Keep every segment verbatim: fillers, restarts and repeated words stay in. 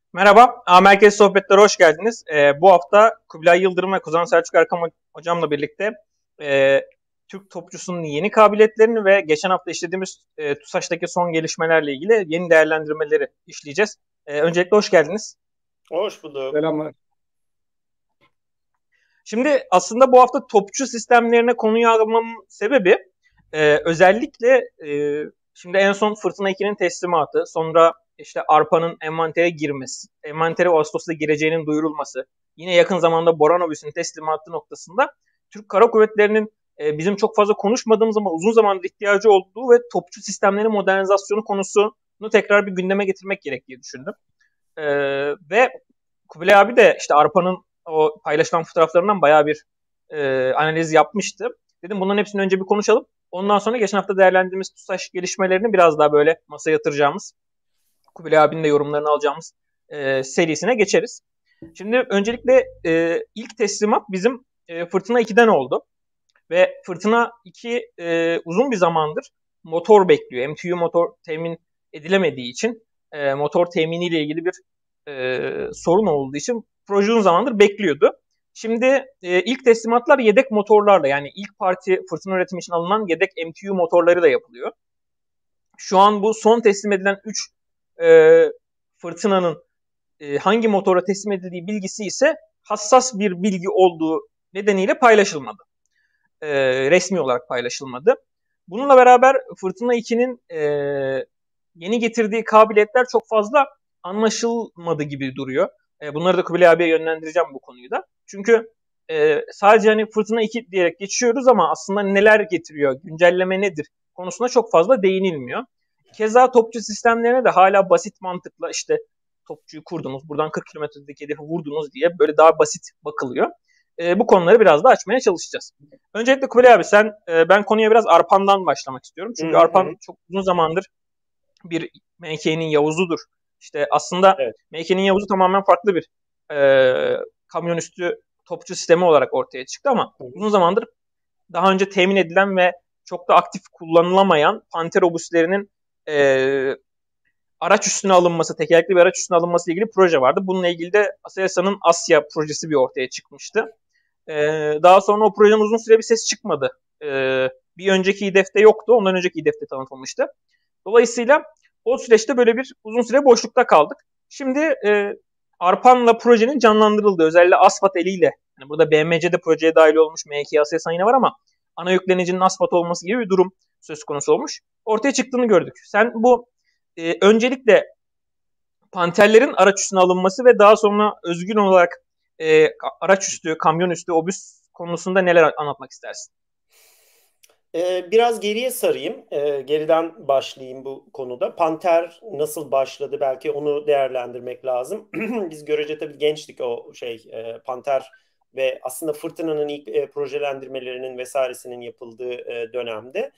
Merhaba, A Merkez Sohbetlere hoş geldiniz. Ee, bu hafta Kubilay Yıldırım ve Kuzan Selçuk Erkam hocamla birlikte e, Türk topçusunun yeni kabiliyetlerini ve geçen hafta işlediğimiz e, TUSAŞ'taki son gelişmelerle ilgili yeni değerlendirmeleri işleyeceğiz. E, öncelikle hoş geldiniz. Hoş bulduk. Selamlar. Şimdi aslında bu hafta topçu sistemlerine konuyu almamın sebebi e, özellikle e, şimdi en son Fırtına ikinin teslimatı, sonra işte Arpa'nın envantere girmesi, envantere Ağustos'ta gireceğinin duyurulması, yine yakın zamanda Boranovic'in teslimatı noktasında Türk Kara Kuvvetleri'nin e, bizim çok fazla konuşmadığımız ama uzun zamandır ihtiyacı olduğu ve topçu sistemlerin modernizasyonu konusunu tekrar bir gündeme getirmek gerek diye düşündüm. E, ve Kubilay abi de işte Arpa'nın o paylaşılan fotoğraflarından bayağı bir e, analiz yapmıştı. Dedim bunların hepsini önce bir konuşalım. Ondan sonra geçen hafta değerlendirdiğimiz TUSAŞ gelişmelerini biraz daha böyle masaya yatıracağımız, Kubilay abinin de yorumlarını alacağımız e, serisine geçeriz. Şimdi öncelikle e, ilk teslimat bizim e, Fırtına ikiden oldu. Ve Fırtına iki e, uzun bir zamandır motor bekliyor. M T U motor temin edilemediği için e, motor teminiyle ilgili bir e, sorun olduğu için proje uzun zamandır bekliyordu. Şimdi e, ilk teslimatlar yedek motorlarla, yani ilk parti fırtına üretimi için alınan yedek M T U motorları da yapılıyor. Şu an bu son teslim edilen üç e, fırtınanın e, hangi motora teslim edildiği bilgisi ise hassas bir bilgi olduğu nedeniyle paylaşılmadı. E, resmi olarak paylaşılmadı. Bununla beraber Fırtına ikinin e, yeni getirdiği kabiliyetler çok fazla anlaşılmadı gibi duruyor. E, bunları da Kubilay abiye yönlendireceğim bu konuyu da. Çünkü e, sadece hani Fırtına iki diyerek geçiyoruz ama aslında neler getiriyor, güncelleme nedir konusuna çok fazla değinilmiyor. Keza topçu sistemlerine de hala basit mantıkla işte topçuyu kurdunuz, buradan kırk kilometredeki hedefi vurdunuz diye böyle daha basit bakılıyor. E, bu konuları biraz da açmaya çalışacağız. Öncelikle Kubilay abi sen, e, ben konuya biraz Arpan'dan başlamak istiyorum. Çünkü Hı hı. Arpan çok uzun zamandır bir M K'nin Yavuz'udur. İşte aslında Evet. M K'nin Yavuz'u tamamen farklı bir e, kamyon üstü topçu sistemi olarak ortaya çıktı ama Hı hı. uzun zamandır daha önce temin edilen ve çok da aktif kullanılamayan Panter obüslerinin e, araç üstüne alınması, tekerlekli bir araç üstüne alınması ile ilgili proje vardı. Bununla ilgili de Aselsan'ın Asya projesi bir ortaya çıkmıştı. Ee, daha sonra o projenin uzun süre bir ses çıkmadı. Ee, bir önceki İDEF'te yoktu. Ondan önceki İDEF'te tanıtılmıştı. Dolayısıyla o süreçte böyle bir uzun süre boşlukta kaldık. Şimdi e, Arpan'la projenin canlandırıldığı, özellikle Asfat eliyle, yani burada B M C'de projeye dahil olmuş, M K Aselsan yine var ama ana yüklenicinin Asfat olması gibi bir durum söz konusu olmuş. Ortaya çıktığını gördük. Sen bu e, öncelikle panterlerin araç üstüne alınması ve daha sonra özgün olarak e, araç üstü, kamyon üstü, obüs konusunda neler anlatmak istersin? Ee, biraz geriye sarayım. Ee, geriden başlayayım bu konuda. Panter nasıl başladı? Belki onu değerlendirmek lazım. Biz görece tabii gençtik o şey e, Panter ve aslında Fırtına'nın ilk e, projelendirmelerinin vesairesinin yapıldığı e, dönemde.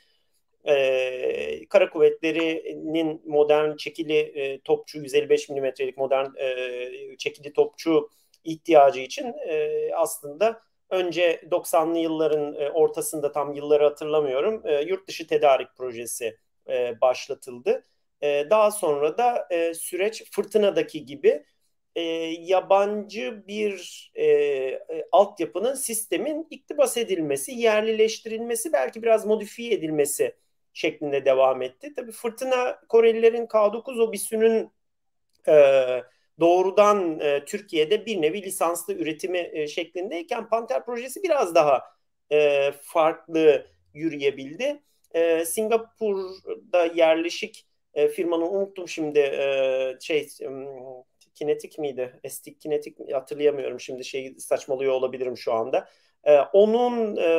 Ee, Kara Kuvvetleri'nin modern çekili e, topçu yüz elli beş milimetrelik modern e, çekili topçu ihtiyacı için e, aslında önce doksanlı yılların e, ortasında, tam yılları hatırlamıyorum, e, yurt dışı tedarik projesi e, başlatıldı. E, daha sonra da e, süreç Fırtına'daki gibi e, yabancı bir e, e, altyapının, sistemin iktibas edilmesi, yerlileştirilmesi, belki biraz modifiye edilmesi şeklinde devam etti. Tabii Fırtına, Korelilerin K dokuz obüsünün e, doğrudan e, Türkiye'de bir nevi lisanslı üretimi e, şeklindeyken Panter projesi biraz daha e, farklı yürüyebildi. E, Singapur'da yerleşik e, firmanın, unuttum şimdi, e, şey Kinetik miydi? Estik Kinetik mi? Hatırlayamıyorum şimdi, şey saçmalıyor olabilirim şu anda. E, onun e,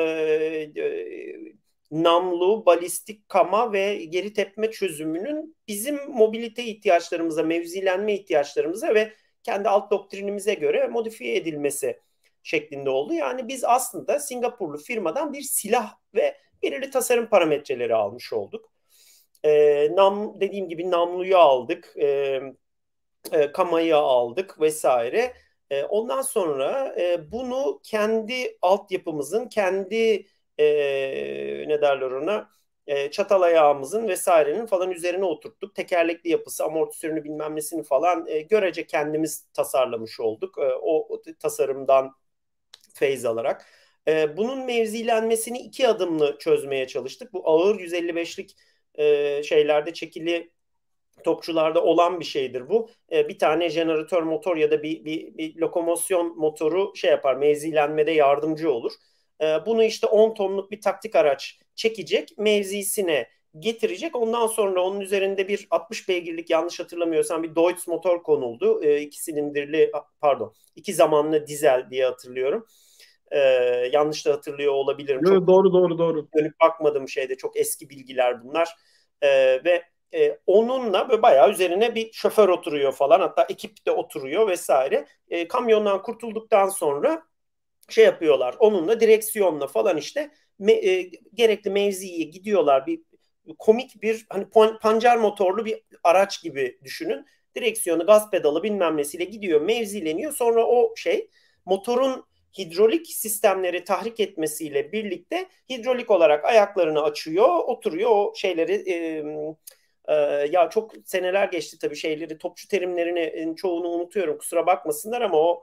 e, namlu, balistik kama ve geri tepme çözümünün bizim mobilite ihtiyaçlarımıza, mevzilenme ihtiyaçlarımıza ve kendi alt doktrinimize göre modifiye edilmesi şeklinde oldu. Yani biz aslında Singapurlu firmadan bir silah ve belirli tasarım parametreleri almış olduk. E, nam dediğim gibi namluyu aldık, e, e, kamayı aldık vesaire. E, ondan sonra e, bunu kendi altyapımızın, kendi e, ne derler ona, e, çatal ayağımızın vesairenin falan üzerine oturttuk. Tekerlekli yapısı, amortisörünü bilmem nesini falan e, görece kendimiz tasarlamış olduk. E, o, o tasarımdan feyz alarak. E, bunun mevzilenmesini iki adımlı çözmeye çalıştık. Bu ağır yüz elli beşlik e, şeylerde, çekili topçularda olan bir şeydir bu. E, bir tane jeneratör motor ya da bir, bir, bir lokomosyon motoru şey yapar, mevzilenmede yardımcı olur. E, bunu işte on tonluk bir taktik araç çekecek, mevzisine getirecek. Ondan sonra onun üzerinde bir altmış beygirlik, yanlış hatırlamıyorsam, bir Deutz motor konuldu. E, iki silindirli, pardon, iki zamanlı dizel diye hatırlıyorum. Ee, yanlış da hatırlıyor olabilirim. Yo, çok doğru doğru doğru. Dönüp bakmadım şeyde, çok eski bilgiler bunlar. Ee, ve e, onunla böyle bayağı üzerine bir şoför oturuyor falan, hatta ekip de oturuyor vesaire. E, kamyondan kurtulduktan sonra şey yapıyorlar, onunla direksiyonla falan işte me, e, gerekli mevziye gidiyorlar. Bir komik bir hani pancar motorlu bir araç gibi düşünün. Direksiyonu, gaz pedalı bilmem nesiyle gidiyor, mevzileniyor. Sonra o şey motorun hidrolik sistemleri tahrik etmesiyle birlikte hidrolik olarak ayaklarını açıyor, oturuyor. O şeyleri e, e, ya çok seneler geçti tabii, şeyleri, topçu terimlerini çoğunu unutuyorum, kusura bakmasınlar, ama o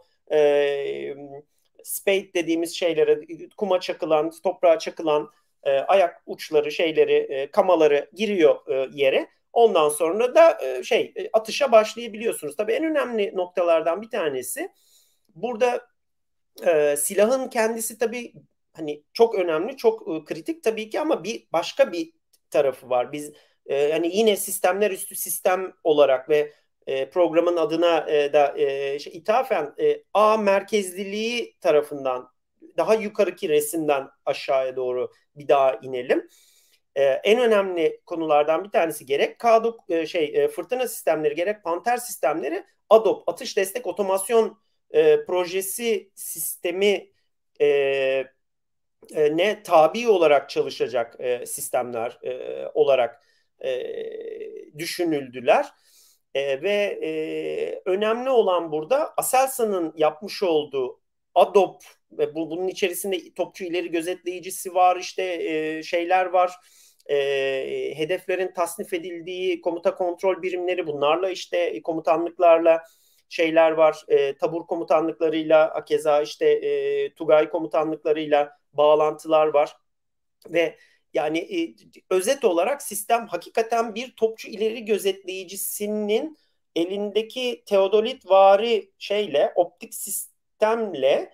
e, spade dediğimiz şeylere, kuma çakılan, toprağa çakılan e, ayak uçları, şeyleri, e, kamaları giriyor e, yere. Ondan sonra da e, şey e, atışa başlayabiliyorsunuz. Tabii en önemli noktalardan bir tanesi burada e, silahın kendisi tabii hani çok önemli, çok e, kritik tabii ki, ama bir başka bir tarafı var. Biz e, yani yine sistemler üstü sistem olarak ve e, programın adına e, da e, şey, ithafen e, ağ merkezliliği tarafından daha yukarıki resimden aşağıya doğru bir daha inelim. E, en önemli konulardan bir tanesi, gerek K dokuz e, şey e, fırtına sistemleri, gerek Panter sistemleri A D O P, atış destek otomasyon e, projesi sistemi e, e, ne tabi olarak çalışacak e, sistemler e, olarak e, düşünüldüler. E, ve e, önemli olan burada Aselsan'ın yapmış olduğu A D O P ve bu, bunun içerisinde topçu ileri gözetleyicisi var, işte e, şeyler var. E, hedeflerin tasnif edildiği komuta kontrol birimleri, bunlarla işte komutanlıklarla şeyler var. E, tabur komutanlıklarıyla, keza işte e, Tugay komutanlıklarıyla bağlantılar var. Ve yani e, özet olarak sistem hakikaten bir topçu ileri gözetleyicisinin elindeki teodolit vari şeyle, optik sistemle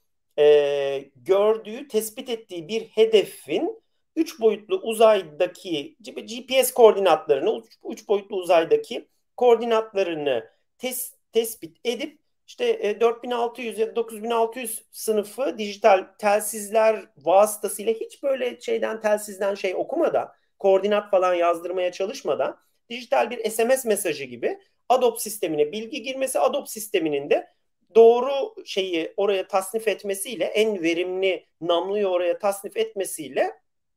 e, gördüğü, tespit ettiği bir hedefin üç boyutlu uzaydaki G P S koordinatlarını, üç boyutlu uzaydaki koordinatlarını tes, tespit edip işte dört bin altı yüz ya da dokuz bin altı yüz sınıfı dijital telsizler vasıtasıyla, hiç böyle şeyden, telsizden şey okumadan, koordinat falan yazdırmaya çalışmadan, dijital bir S M S mesajı gibi A D O P sistemine bilgi girmesi, A D O P sisteminin de doğru şeyi oraya tasnif etmesiyle, en verimli namluyu oraya tasnif etmesiyle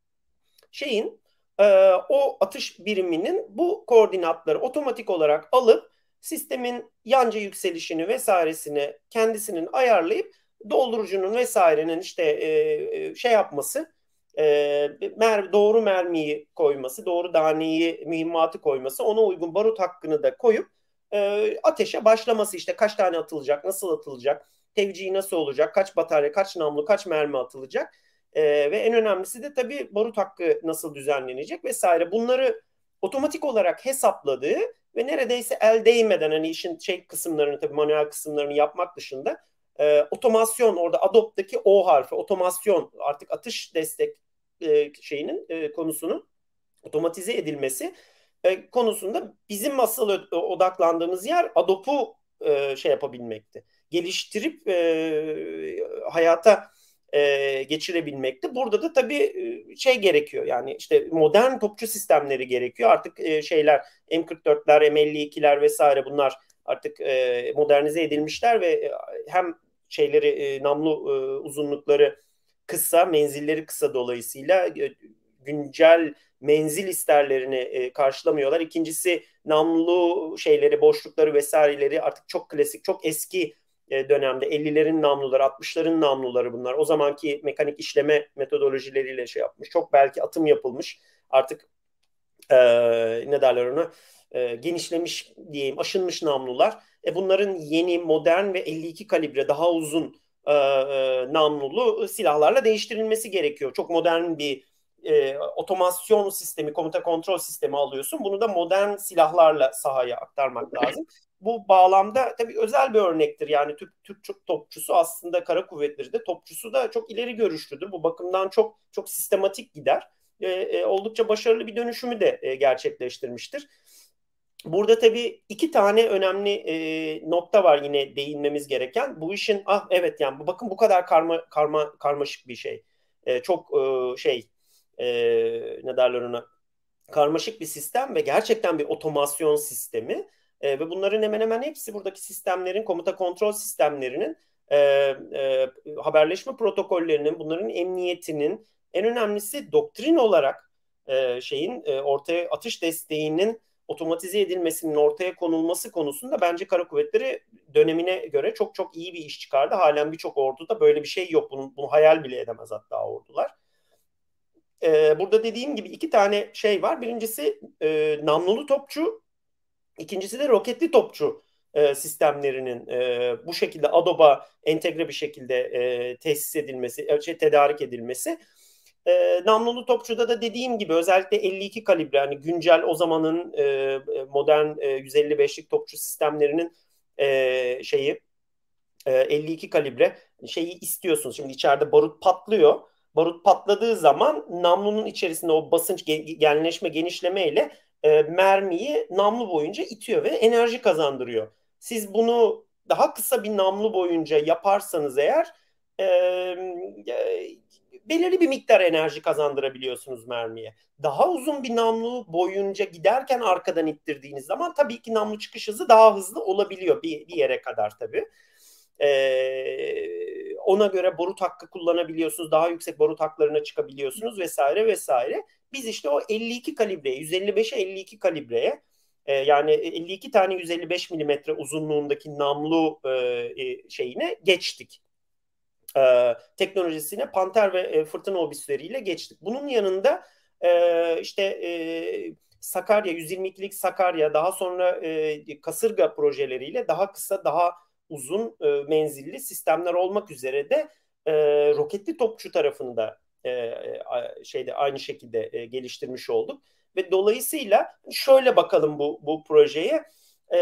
şeyin e, o atış biriminin bu koordinatları otomatik olarak alıp sistemin yanca yükselişini vesairesini kendisinin ayarlayıp doldurucunun vesairenin işte e, şey yapması, e, mer doğru mermiyi koyması, doğru daneyi, mühimmatı koyması, ona uygun barut hakkını da koyup e, ateşe başlaması, işte kaç tane atılacak, nasıl atılacak, tevcihi nasıl olacak, kaç batarya, kaç namlu, kaç mermi atılacak. Ee, ve en önemlisi de tabii barut hakkı nasıl düzenlenecek vesaire. Bunları otomatik olarak hesapladığı ve neredeyse el değmeden, hani işin şey kısımlarını, tabii manuel kısımlarını yapmak dışında e, otomasyon, orada A D O P'taki O harfi, otomasyon, artık atış destek e, şeyinin e, konusunun otomatize edilmesi e, konusunda bizim asıl odaklandığımız yer A D O P'u e, şey yapabilmekti. Geliştirip e, hayata e, geçirebilmekte. Burada da tabii e, şey gerekiyor, yani işte modern topçu sistemleri gerekiyor. Artık e, şeyler M kırk dörtler, M elli ikiler vesaire, bunlar artık e, modernize edilmişler ve e, hem şeyleri e, namlu e, uzunlukları kısa, menzilleri kısa, dolayısıyla e, güncel menzil isterlerini e, karşılamıyorlar. İkincisi, namlu şeyleri, boşlukları vesaireleri artık çok klasik, çok eski dönemde ellilerin namluları, altmışların namluları bunlar. O zamanki mekanik işleme metodolojileriyle şey yapmış. Çok belki atım yapılmış artık e, ne derler ona, e, genişlemiş diyeyim, aşınmış namlular. E, bunların yeni, modern ve elli iki kalibre daha uzun e, e, namlulu silahlarla değiştirilmesi gerekiyor. Çok modern bir e, otomasyon sistemi, komuta kontrol sistemi alıyorsun. Bunu da modern silahlarla sahaya aktarmak lazım. Bu bağlamda tabii özel bir örnektir. Yani Türk, Türk topçusu aslında kara kuvvetleri de topçusu da çok ileri görüşlüdür. Bu bakımdan çok çok sistematik gider. E, e, oldukça başarılı bir dönüşümü de e, gerçekleştirmiştir. Burada tabii iki tane önemli e, nokta var yine değinmemiz gereken. Bu işin ah evet yani bakın bu kadar karma karma karmaşık bir şey. E, çok e, şey e, ne derler ona, karmaşık bir sistem ve gerçekten bir otomasyon sistemi. E, ve bunların hemen hemen hepsi buradaki sistemlerin, komuta kontrol sistemlerinin, e, e, haberleşme protokollerinin, bunların emniyetinin, en önemlisi doktrin olarak e, şeyin e, ortaya atış desteğinin otomatize edilmesinin ortaya konulması konusunda bence Kara Kuvvetleri dönemine göre çok çok iyi bir iş çıkardı. Halen birçok orduda böyle bir şey yok. Bunu, bunu hayal bile edemez hatta ordular. Ee, burada dediğim gibi iki tane şey var. Birincisi e, namlulu topçu, ikincisi de roketli topçu e, sistemlerinin e, bu şekilde ADOB'a entegre bir şekilde e, tesis edilmesi, e, şey, tedarik edilmesi. E, namlulu topçuda da dediğim gibi özellikle elli iki kalibre, yani güncel o zamanın e, modern e, yüz elli beşlik topçu sistemlerinin e, şeyi e, elli iki kalibre şeyi istiyorsunuz. Şimdi içeride barut patlıyor. Barut patladığı zaman namlunun içerisinde o basınç genleşme genişleme ile e, mermiyi namlu boyunca itiyor ve enerji kazandırıyor. Siz bunu daha kısa bir namlu boyunca yaparsanız eğer e, e, belirli bir miktar enerji kazandırabiliyorsunuz mermiye. Daha uzun bir namlu boyunca giderken arkadan ittirdiğiniz zaman tabii ki namlu çıkış hızı daha hızlı olabiliyor bir, bir yere kadar tabii. Ee, ona göre barut hakkı kullanabiliyorsunuz. Daha yüksek barut haklarına çıkabiliyorsunuz vesaire vesaire. Biz işte o elli iki kalibreye, yüz elli beşe elli iki kalibreye, e, yani elli iki tane yüz elli beş milimetre uzunluğundaki namlu e, şeyine geçtik. E, teknolojisine Panter ve e, Fırtına obisleriyle geçtik. Bunun yanında e, işte e, Sakarya, yüz yirmi ikilik Sakarya, daha sonra e, Kasırga projeleriyle daha kısa, daha uzun e, menzilli sistemler olmak üzere de e, roketli topçu tarafını da e, şeyde aynı şekilde e, geliştirmiş olduk. Ve dolayısıyla şöyle bakalım bu, bu projeye. E,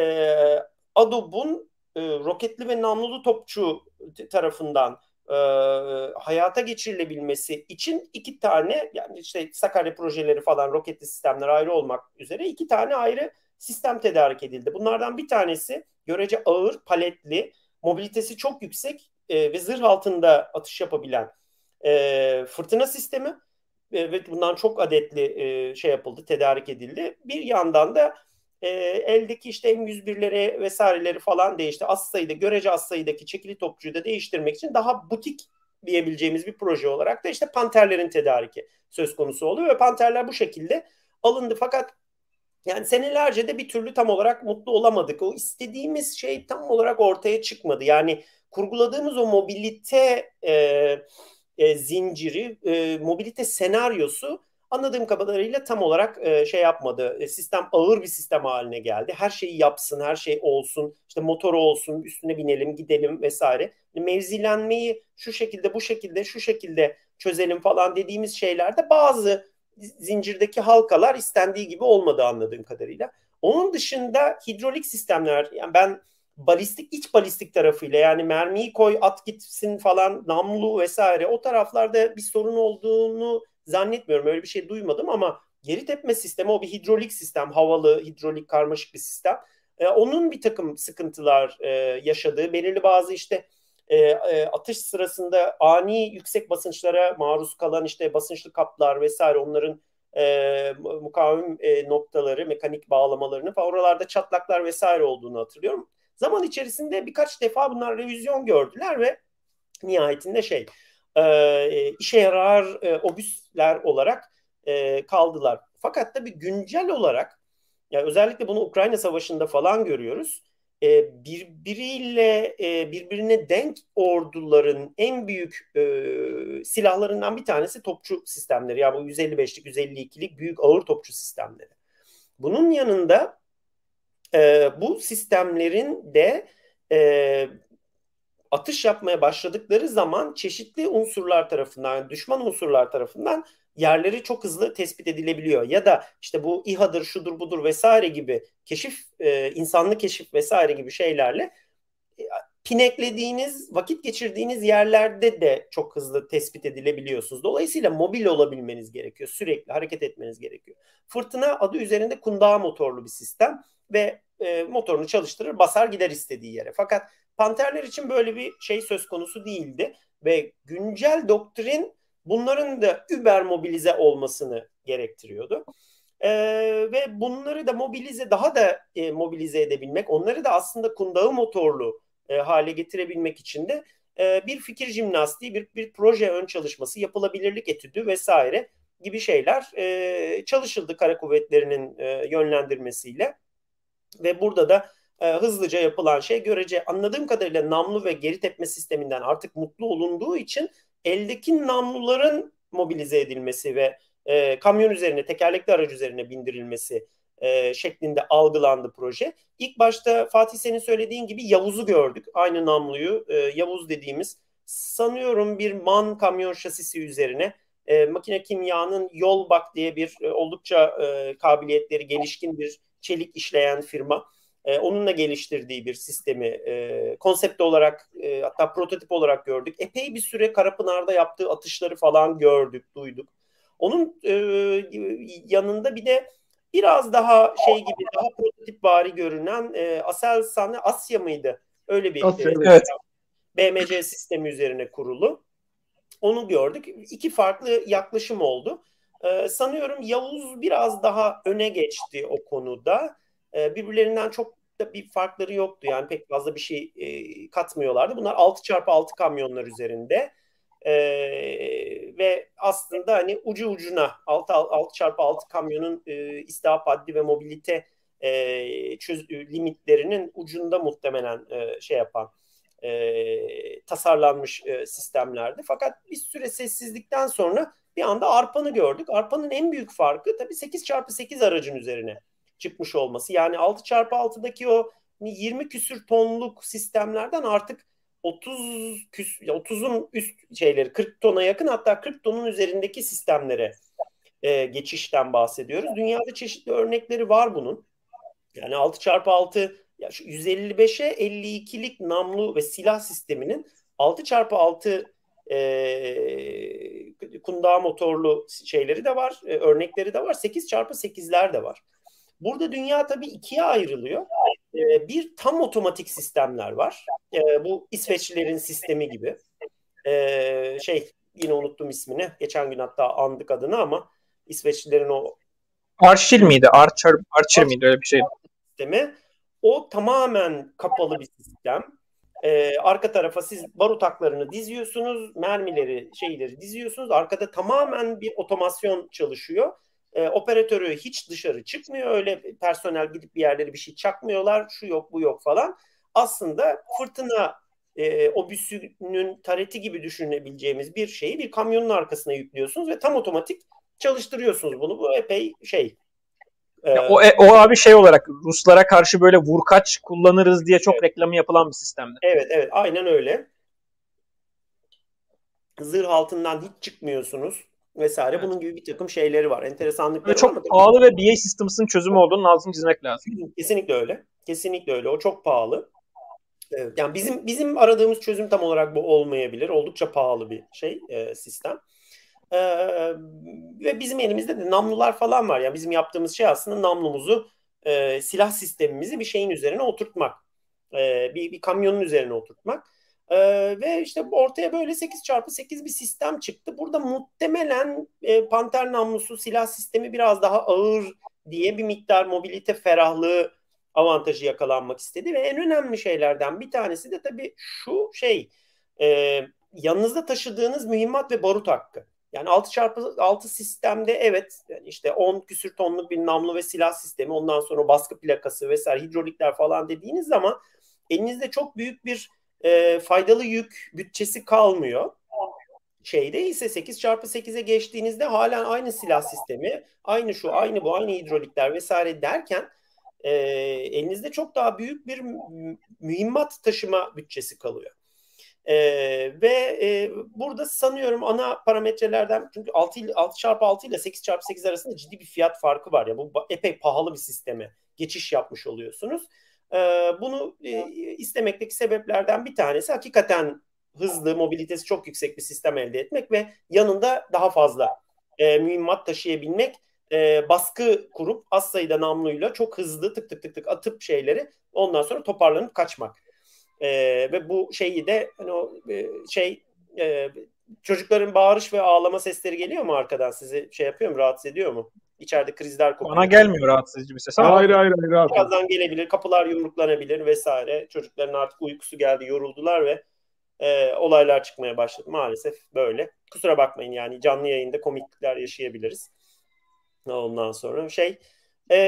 ADOB'un e, roketli ve namlulu topçu tarafından e, hayata geçirilebilmesi için iki tane, yani işte Sakarya projeleri falan, roketli sistemler ayrı olmak üzere iki tane ayrı sistem tedarik edildi. Bunlardan bir tanesi görece ağır, paletli, mobilitesi çok yüksek e, ve zırh altında atış yapabilen e, fırtına sistemi e, ve bundan çok adetli e, şey yapıldı, tedarik edildi. Bir yandan da e, eldeki işte M yüz birleri vesaireleri falan değişti. Az sayıda, görece az sayıdaki çekili topçuyu da değiştirmek için daha butik diyebileceğimiz bir proje olarak da işte Panterlerin tedariki söz konusu oluyor ve Panterler bu şekilde alındı. Fakat yani senelerce de bir türlü tam olarak mutlu olamadık. O istediğimiz şey tam olarak ortaya çıkmadı. Yani kurguladığımız o mobilite e, e, zinciri, e, mobilite senaryosu anladığım kadarıyla tam olarak e, şey yapmadı. E, sistem ağır bir sistem haline geldi. Her şeyi yapsın, her şey olsun. İşte motoru olsun, üstüne binelim, gidelim vesaire. Mevzilenmeyi şu şekilde, bu şekilde, şu şekilde çözelim falan dediğimiz şeylerde bazı zincirdeki halkalar istendiği gibi olmadı anladığım kadarıyla. Onun dışında hidrolik sistemler, yani ben balistik, iç balistik tarafıyla, yani mermiyi koy at gitsin falan, namlu vesaire, o taraflarda bir sorun olduğunu zannetmiyorum. Öyle bir şey duymadım ama geri tepme sistemi, o bir hidrolik sistem, havalı, hidrolik, karmaşık bir sistem. Ee, onun bir takım sıkıntılar e, yaşadığı, belirli bazı işte e, e, atış sırasında ani yüksek basınçlara maruz kalan işte basınçlı kaplar vesaire, onların e, mukavim e, noktaları, mekanik bağlamalarını falan, oralarda çatlaklar vesaire olduğunu hatırlıyorum. Zaman içerisinde birkaç defa bunlar revizyon gördüler ve nihayetinde şey e, işe yarar e, obüsler olarak e, kaldılar. Fakat tabii güncel olarak, yani özellikle bunu Ukrayna Savaşı'nda falan görüyoruz. e, birbiriyle e, birbirine denk orduların en büyük e, silahlarından bir tanesi topçu sistemleri. Yani bu yüz elli beşlik, yüz elli ikilik büyük ağır topçu sistemleri. Bunun yanında e, bu sistemlerin de e, atış yapmaya başladıkları zaman çeşitli unsurlar tarafından, düşman unsurlar tarafından yerleri çok hızlı tespit edilebiliyor. Ya da işte bu İHA'dır, şudur budur vesaire gibi keşif, e, insanlı keşif vesaire gibi şeylerle e, pineklediğiniz, vakit geçirdiğiniz yerlerde de çok hızlı tespit edilebiliyorsunuz. Dolayısıyla mobil olabilmeniz gerekiyor. Sürekli hareket etmeniz gerekiyor. Fırtına adı üzerinde kundağa motorlu bir sistem ve e, motorunu çalıştırır, basar gider istediği yere. Fakat panterler için böyle bir şey söz konusu değildi ve güncel doktrin bunların da über mobilize olmasını gerektiriyordu. Ee, ve bunları da mobilize daha da e, mobilize edebilmek, onları da aslında kundağı motorlu e, hale getirebilmek için de e, bir fikir jimnastiği, bir, bir proje ön çalışması, yapılabilirlik etüdü vesaire gibi şeyler e, çalışıldı Kara Kuvvetleri'nin e, yönlendirmesiyle. Ve burada da e, hızlıca yapılan şey, görece anladığım kadarıyla namlu ve geri tepme sisteminden artık mutlu olunduğu için eldeki namluların mobilize edilmesi ve e, kamyon üzerine, tekerlekli aracı üzerine bindirilmesi e, şeklinde algılandı proje. İlk başta Fatih senin söylediğin gibi Yavuz'u gördük. Aynı namluyu e, Yavuz dediğimiz sanıyorum bir MAN kamyon şasisi üzerine e, makine kimyanın Yolbak diye bir e, oldukça e, kabiliyetleri gelişkin bir çelik işleyen firma. E, onunla geliştirdiği bir sistemi e, konsept olarak e, hatta prototip olarak gördük. Epey bir süre Karapınar'da yaptığı atışları falan gördük, duyduk. Onun e, yanında bir de biraz daha şey gibi, daha prototipvari görünen e, Aselsan Asya mıydı? Öyle bir Asya, e, evet. B M C sistemi üzerine kurulu. Onu gördük. İki farklı yaklaşım oldu. Ee, sanıyorum Yavuz biraz daha öne geçti o konuda. Ee, birbirlerinden çok da bir farkları yoktu. Yani pek fazla bir şey e, katmıyorlardı. Bunlar altı çarpı altı kamyonlar üzerinde. Ee, ve aslında hani ucu ucuna altı çarpı altı kamyonun e, istihap haddi ve mobilite e, çöz, limitlerinin ucunda muhtemelen e, şey yapan e, tasarlanmış e, sistemlerdi. Fakat bir süre sessizlikten sonra bir anda Arpa'nı gördük. Arpa'nın en büyük farkı tabii sekiz çarpı sekiz aracın üzerine çıkmış olması. Yani altı çarpı altıdaki o yirmi küsür tonluk sistemlerden artık otuz küs, otuzun üst şeyleri, kırk tona yakın, hatta kırk tonun üzerindeki sistemlere e, geçişten bahsediyoruz. Dünyada çeşitli örnekleri var bunun. Yani altı çarpı altı, ya şu yüz elli beşe elli ikilik namlu ve silah sisteminin altı çarpı altı e, kundağı motorlu şeyleri de var, e, örnekleri de var. sekiz çarpı sekizler de var. Burada dünya tabii ikiye ayrılıyor. E, bir tam otomatik sistemler var. E, bu İsveçlilerin sistemi gibi. E, şey yine unuttum ismini. Geçen gün hatta andık adını ama İsveçlilerin o Arçil miydi? Archer, Archer miydi? Öyle bir şeydi. Sistemi. O tamamen kapalı bir sistem. Ee, arka tarafa siz barut aklarını diziyorsunuz, mermileri, şeyleri diziyorsunuz. Arkada tamamen bir otomasyon çalışıyor. Ee, operatörü hiç dışarı çıkmıyor. Öyle personel gidip bir yerlere bir şey çakmıyorlar. Şu yok, bu yok falan. Aslında fırtına e, obüsünün tareti gibi düşünebileceğimiz bir şeyi bir kamyonun arkasına yüklüyorsunuz ve tam otomatik çalıştırıyorsunuz bunu. Bu epey şey. Ya o, e, o abi şey olarak Ruslara karşı böyle vurkaç kullanırız diye çok Evet. reklamı yapılan bir sistemdi. Evet, evet, aynen öyle. Zırh altından hiç çıkmıyorsunuz vesaire. Evet. Bunun gibi bir takım şeyleri var. Ve Enteresanlıkları var ama çok pahalı ve B A Systems'ın çözümü olduğunu altını çizmek lazım. kesinlikle öyle. Kesinlikle öyle. O çok pahalı. Evet, yani bizim bizim aradığımız çözüm tam olarak bu olmayabilir. Oldukça pahalı bir şey, e, sistem. E, ve bizim elimizde de namlular falan var. Yani bizim yaptığımız şey aslında namlumuzu, e, silah sistemimizi bir şeyin üzerine oturtmak. E, bir, bir kamyonun üzerine oturtmak. E, ve işte ortaya böyle sekiz çarpı sekiz bir sistem çıktı. Burada muhtemelen e, Panter namlusu silah sistemi biraz daha ağır diye bir miktar mobilite ferahlığı avantajı yakalanmak istedi ve en önemli şeylerden bir tanesi de tabii şu şey, e, yanınızda taşıdığınız mühimmat ve barut hakkı. Yani altı çarpı altı sistemde evet yani işte on küsür tonluk bir namlu ve silah sistemi, ondan sonra baskı plakası vesaire, hidrolikler falan dediğiniz zaman elinizde çok büyük bir e, faydalı yük bütçesi kalmıyor. Şeyde ise sekiz çarpı sekize geçtiğinizde halen aynı silah sistemi, aynı şu, aynı bu, aynı hidrolikler vesaire derken e, elinizde çok daha büyük bir mühimmat taşıma bütçesi kalıyor. E, ve e, burada sanıyorum ana parametrelerden, çünkü altı, altı çarpı altı ile sekiz çarpı sekiz arasında ciddi bir fiyat farkı var ya, bu epey pahalı bir sisteme geçiş yapmış oluyorsunuz. E, bunu e, istemekteki sebeplerden bir tanesi hakikaten hızlı, mobilitesi çok yüksek bir sistem elde etmek ve yanında daha fazla e, mühimmat taşıyabilmek, e, baskı kurup az sayıda namluyla çok hızlı tık tık tık tık atıp şeyleri ondan sonra toparlanıp kaçmak. E, ve bu şeyi de hani o e, şey e, çocukların bağırış ve ağlama sesleri geliyor mu arkadan, sizi şey yapıyor mu, rahatsız ediyor mu? İçeride krizler kopuyor. Bana gelmiyor rahatsız edici bir ses ama. Hayır hayır hayır. Rahat ol. Birazdan gelebilir, kapılar yumruklanabilir vesaire. Çocukların artık uykusu geldi, yoruldular ve e, olaylar çıkmaya başladı. Maalesef böyle. Kusura bakmayın yani, canlı yayında komiklikler yaşayabiliriz. Ondan sonra şey e,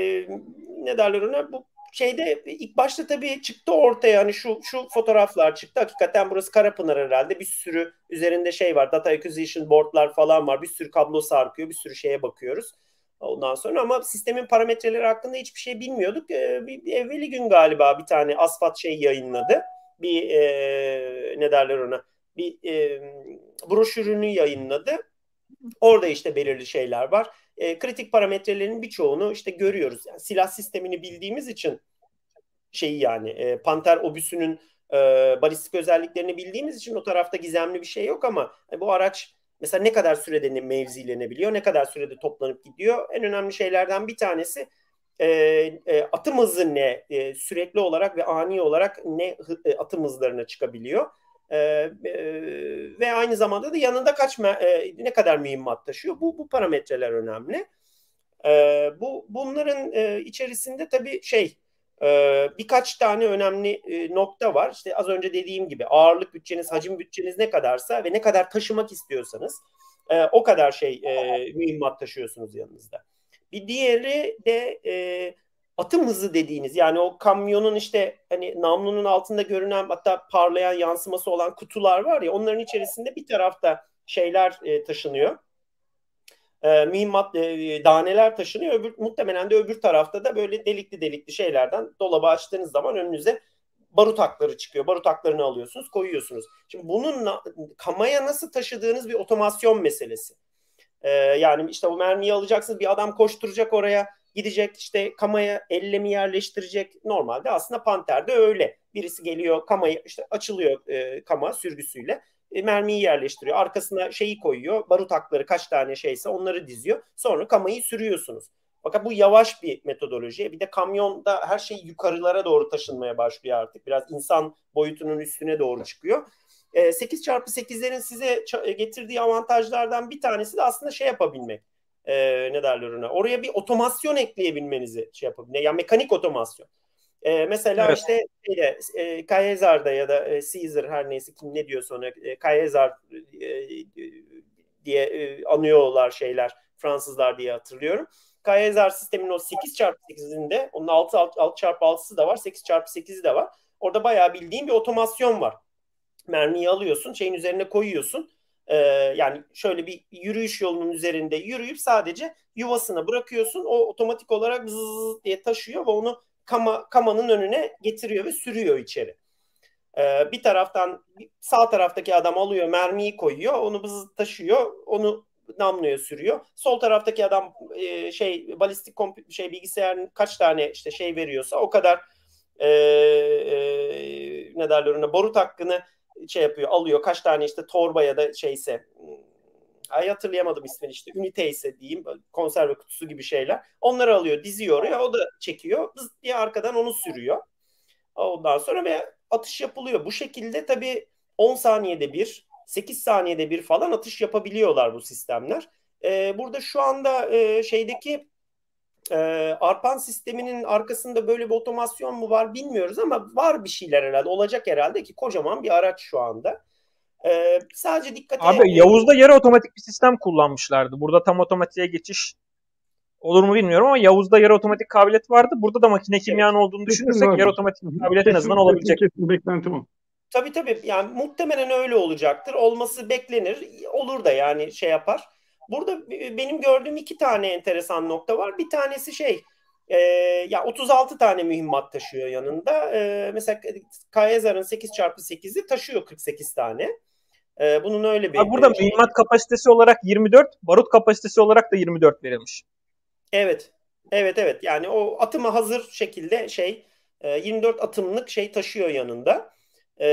ne derler ona, bu şeyde ilk başta tabii çıktı ortaya, hani şu şu fotoğraflar çıktı. Hakikaten burası Karapınar herhalde. Bir sürü üzerinde şey var. Data acquisition board'lar falan var. Bir sürü kablo sarkıyor. Bir sürü şeye bakıyoruz. Ondan sonra ama sistemin parametreleri hakkında hiçbir şey bilmiyorduk. Ee, bir, bir evveli gün galiba bir tane Asfat şey yayınladı. Bir e, ne derler ona? Bir e, broşürünü yayınladı. Orada işte belirli şeyler var. E, kritik parametrelerin birçoğunu işte görüyoruz. Yani silah sistemini bildiğimiz için şeyi yani e, Panter obüsünün e, balistik özelliklerini bildiğimiz için o tarafta gizemli bir şey yok ama e, bu araç mesela ne kadar sürede mevzilenebiliyor, ne kadar sürede toplanıp gidiyor. En önemli şeylerden bir tanesi e, e, atım hızı ne, e, sürekli olarak ve ani olarak ne e, atım hızlarına çıkabiliyor. E, e, ve aynı zamanda da yanında kaç e, ne kadar mühimmat taşıyor. Bu bu parametreler önemli. E, bu bunların e, içerisinde tabii şey e, birkaç tane önemli e, nokta var. İşte az önce dediğim gibi ağırlık bütçeniz, hacim bütçeniz ne kadarsa ve ne kadar taşımak istiyorsanız e, o kadar şey e, mühimmat taşıyorsunuz yanınızda. Bir diğeri de e, atım hızı dediğiniz, yani o kamyonun işte hani namlunun altında görünen hatta parlayan yansıması olan kutular var ya, onların içerisinde bir tarafta şeyler e, taşınıyor. E, mühimmat e, daneler taşınıyor. Öbür, muhtemelen de öbür tarafta da böyle delikli delikli şeylerden dolabı açtığınız zaman önünüze barut akları çıkıyor. Barut aklarını alıyorsunuz, koyuyorsunuz. Şimdi bunun kamaya nasıl taşıdığınız bir otomasyon meselesi. Ee, yani işte o mermiyi alacaksınız, bir adam koşturacak oraya, gidecek işte kamaya ellemi yerleştirecek. Normalde aslında Panter'de öyle. Birisi geliyor, kamayı işte açılıyor e, kama sürgüsüyle. E, mermiyi yerleştiriyor. Arkasına şeyi koyuyor. Barut akları kaç tane şeyse onları diziyor. Sonra kamayı sürüyorsunuz. Fakat bu yavaş bir metodoloji. Bir de kamyonda her şey yukarılara doğru taşınmaya başlıyor artık. Biraz insan boyutunun üstüne doğru çıkıyor. sekiz çarpı sekizlerin size getirdiği avantajlardan bir tanesi de aslında şey yapabilmek. Ee, ne derler ona? Oraya bir otomasyon ekleyebilmenizi şey yapabilmek. Yani mekanik otomasyon. Ee, mesela evet. işte şeyde, e, Caesar'da ya da e, Caesar her neyse kim ne diyorsa ona e, Caesar e, diye e, anıyorlar şeyler. Fransızlar diye hatırlıyorum. Caesar sistemin o sekiz çarpı sekizinde onun altı çarpı altısı da var. sekiz çarpı sekizi de var. Orada bayağı bildiğin bir otomasyon var. Mermiyi alıyorsun, şeyin üzerine koyuyorsun. Ee, yani şöyle bir yürüyüş yolunun üzerinde yürüyüp sadece yuvasına bırakıyorsun. O otomatik olarak zzzz diye taşıyor ve onu kama, kamanın önüne getiriyor ve sürüyor içeri. Ee, bir taraftan sağ taraftaki adam alıyor, mermiyi koyuyor, onu bızz taşıyor, onu namluya sürüyor. Sol taraftaki adam e, şey balistik komp- şey bilgisayarın kaç tane işte şey veriyorsa o kadar e, e, ne derler ona, barut hakkını şey yapıyor, alıyor. Kaç tane işte torba ya da şeyse, ay hatırlayamadım ismini, işte ünite ise diyeyim, konserve kutusu gibi şeyler. Onları alıyor, diziyor oraya, o da çekiyor. Bız diye arkadan onu sürüyor. Ondan sonra ve atış yapılıyor. Bu şekilde tabii on saniyede bir, sekiz saniyede bir falan atış yapabiliyorlar bu sistemler. Ee, burada şu anda e, şeydeki e, Arpan sisteminin arkasında böyle bir otomasyon mu var bilmiyoruz ama var bir şeyler herhalde. Olacak herhalde ki kocaman bir araç şu anda. E, sadece dikkate... Abi Yavuz'da yarı otomatik bir sistem kullanmışlardı. Burada tam otomatiğe geçiş olur mu bilmiyorum ama Yavuz'da yarı otomatik kabiliyet vardı. Burada da makine Evet. kimyanın olduğunu Kesin düşünürsek yarı vardır. otomatik Hı hı. kabiliyet en azından Kesin, kesin, olabilecek. kesin beklentim o. Tabii tabii, yani muhtemelen öyle olacaktır. Olması beklenir. Olur da yani şey yapar. Burada benim gördüğüm iki tane enteresan nokta var. Bir tanesi şey, e, ya otuz altı tane mühimmat taşıyor yanında. E, mesela Kayezar'ın sekiz çarpı sekizi taşıyor kırk sekiz tane. E, bunun öyle Abi bir burada şey. mühimmat kapasitesi olarak yirmi dört, barut kapasitesi olarak da yirmi dört verilmiş. Evet. Evet evet. Yani o atıma hazır şekilde şey, e, yirmi dört atımlık şey taşıyor yanında. E,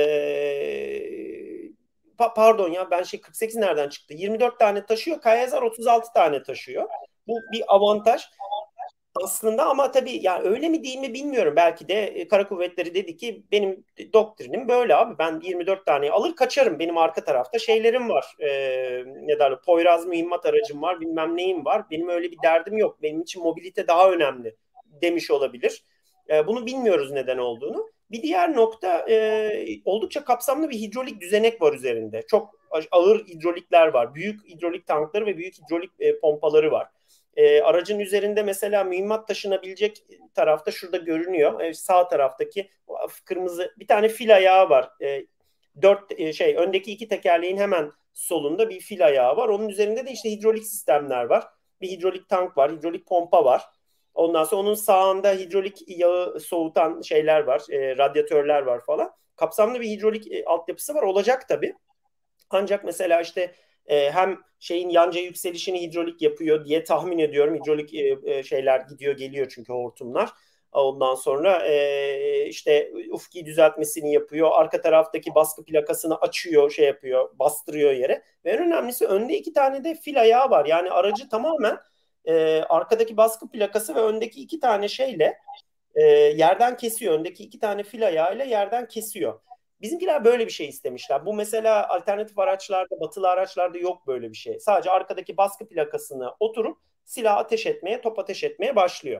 pa- pardon ya, ben şey kırk sekiz nereden çıktı? yirmi dört tane taşıyor. Kayazar otuz altı tane taşıyor. Bu bir avantaj aslında, ama tabii yani öyle mi değil mi bilmiyorum. Belki de e, Kara Kuvvetleri dedi ki benim doktrinim böyle abi. Ben yirmi dört taneyi alır kaçarım. Benim arka tarafta şeylerim var. E, ne derler? Poyraz mühimmat aracım var. Bilmem neyim var. Benim öyle bir derdim yok. Benim için mobilite daha önemli demiş olabilir. E, bunu bilmiyoruz neden olduğunu. Bir diğer nokta, e, oldukça kapsamlı bir hidrolik düzenek var üzerinde. Çok ağır hidrolikler var. Büyük hidrolik tankları ve büyük hidrolik e, pompaları var. E, aracın üzerinde mesela mühimmat taşınabilecek tarafta şurada görünüyor. E, sağ taraftaki kırmızı bir tane fil ayağı var. E, dört e, şey öndeki iki tekerleğin hemen solunda bir fil ayağı var. Onun üzerinde de işte hidrolik sistemler var. Bir hidrolik tank var, hidrolik pompa var. Ondan sonra onun sağında hidrolik yağı soğutan şeyler var, e, radyatörler var falan. Kapsamlı bir hidrolik e, altyapısı var. Olacak tabii. Ancak mesela işte e, hem şeyin yanca yükselişini hidrolik yapıyor diye tahmin ediyorum. Hidrolik e, e, şeyler gidiyor geliyor çünkü hortumlar. Ondan sonra e, işte ufki düzeltmesini yapıyor. Arka taraftaki baskı plakasını açıyor, şey yapıyor, bastırıyor yere. Ve en önemlisi önde iki tane de fil ayağı var. Yani aracı tamamen e, arkadaki baskı plakası ve öndeki iki tane şeyle e, yerden kesiyor. Öndeki iki tane fil ayağıyla yerden kesiyor. Bizimkiler böyle bir şey istemişler. Bu mesela alternatif araçlarda, batılı araçlarda yok böyle bir şey. Sadece arkadaki baskı plakasını oturup silah ateş etmeye, top ateş etmeye başlıyor.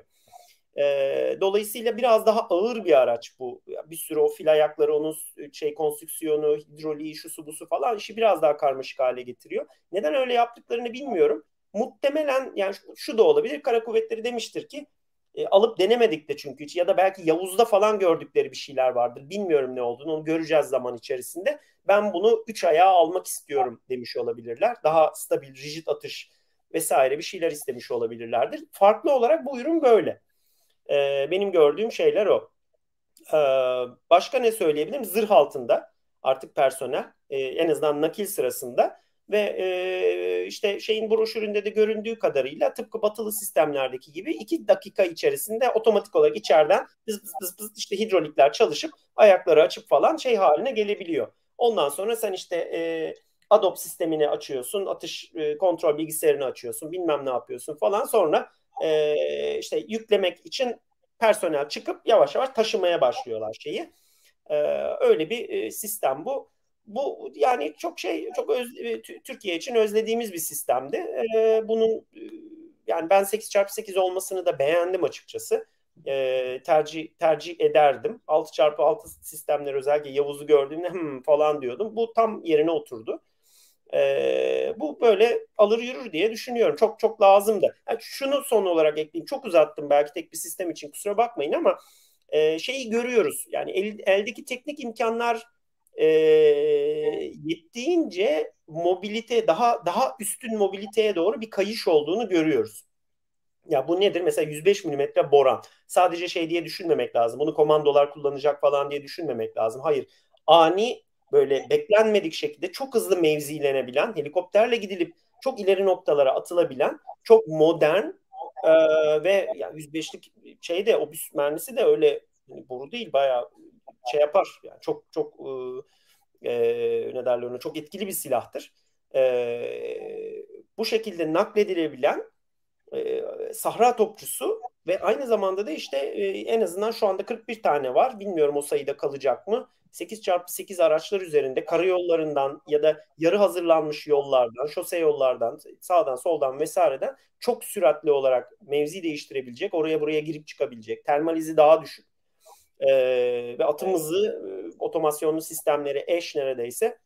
E, dolayısıyla biraz daha ağır bir araç bu. Bir sürü o fil ayakları, onun şey konstrüksiyonu, hidroliği, şusu busu falan işi biraz daha karmaşık hale getiriyor. Neden öyle yaptıklarını bilmiyorum. Muhtemelen yani şu, şu da olabilir. Kara Kuvvetleri demiştir ki e, alıp denemedik de çünkü hiç, ya da belki Yavuz'da falan gördükleri bir şeyler vardır. Bilmiyorum ne olduğunu, onu göreceğiz zaman içerisinde. Ben bunu üç ayağa almak istiyorum demiş olabilirler. Daha stabil, rigid atış vesaire bir şeyler istemiş olabilirlerdir. Farklı olarak bu ürün böyle. E, benim gördüğüm şeyler o. E, başka ne söyleyebilirim? Zırh altında artık personel, e, en azından nakil sırasında ve e, işte şeyin broşüründe de göründüğü kadarıyla tıpkı batılı sistemlerdeki gibi iki dakika içerisinde otomatik olarak içeriden bız bız bız bız işte hidrolikler çalışıp ayakları açıp falan şey haline gelebiliyor. Ondan sonra sen işte e, Adobe sistemini açıyorsun, atış e, kontrol bilgisayarını açıyorsun, bilmem ne yapıyorsun falan. Sonra e, işte yüklemek için personel çıkıp yavaş yavaş taşımaya başlıyorlar şeyi. Ee, öyle bir e, sistem bu. Bu yani çok şey, çok öz, e, Türkiye için özlediğimiz bir sistemdi. Ee, bunun e, yani ben sekiz çarpı sekiz olmasını da beğendim açıkçası. Ee, tercih tercih ederdim. altı çarpı altı sistemler özellikle Yavuz'u gördüğümde hmm falan diyordum. Bu tam yerine oturdu. Ee, bu böyle alır yürür diye düşünüyorum. Çok çok lazım da. Yani şunu son olarak ekleyeyim. Çok uzattım belki tek bir sistem için, kusura bakmayın, ama e, şeyi görüyoruz. Yani el, eldeki teknik imkanlar e, yettiğince mobilite, daha daha üstün mobiliteye doğru bir kayış olduğunu görüyoruz. Ya bu nedir? Mesela yüz beş milimetre boran. Sadece şey diye düşünmemek lazım. Bunu komandolar kullanacak falan diye düşünmemek lazım. Hayır. Ani, böyle beklenmedik şekilde çok hızlı mevzilenebilen, helikopterle gidilip çok ileri noktalara atılabilen, çok modern e, ve yani yüz beşlik şey de, obüs mermisi de öyle hani boru değil, bayağı şey yapar. Yani çok çok e, e, ne derler ona, çok etkili bir silahtır. E, bu şekilde nakledilebilen e, sahra topçusu ve aynı zamanda da işte e, en azından şu anda kırk bir tane var. Bilmiyorum o sayıda kalacak mı? sekiz çarpı sekiz araçlar üzerinde karayollarından ya da yarı hazırlanmış yollardan, şose yollardan, sağdan soldan vesaireden çok süratli olarak mevzi değiştirebilecek, oraya buraya girip çıkabilecek, termal izi daha düşük e, ve atım hızı, e, otomasyonlu sistemleri eş neredeyse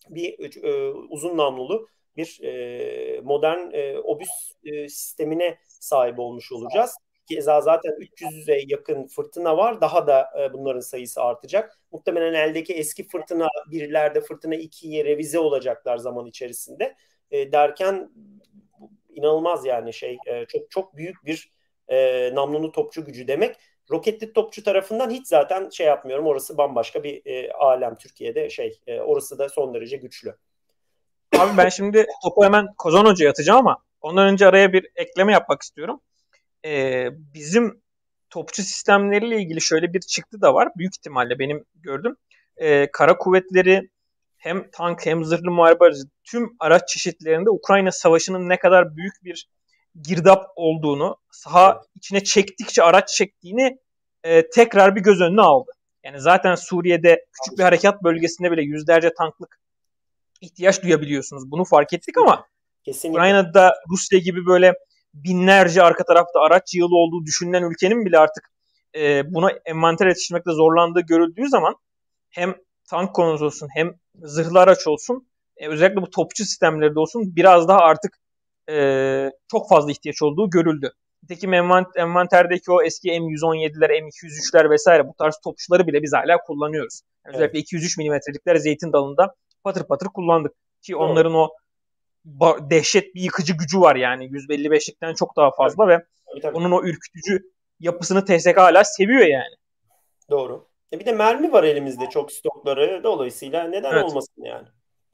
bir e, uzun namlulu bir e, modern e, obüs e, sistemine sahip olmuş olacağız. Keza zaten üç yüze yakın fırtına var. Daha da e, bunların sayısı artacak. Muhtemelen eldeki eski fırtına birlerde fırtına ikiye revize olacaklar zaman içerisinde. E, derken inanılmaz yani şey e, çok çok büyük bir e, namlulu topçu gücü demek. Roketli topçu tarafından hiç zaten şey yapmıyorum. Orası bambaşka bir e, alem Türkiye'de şey. E, orası da son derece güçlü. Abi ben şimdi topu hemen Kozan Hoca'ya atacağım ama ondan önce araya bir ekleme yapmak istiyorum. Ee, bizim topçu sistemleriyle ilgili şöyle bir çıktı da var. Büyük ihtimalle benim gördüm. Ee, kara kuvvetleri hem tank hem zırhlı muharebe aracı tüm araç çeşitlerinde Ukrayna Savaşı'nın ne kadar büyük bir girdap olduğunu, saha evet. içine çektikçe araç çektiğini e, tekrar bir göz önüne aldı. Yani zaten Suriye'de küçük bir harekat bölgesinde bile yüzlerce tanklık ihtiyaç duyabiliyorsunuz. Bunu fark ettik ama Kesinlikle. Ukrayna'da Rusya gibi böyle binlerce arka tarafta araç yığılı olduğu düşünülen ülkenin bile artık e, buna envanter yetiştirmekte zorlandığı görüldüğü zaman hem tank konusu olsun hem zırhlı araç olsun e, özellikle bu topçu sistemleri de olsun biraz daha artık e, çok fazla ihtiyaç olduğu görüldü. Nitekim envant- envanterdeki o eski M yüz on yediler, M iki yüz üçler vesaire bu tarz topçuları bile biz hala kullanıyoruz. Yani evet. Özellikle iki yüz üç milimetrelikler Zeytin Dalı'nda patır patır kullandık. Ki Doğru. onların o ba- dehşet bir yıkıcı gücü var yani. yüz elli beşlikten çok daha fazla tabii. ve tabii, tabii. onun o ürkütücü yapısını T S K hala seviyor yani. Doğru. E bir de mermi var elimizde çok stokları. Dolayısıyla neden evet. olmasın yani?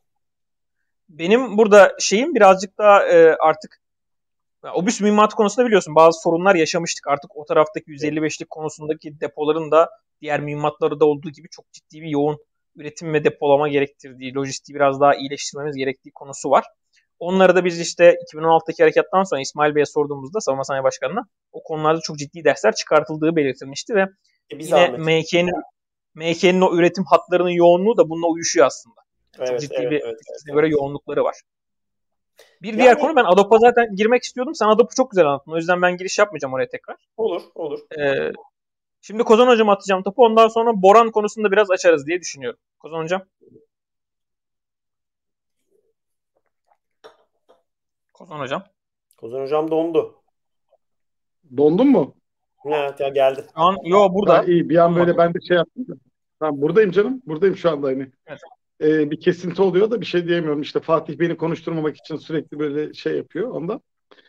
Benim burada şeyim birazcık daha e, artık obüs mühimmatı konusunda biliyorsun bazı sorunlar yaşamıştık. Artık o taraftaki yüz elli beşlik konusundaki depoların da diğer mühimmatları da olduğu gibi çok ciddi bir yoğun üretim ve depolama gerektirdiği, lojistiği biraz daha iyileştirmemiz gerektiği konusu var. Onları da biz işte iki bin on altıdaki harekattan sonra İsmail Bey'e sorduğumuzda Savunma Sanayi Başkanı'na o konularda çok ciddi dersler çıkartıldığı belirtilmişti ve e yine M K'nin M K'nin o üretim hatlarının yoğunluğu da bununla uyuşuyor aslında. Yani evet, çok ciddi evet, bir evet, evet, göre evet. yoğunlukları var. Bir yani, diğer konu ben Adop'a zaten girmek istiyordum. Sen Adop'u çok güzel anlattın. O yüzden ben giriş yapmayacağım oraya tekrar. Olur, olur. Ee, şimdi Kozan Hocam'a atacağım topu. Ondan sonra Boran konusunda biraz açarız diye düşünüyorum. Kozan Hocam. Kozan Hocam. Kozan Hocam dondu. Dondun mu? Evet ya geldi. Şu an yo burada. Ha, iyi bir an böyle ben de şey yaptım. Tamam buradayım canım. Buradayım şu anda hani. Evet. Ee, bir kesinti oluyor da bir şey diyemiyorum. İşte Fatih beni konuşturmamak için sürekli böyle şey yapıyor ondan.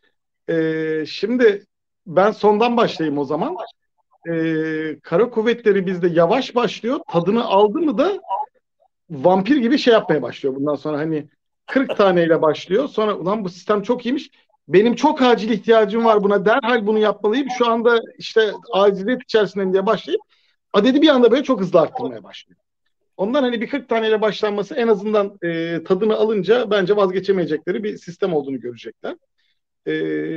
Ee, şimdi ben sondan başlayayım o zaman. Ee, kara kuvvetleri bizde yavaş başlıyor. Tadını aldı mı da vampir gibi şey yapmaya başlıyor. Bundan sonra hani kırk taneyle başlıyor. Sonra ulan bu sistem çok iyiymiş. Benim çok acil ihtiyacım var buna. Derhal bunu yapmalıyım. Şu anda işte aciliyet içerisindeyim diye başlayıp adedi bir anda böyle çok hızlı arttırmaya başlıyor. Ondan hani bir kırk taneyle başlanması en azından e, tadını alınca bence vazgeçemeyecekleri bir sistem olduğunu görecekler. E,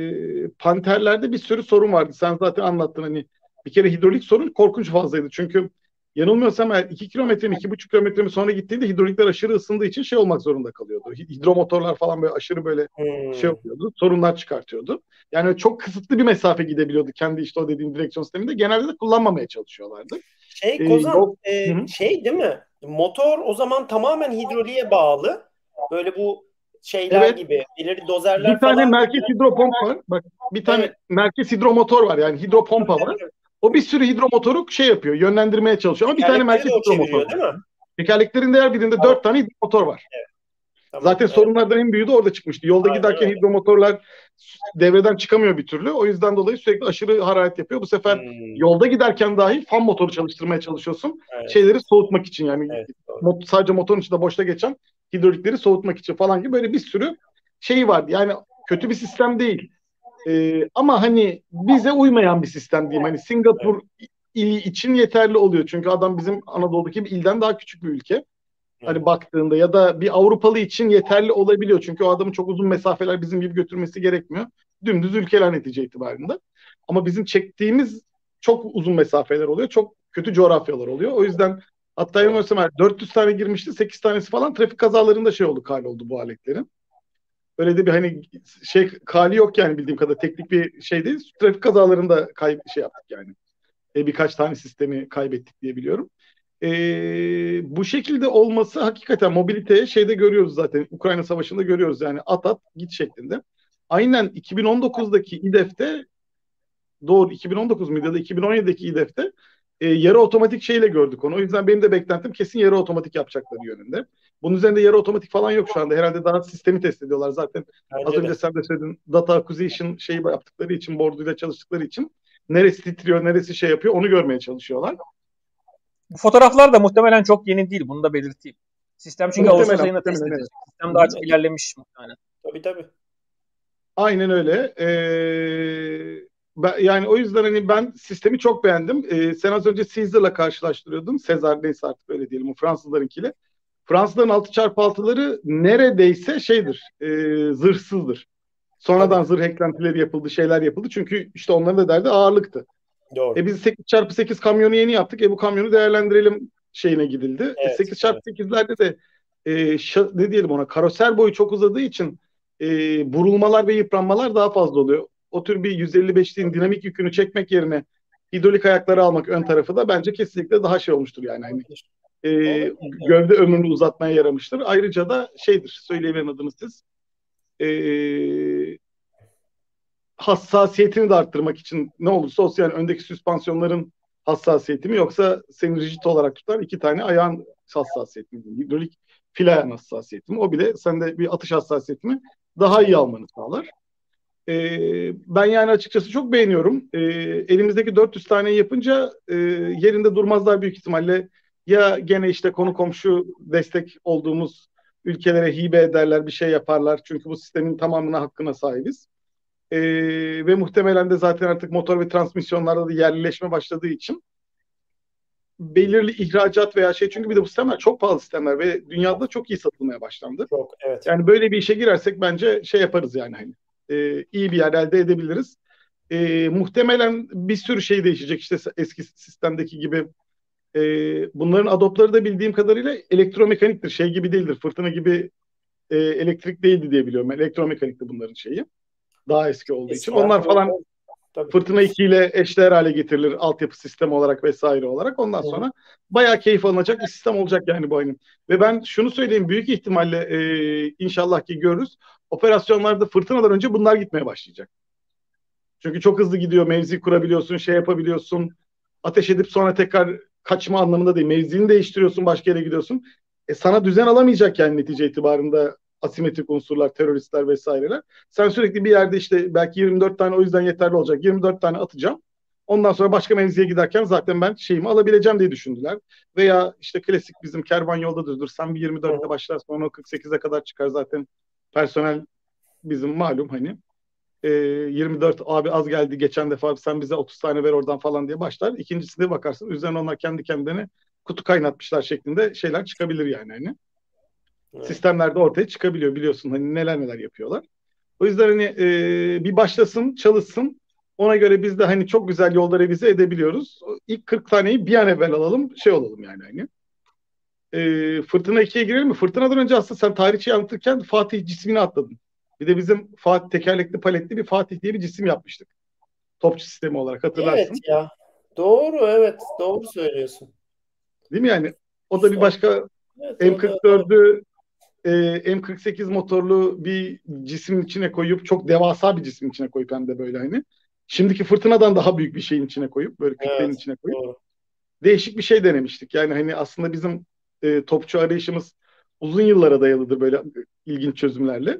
Panterlerde bir sürü sorun vardı. Sen zaten anlattın hani bir kere hidrolik sorun korkunç fazlaydı. Çünkü yanılmıyorsam eğer iki kilometre mi iki buçuk kilometre mi sonra gittiğinde hidrolikler aşırı ısındığı için şey olmak zorunda kalıyordu. Hidromotorlar falan böyle aşırı böyle hmm. şey oluyordu. Sorunlar çıkartıyordu. Yani çok kısıtlı bir mesafe gidebiliyordu. Kendi işte o dediğim direksiyon sisteminde genelde de kullanmamaya çalışıyorlardı. Şey Kozan ee, e, şey değil mi? Motor o zaman tamamen hidroliğe bağlı. Böyle bu şeyler evet. gibi ileri dozerler bir tane falan merkez gibi. Hidropomp var. Bak bir tane evet. merkez hidromotor var. Yani hidropompa var. O bir sürü hidromotoru şey yapıyor, yönlendirmeye çalışıyor. Ama bir tane merkez hidromotor var. Değil mi? Tekerleklerin her birinde tamam. dört tane hidromotor var. Evet. Tamam, Zaten evet. sorunlardan en büyüğü de orada çıkmıştı. Yolda Aynen giderken öyle. hidromotorlar devreden çıkamıyor bir türlü. O yüzden dolayı sürekli aşırı hararet yapıyor. Bu sefer hmm. yolda giderken dahi fan motoru çalıştırmaya çalışıyorsun. Evet. Şeyleri soğutmak için yani evet, mot- sadece motorun içinde boşta geçen hidrolikleri soğutmak için falan gibi böyle bir sürü şey vardı. Yani kötü bir sistem değil. Ee, ama hani bize uymayan bir sistem diyeyim. Hani Singapur evet. ili için yeterli oluyor. Çünkü adam bizim Anadolu'daki bir ilden daha küçük bir ülke. Hani baktığında ya da bir Avrupalı için yeterli olabiliyor. Çünkü o adamın çok uzun mesafeler bizim gibi götürmesi gerekmiyor. Dümdüz ülkeler netice itibarında. Ama bizim çektiğimiz çok uzun mesafeler oluyor. Çok kötü coğrafyalar oluyor. O yüzden hatta yanılmıyorsam dört yüz tane girmişti. sekiz tanesi falan trafik kazalarında şey oldu, hal oldu bu aletlerin. Öyle de bir hani şey hali yok yani bildiğim kadar teknik bir şey değil. Trafik kazalarında kay şey yaptık yani. E, birkaç tane sistemi kaybettik diye biliyorum. E, bu şekilde olması hakikaten mobiliteye şeyde görüyoruz zaten. Ukrayna Savaşı'nda görüyoruz yani at at git şeklinde. Aynen iki bin on dokuzdaki İ D F'te doğru iki bin on dokuz muydu ya da iki bin on yedideki İ D F'te e, yarı otomatik şeyle gördük onu. O yüzden benim de beklentim kesin yarı otomatik yapacakları yönünde. Bunun üzerinde yarı otomatik falan yok şu anda. Herhalde daha sistemi test ediyorlar zaten. Bence az de. önce sen de söyledin. Data acquisition şeyi yaptıkları için, board'uyla çalıştıkları için neresi titriyor, neresi şey yapıyor onu görmeye çalışıyorlar. Bu fotoğraflar da muhtemelen çok yeni değil. Bunu da belirteyim. Sistem çünkü Ağustos ayında test edilecek. Evet. Sistem daha çok ilerlemiş muhtemelen. Tabii tabii. Aynen öyle. Ee, ben, yani o yüzden hani ben sistemi çok beğendim. Ee, sen az önce Caesar'la karşılaştırıyordun. Sezar neyse artık öyle diyelim. O Fransızlarınkiyle. Fransızların altı çarpı altıları neredeyse şeydir. E, zırhsızdır. Sonradan Tabii. zırh eklentileri yapıldı, şeyler yapıldı. Çünkü işte onların da derdi ağırlıktı. Doğru. E biz sekiz çarpı sekiz kamyonu yeni yaptık. E bu kamyonu değerlendirelim şeyine gidildi. Evet, e sekiz çarpı sekizlerde de e, şa, ne diyelim ona karoser boyu çok uzadığı için e, burulmalar ve yıpranmalar daha fazla oluyor. O tür bir yüz elli beşliğin dinamik yükünü çekmek yerine hidrolik ayakları almak ön tarafı da bence kesinlikle daha şey olmuştur yani. Hani, e, gövde ömrünü uzatmaya yaramıştır. Ayrıca da şeydir, söyleyemeyen adını siz. E, hassasiyetini de arttırmak için ne olursa olsun yani öndeki süspansiyonların hassasiyeti mi yoksa seni rigid olarak tutar iki tane ayağın hassasiyeti mi? Hidrolik fil ayağın hassasiyeti mi? O bile sende bir atış hassasiyeti mi? Daha iyi almanı sağlar. Ee, ben yani açıkçası çok beğeniyorum. Ee, elimizdeki dört yüz tane yapınca e, yerinde durmazlar büyük ihtimalle. Ya gene işte konu komşu destek olduğumuz ülkelere hibe ederler, bir şey yaparlar. Çünkü bu sistemin tamamına hakkına sahibiz. Ee, ve muhtemelen de zaten artık motor ve transmisyonlarda da yerlileşme başladığı için belirli ihracat veya şey çünkü bir de bu sistemler çok pahalı sistemler ve dünyada çok iyi satılmaya başlandı. Çok, evet. Yani böyle bir işe girersek bence şey yaparız yani hani e, iyi bir yer elde edebiliriz. E, muhtemelen bir sürü şey değişecek işte eski sistemdeki gibi. E, bunların adopları da bildiğim kadarıyla elektromekaniktir. Şey gibi değildir. Fırtına gibi e, elektrik değildi diye biliyorum. Elektromekanikti bunların şeyi. Daha eski olduğu için. Onlar falan Tabii. Fırtına iki ile eşdeğer hale getirilir altyapı sistemi olarak vesaire olarak. Ondan Hı. sonra bayağı keyif alınacak bir sistem olacak yani bu oyunun. Ve ben şunu söyleyeyim büyük ihtimalle e, inşallah ki görürüz. Operasyonlarda fırtınadan önce bunlar gitmeye başlayacak. Çünkü çok hızlı gidiyor. Mevzi kurabiliyorsun, şey yapabiliyorsun. Ateş edip sonra tekrar kaçma anlamında değil. Mevzini değiştiriyorsun, başka yere gidiyorsun. E sana düzen alamayacak yani netice itibarında asimetrik unsurlar, teröristler vesaireler. Sen sürekli bir yerde işte belki yirmi dört tane o yüzden yeterli olacak. yirmi dört tane atacağım. Ondan sonra başka mevziye giderken zaten ben şeyimi alabileceğim diye düşündüler. Veya işte klasik bizim kervan yolda durdur. Sen bir yirmi dörtte başlar sonra kırk sekize kadar çıkar zaten. Personel bizim malum hani. E, yirmi dört abi az geldi geçen defa sen bize otuz tane ver oradan falan diye başlar. İkincisinde bakarsın üzerine onlar kendi kendilerine kutu kaynatmışlar şeklinde şeyler çıkabilir yani hani. Evet. Sistemlerde ortaya çıkabiliyor biliyorsun hani neler neler yapıyorlar. O yüzden hani e, bir başlasın çalışsın ona göre biz de hani çok güzel yolda revize edebiliyoruz. İlk kırk taneyi bir an evvel alalım şey olalım yani hani. E, Fırtına ikiye girelim mi? Fırtınadan önce aslında sen tarihçiyi anlatırken Fatih cismini atladın. Bir de bizim Fatih tekerlekli paletli bir Fatih diye bir cisim yapmıştık. Topçu sistemi olarak hatırlarsın. Evet ya. Doğru evet doğru söylüyorsun. Değil mi yani? O da bir başka evet, M kırk dördü e, M kırk sekiz motorlu bir cismin içine koyup çok devasa bir cismin içine koyup hem de böyle hani. Şimdiki fırtınadan daha büyük bir şeyin içine koyup böyle kütlenin evet, içine koyup doğru. Değişik bir şey denemiştik. Yani hani aslında bizim e, topçu arayışımız uzun yıllara dayalıdır böyle ilginç çözümlerle.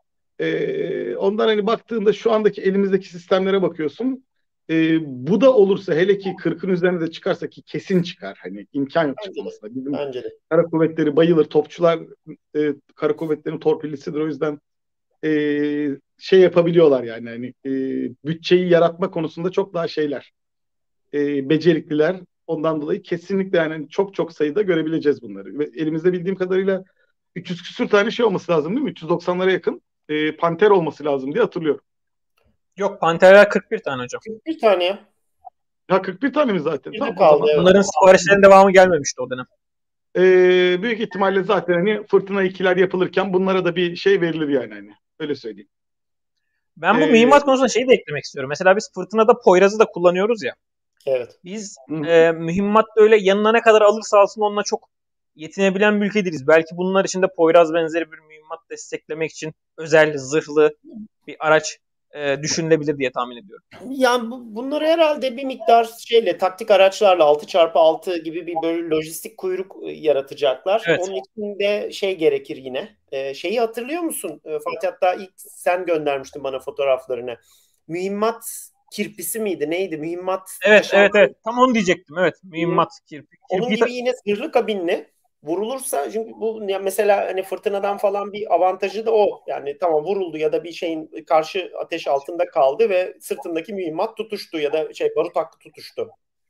Ee, ondan hani baktığında şu andaki elimizdeki sistemlere bakıyorsun. Ee, bu da olursa hele ki kırkın üzerine de çıkarsa ki kesin çıkar. Hani imkan yok çıkmasına. Bizim Bence de. Kara kuvvetleri bayılır. Topçular e, kara kuvvetlerinin torpillisidir. O yüzden e, şey yapabiliyorlar yani. Hani e, bütçeyi yaratma konusunda çok daha şeyler. E, becerikliler. Ondan dolayı kesinlikle yani çok çok sayıda görebileceğiz bunları. Ve elimizde bildiğim kadarıyla üç yüz küsür tane şey olması lazım değil mi? üç yüz doksanlara yakın. E, Panter olması lazım diye hatırlıyorum. Yok Panterler kırk bir tane hocam. kırk bir tane ya. Ha kırk bir tane mi zaten? Bir tamam, kaldı, evet. Bunların siparişlerin devamı gelmemişti o dönem. Ee, büyük ihtimalle zaten hani Fırtına ikiler yapılırken bunlara da bir şey verilir yani hani. Öyle söyleyeyim. Ben bu ee, mühimmat konusunda şeyi de eklemek istiyorum. Mesela biz Fırtına'da Poyraz'ı da kullanıyoruz ya. Evet. Biz e, mühimmat öyle yanına ne kadar alırsa alsın onunla çok yetinebilen bir ülke değiliz. Belki bunlar için de Poyraz benzeri bir mühimmat desteklemek için özel zırhlı bir araç e, düşünülebilir diye tahmin ediyorum. Yani bu, bunları herhalde bir miktar şeyle, taktik araçlarla altı çarpı altı gibi bir böyle lojistik kuyruk yaratacaklar. Evet. Onun için de şey gerekir yine. Ee, şeyi hatırlıyor musun? Ee, Fatih, hatta ilk sen göndermiştin bana fotoğraflarını. Mühimmat kirpisi miydi? Neydi? Mühimmat Evet, taşan... evet, evet. Tam onu diyecektim. Evet. Mühimmat kirpi. Onun kirpi gibi yine zırhlı kabinli vurulursa, çünkü bu mesela hani fırtınadan falan bir avantajı da o. Yani tamam, vuruldu ya da bir şeyin karşı ateş altında kaldı ve sırtındaki mühimmat tutuştu ya da şey barut hakkı tutuştu.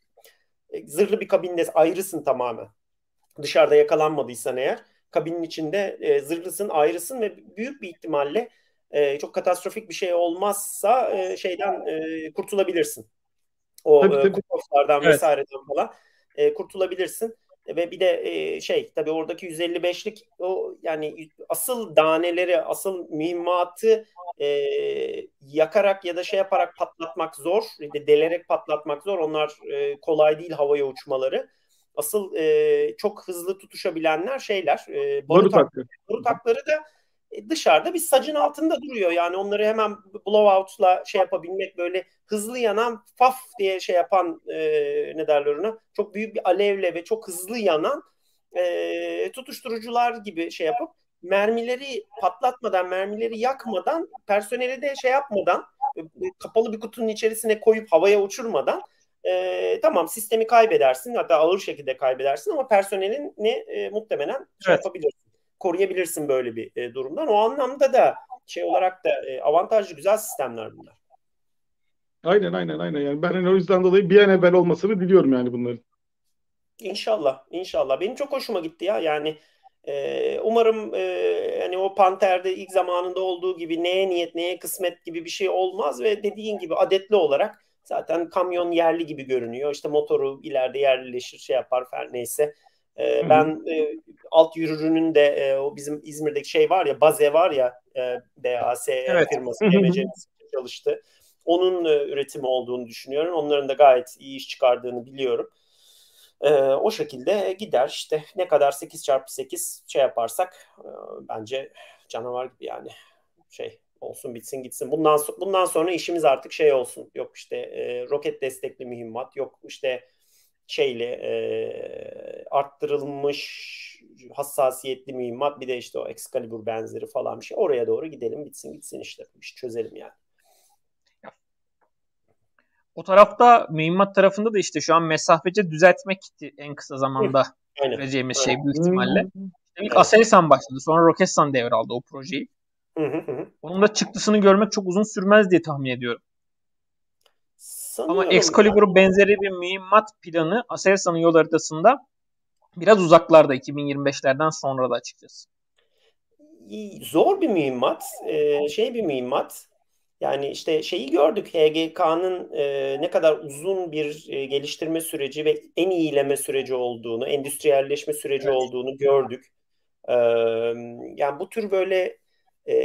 Zırhlı bir kabinde ayrısın tamamen. Dışarıda yakalanmadıysan eğer, kabinin içinde e, zırhlısın, ayrısın ve büyük bir ihtimalle e, çok katastrofik bir şey olmazsa e, şeyden e, kurtulabilirsin. O tabii, e, tabii. kukoslardan Evet. vesaireden falan e, kurtulabilirsin. E, ve bir de e, şey tabii oradaki yüz elli beşlik o yani asıl daneleri, asıl mühimmatı e, yakarak ya da şey yaparak patlatmak zor. De, delerek patlatmak zor. Onlar e, kolay değil, havaya uçmaları. Asıl e, çok hızlı tutuşabilenler şeyler. E, barut, Barut hakkı. barut hakları da dışarıda bir sacın altında duruyor. Yani onları hemen blowout'la şey yapabilmek, böyle hızlı yanan, faf diye şey yapan e, ne derler ona, çok büyük bir alevle ve çok hızlı yanan e, tutuşturucular gibi şey yapıp mermileri patlatmadan, mermileri yakmadan, personeli de şey yapmadan, e, kapalı bir kutunun içerisine koyup havaya uçurmadan e, tamam sistemi kaybedersin, hatta ağır şekilde kaybedersin ama personelini e, muhtemelen şey Evet. yapabilirsin, koruyabilirsin böyle bir e, durumdan. O anlamda da şey olarak da e, avantajlı, güzel sistemler bunlar. Aynen aynen aynen. Yani ben hani o yüzden dolayı bir an evvel olmasını diliyorum yani bunların. İnşallah, inşallah. Benim çok hoşuma gitti ya. Yani e, umarım e, hani o Panter'de ilk zamanında olduğu gibi neye niyet, neye kısmet gibi bir şey olmaz ve dediğin gibi adetli olarak zaten kamyon yerli gibi görünüyor. İşte motoru ileride yerlileşir, şey yapar her neyse. E, ben e, alt yürürünün de e, o bizim İzmir'deki şey var ya, Baze var ya, e, B A S E Evet. firması B M C'nin çalıştı. Onun e, üretimi olduğunu düşünüyorum. Onların da gayet iyi iş çıkardığını biliyorum. Ee, o şekilde gider işte, ne kadar sekiz çarpı sekiz şey yaparsak e, bence canavar gibi yani, şey olsun, bitsin gitsin. Bundan bundan sonra işimiz artık şey olsun. Yok işte e, roket destekli mühimmat, yok işte şeyli e, arttırılmış hassasiyetli mühimmat, bir de işte o Excalibur benzeri falan bir şey. Oraya doğru gidelim, bitsin gitsin işte. Bir şey çözelim yani. O tarafta mühimmat tarafında da işte şu an mesafece düzeltmek en kısa zamanda göreceğimiz şey büyük ihtimalle. İşte ilk evet. Aselsan başladı. Sonra Roketsan devraldı o projeyi. Hı hı hı. Onun da çıktısını görmek çok uzun sürmez diye tahmin ediyorum. Sanıyorum. Ama Excalibur yani benzeri bir mühimmat planı Aselsan'ın yol haritasında biraz uzaklarda, iki bin yirmi beşlerden sonra da açıkçası. Zor bir mühimmat. Ee, şey bir mühimmat. Yani işte şeyi gördük, H G K'nın e, ne kadar uzun bir e, geliştirme süreci ve en iyileme süreci olduğunu, endüstriyelleşme süreci evet. olduğunu gördük. Ee, yani bu tür böyle e,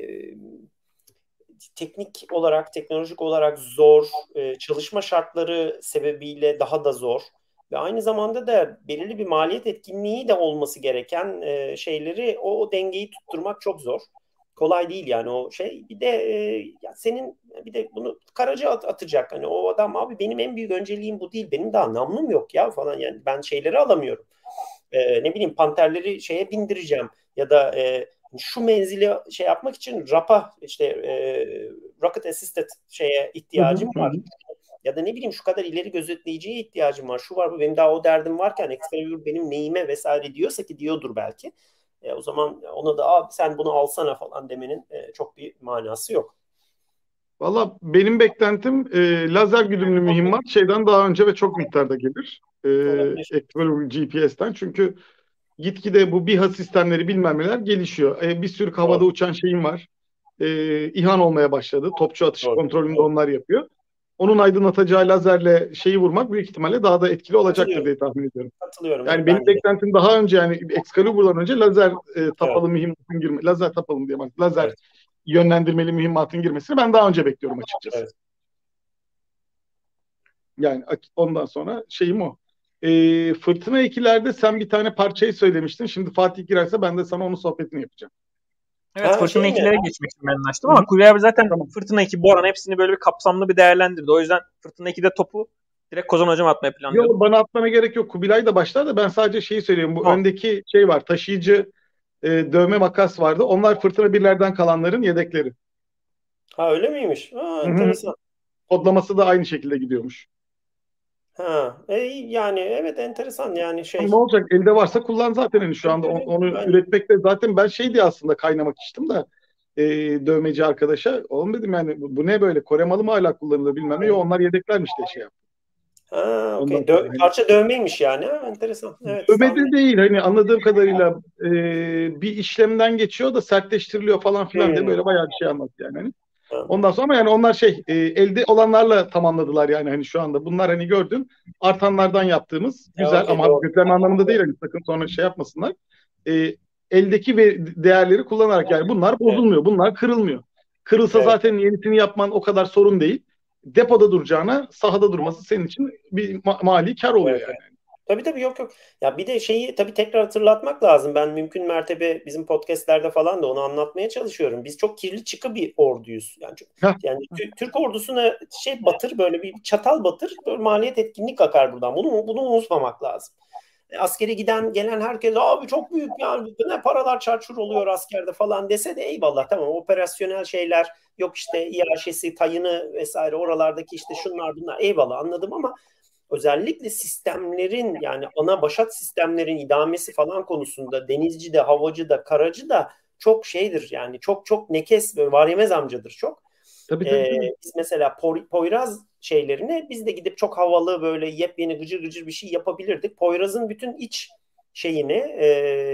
teknik olarak, teknolojik olarak zor, e, çalışma şartları sebebiyle daha da zor ve aynı zamanda da belirli bir maliyet etkinliği de olması gereken e, şeyleri, o, o dengeyi tutturmak çok zor. Kolay değil yani o şey. Bir de e, ya senin bir de bunu Karaca at, atacak. Hani o adam, abi benim en büyük önceliğim bu değil. Benim daha namlum yok ya falan, yani ben şeyleri alamıyorum. E, ne bileyim panterleri şeye bindireceğim ya da e, şu menzili şey yapmak için rapa, işte e, rocket assisted şeye ihtiyacım hı hı. var. Ya da ne bileyim şu kadar ileri gözetleyiciye ihtiyacım var. Şu var bu, benim daha o derdim varken Excalibur benim neyime vesaire diyorsa, ki diyordur belki. E, o zaman ona da abi sen bunu alsana falan demenin e, çok bir manası yok. Valla benim beklentim e, lazer güdümlü mühimmat şeyden daha önce ve çok miktarda gelir. E, Excalibur G P S'ten. Çünkü gitgide bu BİHA sistemleri bilmem neler gelişiyor. E, bir sürü havada Doğru. uçan şeyim var. E, İHA'n olmaya başladı. Topçu atış Doğru. kontrolünü de onlar yapıyor. Onun aydınlatacağı lazerle şeyi vurmak büyük ihtimalle daha da etkili olacaktır diye tahmin ediyorum. Katılıyorum. Yani benim beklentim de. daha önce, yani Excalibur'dan önce lazer e, tapalı evet. mühimmatın girme, lazer tapalı mı diyeyim, lazer evet. yönlendirmeli mühimmatın girmesini ben daha önce bekliyorum açıkçası. Evet. Yani ondan sonra şeyim o. E, Fırtına ikilerde sen bir tane parçayı söylemiştin. Şimdi Fatih girerse ben de sana onun sohbetini yapacağım. Evet, Ha, Fırtına şey ikilere geçmek için ben açtım ama Kubilay abi zaten tamam. Fırtına iki, Boran hepsini böyle bir kapsamlı bir değerlendirdi. O yüzden Fırtına ikide topu direkt Kozan hocam atmayı planlıyorum. Yok, bana atmana gerek yok. Kubilay da başlar da ben sadece şeyi söyleyeyim. Bu tamam. Öndeki şey var. Taşıyıcı e, dövme makas vardı. Onlar Fırtına birlerden kalanların yedekleri. Ha, öyle miymiş? Ha, enteresan. Kodlaması da aynı şekilde gidiyormuş. Ha, e, yani evet, enteresan yani şey. Ama ne olacak? Elde varsa kullan zaten hani şu anda evet, onu yani. Üretmekte zaten ben şey diye aslında kaynamak istedim de e, dövmeci arkadaşa. Oğlum dedim yani bu ne böyle Kore malı mı hala kullanılır bilmem ne. Yok, onlar yedeklermiş de şey yaptı. Ha, okey. Dö- hani, parça dövmeymiş yani. Ha, enteresan. Evet. Dövme de değil hani anladığım kadarıyla e, bir işlemden geçiyor da sertleştiriliyor falan filan hmm. diye böyle bayağı bir şey anlattı yani. Hani. Ondan sonra ama yani onlar şey e, elde olanlarla tamamladılar yani hani şu anda. Bunlar hani gördün artanlardan yaptığımız güzel ya, okay, ama göklenme anlamında değil hani sakın sonra şey yapmasınlar. E, eldeki ve değerleri kullanarak yani bunlar bozulmuyor. Evet. Bunlar kırılmıyor. Kırılsa evet. Zaten yenisini yapman o kadar sorun değil. Depoda duracağına sahada durması senin için bir ma- mali kar oluyor evet. Yani. Tabii tabii yok yok. Ya bir de şeyi tabii tekrar hatırlatmak lazım. Ben mümkün mertebe bizim podcastlerde falan da onu anlatmaya çalışıyorum. Biz çok kirli çıkı bir orduyuz. Yani çok, yani Türk ordusuna şey batır böyle bir çatal batır, böyle maliyet etkinlik akar buradan. Bunu bunu unutmamak lazım. Askere giden gelen herkes abi çok büyük yani ne paralar çarçur oluyor askerde falan dese de eyvallah tamam operasyonel şeyler yok işte İAŞ'si, tayını vesaire oralardaki işte şunlar bunlar eyvallah anladım ama özellikle sistemlerin yani ana başat sistemlerin idamesi falan konusunda denizci de havacı da karacı da çok şeydir yani çok çok nekes ve var yemez amcadır çok. Tabii, tabii, tabii. Ee, biz mesela Poyraz şeylerini biz de gidip çok havalı böyle yepyeni gıcır gıcır bir şey yapabilirdik. Poyraz'ın bütün iç şeyini e,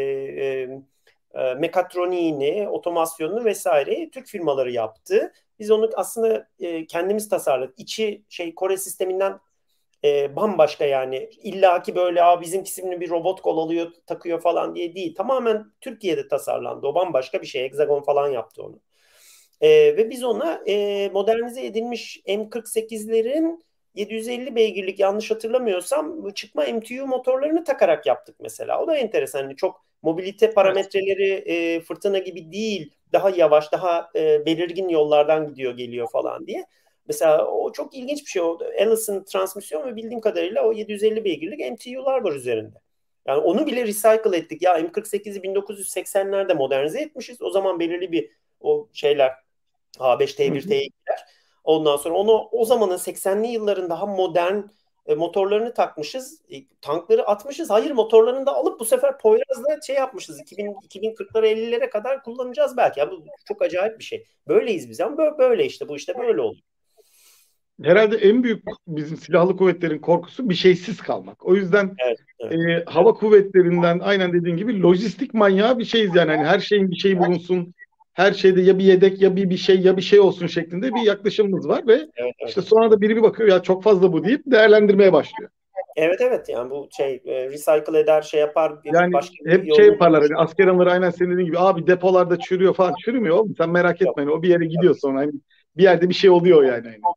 e, e, mekatroniğini, otomasyonunu vesaire Türk firmaları yaptı. Biz onu aslında e, kendimiz tasarladık. İçi şey Kore sisteminden e, bambaşka yani illaki böyle Aa, bizimkisini bir robot kol alıyor takıyor falan diye değil. Tamamen Türkiye'de tasarlandı. O bambaşka bir şey. Hexagon falan yaptı onu. E, ve biz ona e, modernize edilmiş M kırk sekizlerin yedi yüz elli beygirlik yanlış hatırlamıyorsam çıkma M T U motorlarını takarak yaptık mesela. O da enteresan. Yani çok mobilite parametreleri e, fırtına gibi değil. Daha yavaş, daha e, belirgin yollardan gidiyor geliyor falan diye. Mesela o çok ilginç bir şey oldu. Allison transmisyon ve bildiğim kadarıyla o yedi yüz elli beygirlik M T U'lar var üzerinde. Yani onu bile recycle ettik. Ya M kırk sekizi bin dokuz yüz seksenlerde modernize etmişiz. O zaman belirli bir o şeyler A beş T bir T ikiler. Ondan sonra onu o zamanın seksenli yılların daha modern e, motorlarını takmışız. E, tankları atmışız. Hayır motorlarını da alıp bu sefer Poyraz'la şey yapmışız. iki bin, iki bin kırklara ellilere kadar kullanacağız belki. Ya bu çok acayip bir şey. Böyleyiz biz ama böyle, böyle işte bu işte böyle oluyor. Herhalde en büyük bizim silahlı kuvvetlerin korkusu bir şeysiz kalmak. O yüzden evet, evet. E, hava kuvvetlerinden aynen dediğin gibi lojistik manyağı bir şeyiz yani. Hani her şeyin bir şeyi bulunsun. Her şeyde ya bir yedek ya bir bir şey ya bir şey olsun şeklinde bir yaklaşımımız var ve evet, evet. işte sonra da biri bir bakıyor ya çok fazla bu deyip değerlendirmeye başlıyor. Evet evet yani bu şey recycle eder şey yapar. Yani başka hep şey yaparlar hani asker anıları aynen senin dediğin gibi abi depolarda çürüyor falan çürümüyor oğlum sen merak etme yani, o bir yere gidiyor sonra hani bir yerde bir şey oluyor yani. yani.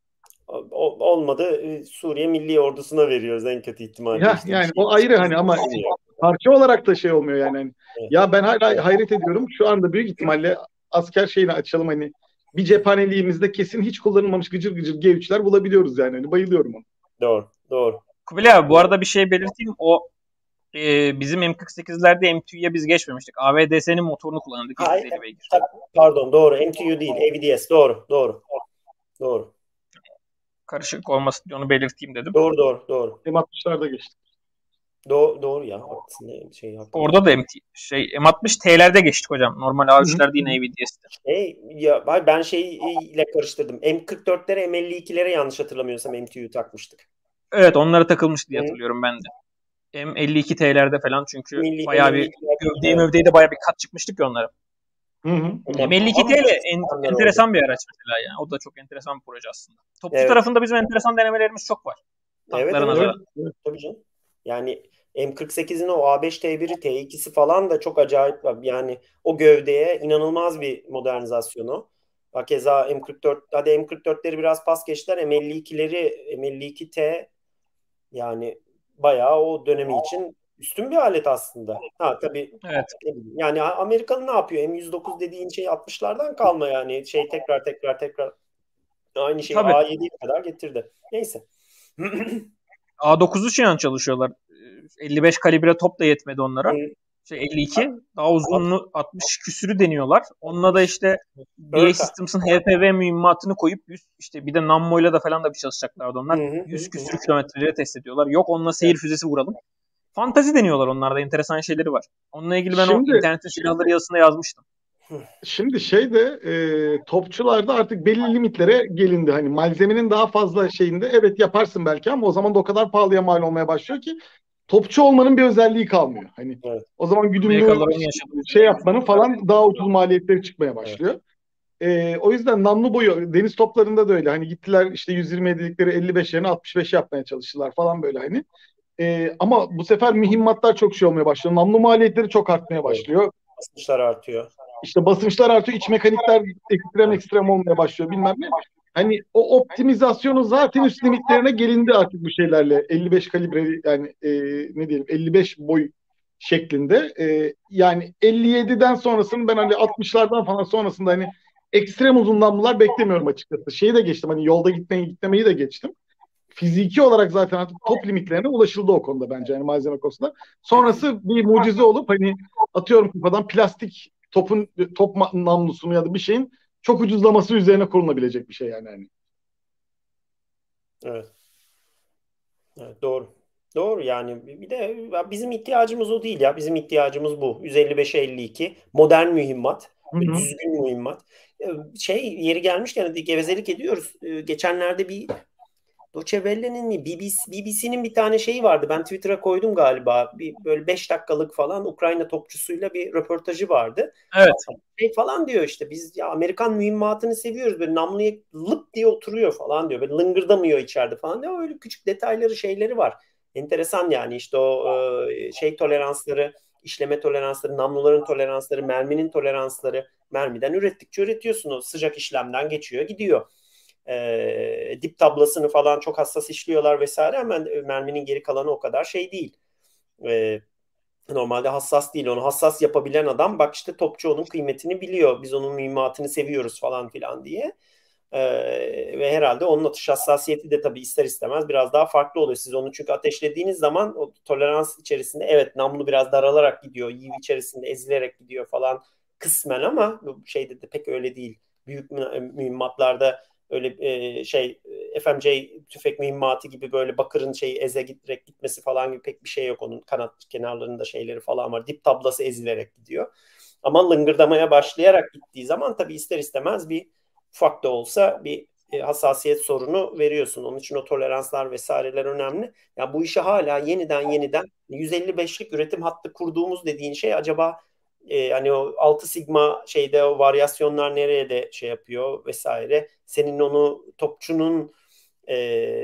Olmadı Suriye Milli Ordusu'na veriyoruz en kötü ihtimalle. Ya, işte yani şey, o ayrı hani ama parça olarak da şey olmuyor yani. yani evet. Ya ben hala hayret ediyorum şu anda büyük ihtimalle asker şeyini açalım hani bir cephaneliğimizde kesin hiç kullanılmamış gıcır gıcır G üçler bulabiliyoruz yani. Hani bayılıyorum ona. Doğru doğru. Kubilay abi bu arada bir şey belirteyim o e, bizim M kırk sekizlerde M T U'ya biz geçmemiştik. A V D S'nin motorunu kullandık. Hayır, pardon doğru M T U değil A V D S doğru doğru doğru. Karışık olmasın diye onu belirteyim dedim. Doğru doğru doğru. M altmışlarda geçtik. Doğru, doğru ya. Haklısın. Şey, orada da M T şey M altmış T'lerde geçtik hocam. Normal A üçlerde yine A V D S'ti. Şey, ya, ben şey ile karıştırdım. M kırk dörtlere M elli ikilere yanlış hatırlamıyorsam M T U takmıştık. Evet onlara takılmış diye hatırlıyorum ben de. M elli iki T'lerde falan çünkü milli, bayağı bir gövdeyi mövdeyi de bayağı bir kat çıkmıştık ya onlara. Hı hı. M elli iki T ile en, enteresan oldu. Bir araç mesela yani. O da çok enteresan bir proje aslında. Topçu evet. tarafında bizim enteresan denemelerimiz çok var. Tanklara evet, evet, evet. Tabii canım. Yani M kırk sekizin o A beş T biri T ikisi falan da çok acayip. Yani o gövdeye inanılmaz bir modernizasyonu. Hakeza M kırk dört, hadi M kırk dörtleri biraz pas geçtiler. M elli ikileri, M elli iki T yani bayağı o dönemi için üstün bir alet aslında. Ha tabii. Evet. Yani Amerikalı ne yapıyor? M yüz dokuz dediğin şey altmışlardan kalma yani. Şey tekrar tekrar tekrar aynı şey Tabii. A yediye kadar getirdi. Neyse. A dokuzu şu an çalışıyorlar. elli beş kalibre top da yetmedi onlara. Hı. İşte elli iki daha uzunluğu altmış küsürü deniyorlar. Onunla da işte B A Systems'ın H P V mühimmatını koyup yüz, işte bir de Nammo'yla da falan da bir çalışacaklardı onlar. Hı hı, yüz küsür hı. kilometreleri test ediyorlar. Yok onunla seyir füzesi vuralım. Fantazi deniyorlar, onlarda enteresan şeyleri var. Onunla ilgili ben Şimdi, o internetin silahları yazısında yazmıştım. Şimdi şey de e, topçularda artık belli limitlere gelindi. Hani malzemenin daha fazla şeyinde evet yaparsın belki ama o zaman da o kadar pahalıya mal olmaya başlıyor ki topçu olmanın bir özelliği kalmıyor. Hani Evet. o zaman güdümlü şey yapmanın falan daha ucuz maliyetleri çıkmaya başlıyor. Evet. E, o yüzden namlu boyu deniz toplarında da öyle. Hani gittiler işte yüz yirmi dedikleri elli beş yerine altmış beş yapmaya çalıştılar falan böyle hani. E, ama bu sefer mühimmatlar çok şey olmaya başlıyor. Namlu maliyetleri çok artmaya başlıyor. Evet. Basınçlar artıyor. İşte basınçlar artıyor, iç mekanikler ekstrem ekstrem olmaya başlıyor bilmem ne. Hani o optimizasyonu zaten üst limitlerine gelindi artık bu şeylerle. elli beş kalibre yani e, ne diyelim elli beş boy şeklinde. E, yani elli yediden sonrasını ben hani altmışlardan falan sonrasında hani ekstrem uzun namlular beklemiyorum açıkçası. Şeyi de geçtim hani yolda gitmeyi gitmemeyi de geçtim. Fiziki olarak zaten artık top limitlerine ulaşıldı o konuda bence yani malzeme konusunda. Sonrası bir mucize olup hani atıyorum kafadan plastik topun top namlusunu ya da bir şeyin çok ucuzlaması üzerine kurulabilecek bir şey yani. yani. Evet. Evet, doğru. Doğru yani bir de bizim ihtiyacımız o değil ya. Bizim ihtiyacımız bu. yüz elli beşe elli iki modern mühimmat, Hı hı. düzgün mühimmat. Şey yeri gelmişken hadi gevezelik ediyoruz. Geçenlerde bir Deutsche Welle'nin mi B B C, B B C'nin bir tane şeyi vardı. Ben Twitter'a koydum galiba. Bir böyle beş dakikalık falan Ukrayna topçusuyla bir röportajı vardı. Evet. Şey falan diyor işte biz ya Amerikan mühimmatını seviyoruz. Böyle namluya lıp diye oturuyor falan diyor. Böyle lıngırdamıyor içeride falan diyor. Öyle küçük detayları şeyleri var. Enteresan yani işte o şey toleransları, işleme toleransları, namluların toleransları, merminin toleransları. Mermiden ürettikçe üretiyorsun. O sıcak işlemden geçiyor gidiyor. E, dip tablasını falan çok hassas işliyorlar vesaire ama merminin geri kalanı o kadar şey değil. E, normalde hassas değil. Onu hassas yapabilen adam bak işte topçu onun kıymetini biliyor. Biz onun mühimmatını seviyoruz falan filan diye. E, ve herhalde onun atış hassasiyeti de tabii ister istemez biraz daha farklı oluyor. Siz onu çünkü ateşlediğiniz zaman o tolerans içerisinde evet namlu biraz daralarak gidiyor. Yiv içerisinde ezilerek gidiyor falan kısmen ama bu şeyde de pek öyle değil. Büyük mühimmatlarda öyle e, şey F M C tüfek mühimmatı gibi böyle bakırın şeyi eze giderek gitmesi falan gibi pek bir şey yok. Onun kanat kenarlarında şeyleri falan var. Dip tablası ezilerek gidiyor. Ama lıngırdamaya başlayarak gittiği zaman tabii ister istemez bir ufak da olsa bir e, hassasiyet sorunu veriyorsun. Onun için o toleranslar vesaireler önemli. Ya bu işi hala yeniden yeniden yüz elli beşlik üretim hattı kurduğumuz dediğin şey acaba e, hani o altı sigma şeyde o varyasyonlar nereye de şey yapıyor vesaire. Senin onu topçunun e,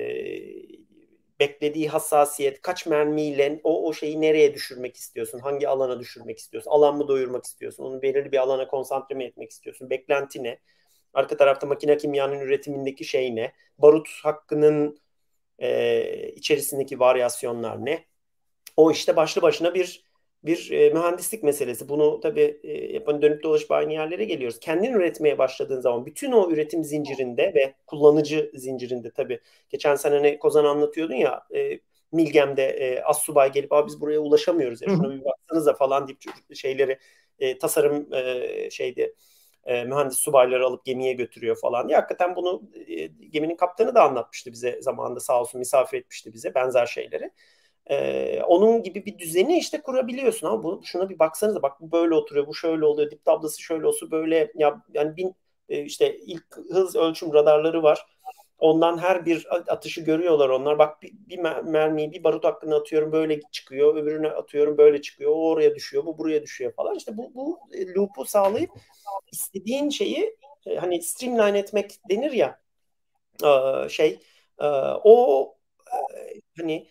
beklediği hassasiyet kaç mermiyle o, o şeyi nereye düşürmek istiyorsun? Hangi alana düşürmek istiyorsun? Alan mı doyurmak istiyorsun? Onu belirli bir alana konsantre mi etmek istiyorsun? Beklenti ne? Arka tarafta makine kimyanın üretimindeki şey ne? Barut hakkının e, içerisindeki varyasyonlar ne? O işte başlı başına bir bir e, mühendislik meselesi. Bunu tabii e, yapan dönüp dolaşıp aynı yerlere geliyoruz. Kendin üretmeye başladığın zaman bütün o üretim zincirinde ve kullanıcı zincirinde tabii geçen sene hani Kozan anlatıyordun ya e, Milgem'de e, assubay gelip abi biz buraya ulaşamıyoruz ya şuna bir baksanıza falan deyip şeyleri e, tasarım e, şeydi e, mühendis subayları alıp gemiye götürüyor falan diye. Hakikaten bunu e, geminin kaptanı da anlatmıştı bize zamanında sağ olsun misafir etmişti bize benzer şeyleri. Ee, onun gibi bir düzeni işte kurabiliyorsun ama bu, şuna bir baksanıza bak bu böyle oturuyor bu şöyle oluyor dip tablası şöyle olsa böyle ya yani bin e, işte ilk hız ölçüm radarları var ondan her bir atışı görüyorlar onlar bak bir, bir mermiyi bir barut hakkını atıyorum böyle çıkıyor öbürüne atıyorum böyle çıkıyor o oraya düşüyor bu buraya düşüyor falan işte bu, bu loop'u sağlayıp istediğin şeyi e, hani streamline etmek denir ya e, şey e, o e, hani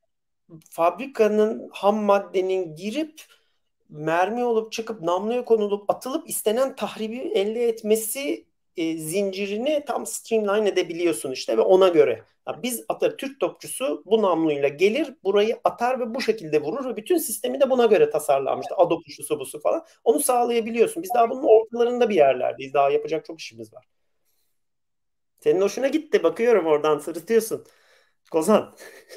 fabrikanın ham maddenin girip mermi olup çıkıp namluya konulup atılıp istenen tahribi elde etmesi e, zincirini tam streamline edebiliyorsun işte ve ona göre. Ya biz atar Türk topçusu bu namluyla gelir, burayı atar ve bu şekilde vurur ve bütün sistemi de buna göre tasarlanmıştı. Ado kuşusu busu falan. Onu sağlayabiliyorsun. Biz daha bunun ortalarında bir yerlerdeyiz. Daha yapacak çok işimiz var. Senin hoşuna gitti. Bakıyorum oradan sırıtıyorsun. Kozan.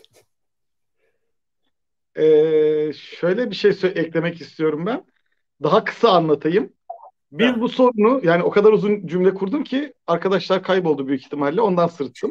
Ee, şöyle bir şey sö- eklemek istiyorum ben. Daha kısa anlatayım. Biz Ha. bu sorunu yani o kadar uzun cümle kurdum ki arkadaşlar kayboldu büyük ihtimalle ondan sırıttım.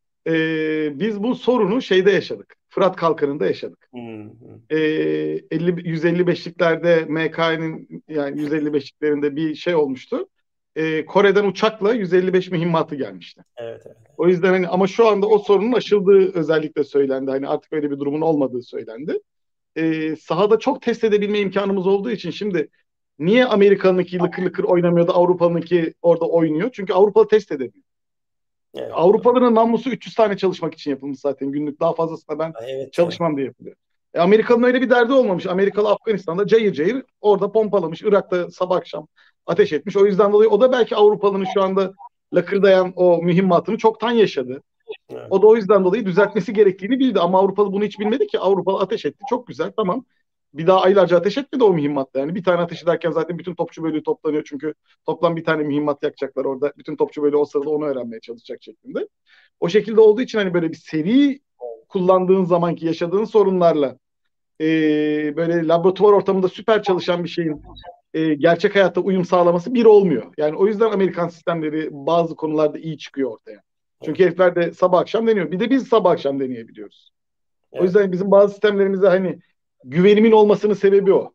Ee, biz bu sorunu şeyde yaşadık. Fırat Kalkanı'nda yaşadık. Hmm. Ee, elli yüz elli beşliklerde M K'nin yani yüz elli beşliklerinde bir şey olmuştu. Ee, Kore'den uçakla yüz elli beş mühimmatı gelmişti. Evet, evet. O yüzden hani ama şu anda o sorunun aşıldığı özellikle söylendi. Hani artık öyle bir durumun olmadığı söylendi. Ee, sahada çok test edebilme imkanımız olduğu için şimdi niye Amerika'nınki lıkır lıkır oynamıyor da Avrupa'nınki orada oynuyor? Çünkü Avrupalı test edemiyor. Evet. Avrupalıların namlusu üç yüz tane çalışmak için yapılmış zaten günlük. Daha fazlasına ben Evet, çalışmam diye yapılıyor. E, Amerika'nın öyle bir derdi olmamış. Amerikalı Afganistan'da cayır cayır orada pompalamış. Irak'ta sabah akşam ateş etmiş. O yüzden dolayı o da belki Avrupalı'nın şu anda lakırdayan o mühimmatını çoktan yaşadı. evet. O da o yüzden dolayı düzeltmesi gerektiğini bildi. Ama Avrupalı bunu hiç bilmedi ki. Avrupalı ateş etti. Çok güzel, tamam. Bir daha aylarca ateş etmedi o mühimmatla. Yani bir tane ateş ederken zaten bütün topçu bölüğü toplanıyor. Çünkü toplam bir tane mühimmat yakacaklar orada. Bütün topçu bölüğü o sırada onu öğrenmeye çalışacak şeklinde. O şekilde olduğu için hani böyle bir seri kullandığın zamanki yaşadığın sorunlarla e, böyle laboratuvar ortamında süper çalışan bir şeyin e, gerçek hayatta uyum sağlaması bir olmuyor. Yani o yüzden Amerikan sistemleri bazı konularda iyi çıkıyor ortaya. Çünkü herifler de sabah akşam deniyor. Bir de biz sabah akşam deneyebiliyoruz. O yüzden bizim bazı sistemlerimizde hani güvenimin olmasının sebebi o.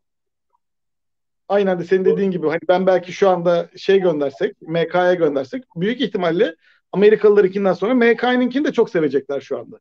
Aynen de senin dediğin gibi hani ben belki şu anda şey göndersek, M K'ya göndersek büyük ihtimalle Amerikalılarınkinden sonra M K'ninkini de çok sevecekler şu anda.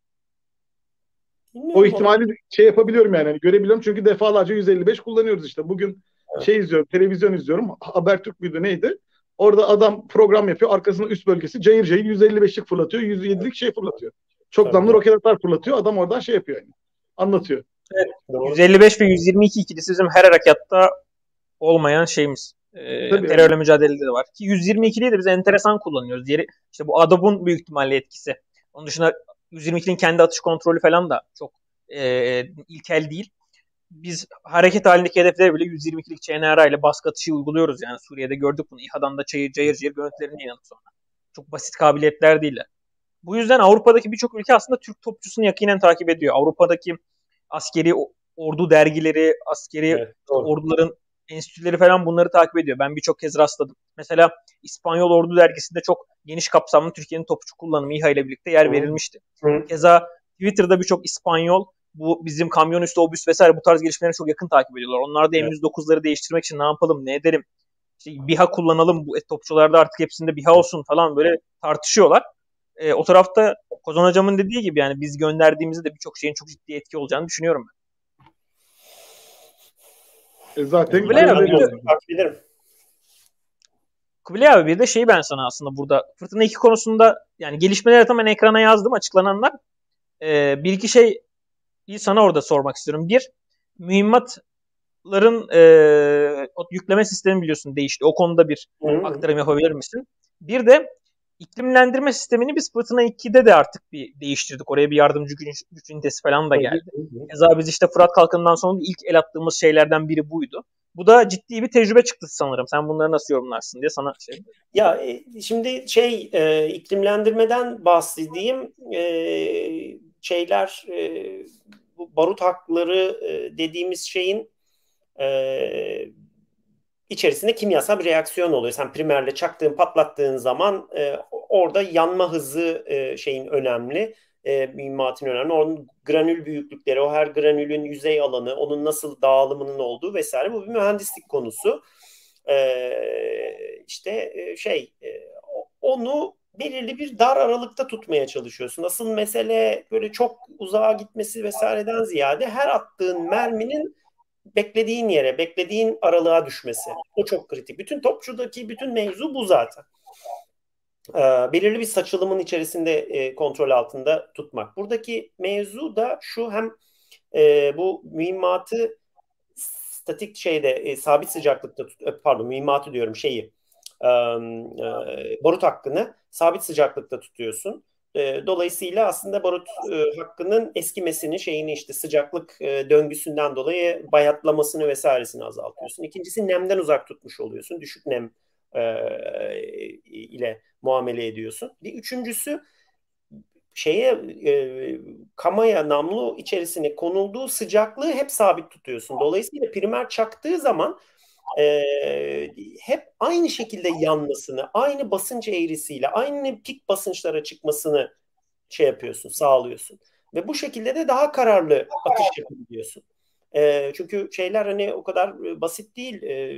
Bilmiyorum, O ihtimali şey yapabiliyorum yani hani görebiliyorum çünkü defalarca yüz elli beş kullanıyoruz işte. Bugün evet. şey izliyorum, televizyon izliyorum. Habertürk müydü neydi? Orada adam program yapıyor. Arkasında üst bölgesi cayır cayır yüz elli beşlik fırlatıyor. yüz yedilik şey fırlatıyor. Çok damla roket atar fırlatıyor. Adam oradan şey yapıyor yani. Anlatıyor. Evet. yüz elli beş ve yüz yirmi iki ikilisi bizim her harekatta olmayan şeyimiz. Ee, Tabii terörle yani. mücadelede de var. Ki yüz yirmi ikiliyi de biz enteresan kullanıyoruz. Diğeri işte bu Adobe'un büyük ihtimalle etkisi. Onun dışında yüz yirmi ikinin kendi atış kontrolü falan da çok e, ilkel değil. Biz hareket halindeki hedeflere bile yüz yirmi ikilik Ç N R ile baskı atışı uyguluyoruz. Yani Suriye'de gördük bunu. İHA'dan da cayır cayır, cayır görüntülerini inanıp sonra. Çok basit kabiliyetler değiller. Bu yüzden Avrupa'daki birçok ülke aslında Türk topçusunu yakinen takip ediyor. Avrupa'daki askeri ordu dergileri, askeri Evet, orduların enstitüleri falan bunları takip ediyor. Ben birçok kez rastladım. Mesela İspanyol Ordu dergisinde çok geniş kapsamlı Türkiye'nin topçu kullanımı İHA ile birlikte yer verilmişti. Hı. Keza Twitter'da birçok İspanyol bu bizim kamyonüstü, obüs vesaire bu tarz gelişmeleri çok yakın takip ediyorlar. Onlar da evet. M yüz dokuzları değiştirmek için ne yapalım, ne edelim? İşte BİHA kullanalım, bu topçularda artık hepsinde BİHA olsun falan böyle tartışıyorlar. E, o tarafta Kozan Hocam'ın dediği gibi yani biz gönderdiğimizde de birçok şeyin çok ciddi etki olacağını düşünüyorum ben. E zaten Kubilay abi, takip ederim. Kubilay abi bir de şeyi ben sana aslında burada Fırtına iki konusunda yani gelişmeleri tamamen ekrana yazdım açıklananlar. E, bir iki şeyi sana orada sormak istiyorum. Bir, mühimmatların e, yükleme sistemi biliyorsun değişti. O konuda bir Hı-hı. aktarım yapabilir misin? Bir de iklimlendirme sistemini biz Fırtına ikide de artık bir değiştirdik. Oraya bir yardımcı güç, güç ünitesi falan da geldi. Keza biz işte Fırat Kalkanı'ndan sonra ilk el attığımız şeylerden biri buydu. Bu da ciddi bir tecrübe çıktı sanırım. Sen bunları nasıl yorumlarsın diye sana şey. Ya şimdi şey e, iklimlendirmeden bahsedeyim. E, şeyler e, bu barut hakları e, dediğimiz şeyin e, içerisinde kimyasal bir reaksiyon oluyor. Sen primerle çaktığın, patlattığın zaman e, orada yanma hızı e, şeyin önemli. E, mühimmatın önemli. Onun granül büyüklükleri, o her granülün yüzey alanı, onun nasıl dağılımının olduğu vesaire. Bu bir mühendislik konusu. E, işte şey e, onu belirli bir dar aralıkta tutmaya çalışıyorsun. Asıl mesele böyle çok uzağa gitmesi vesaireden ziyade her attığın merminin beklediğin yere, beklediğin aralığa düşmesi. O çok kritik. Bütün topçudaki bütün mevzu bu zaten. Ee, belirli bir saçılımın içerisinde e, kontrol altında tutmak. Buradaki mevzu da şu, hem e, bu mühimmatı statik şeyde e, sabit sıcaklıkta tut, pardon mühimmatı diyorum şeyi e, barut hakkını sabit sıcaklıkta tutuyorsun. E, dolayısıyla aslında barut e, hakkının eskimesini, şeyini işte sıcaklık e, döngüsünden dolayı bayatlamasını vesairesini azaltıyorsun. İkincisi nemden uzak tutmuş oluyorsun. Düşük nem e, ile muamele ediyorsun. Bir üçüncüsü şeye e, kamaya namlu içerisine konulduğu sıcaklığı hep sabit tutuyorsun. Dolayısıyla primer çaktığı zaman e, hep aynı şekilde yanmasını, aynı basınç eğrisiyle, aynı pik basınçlara çıkmasını şey yapıyorsun, sağlıyorsun. Ve bu şekilde de daha kararlı atış yapabiliyorsun. E, çünkü şeyler hani o kadar basit değil. E,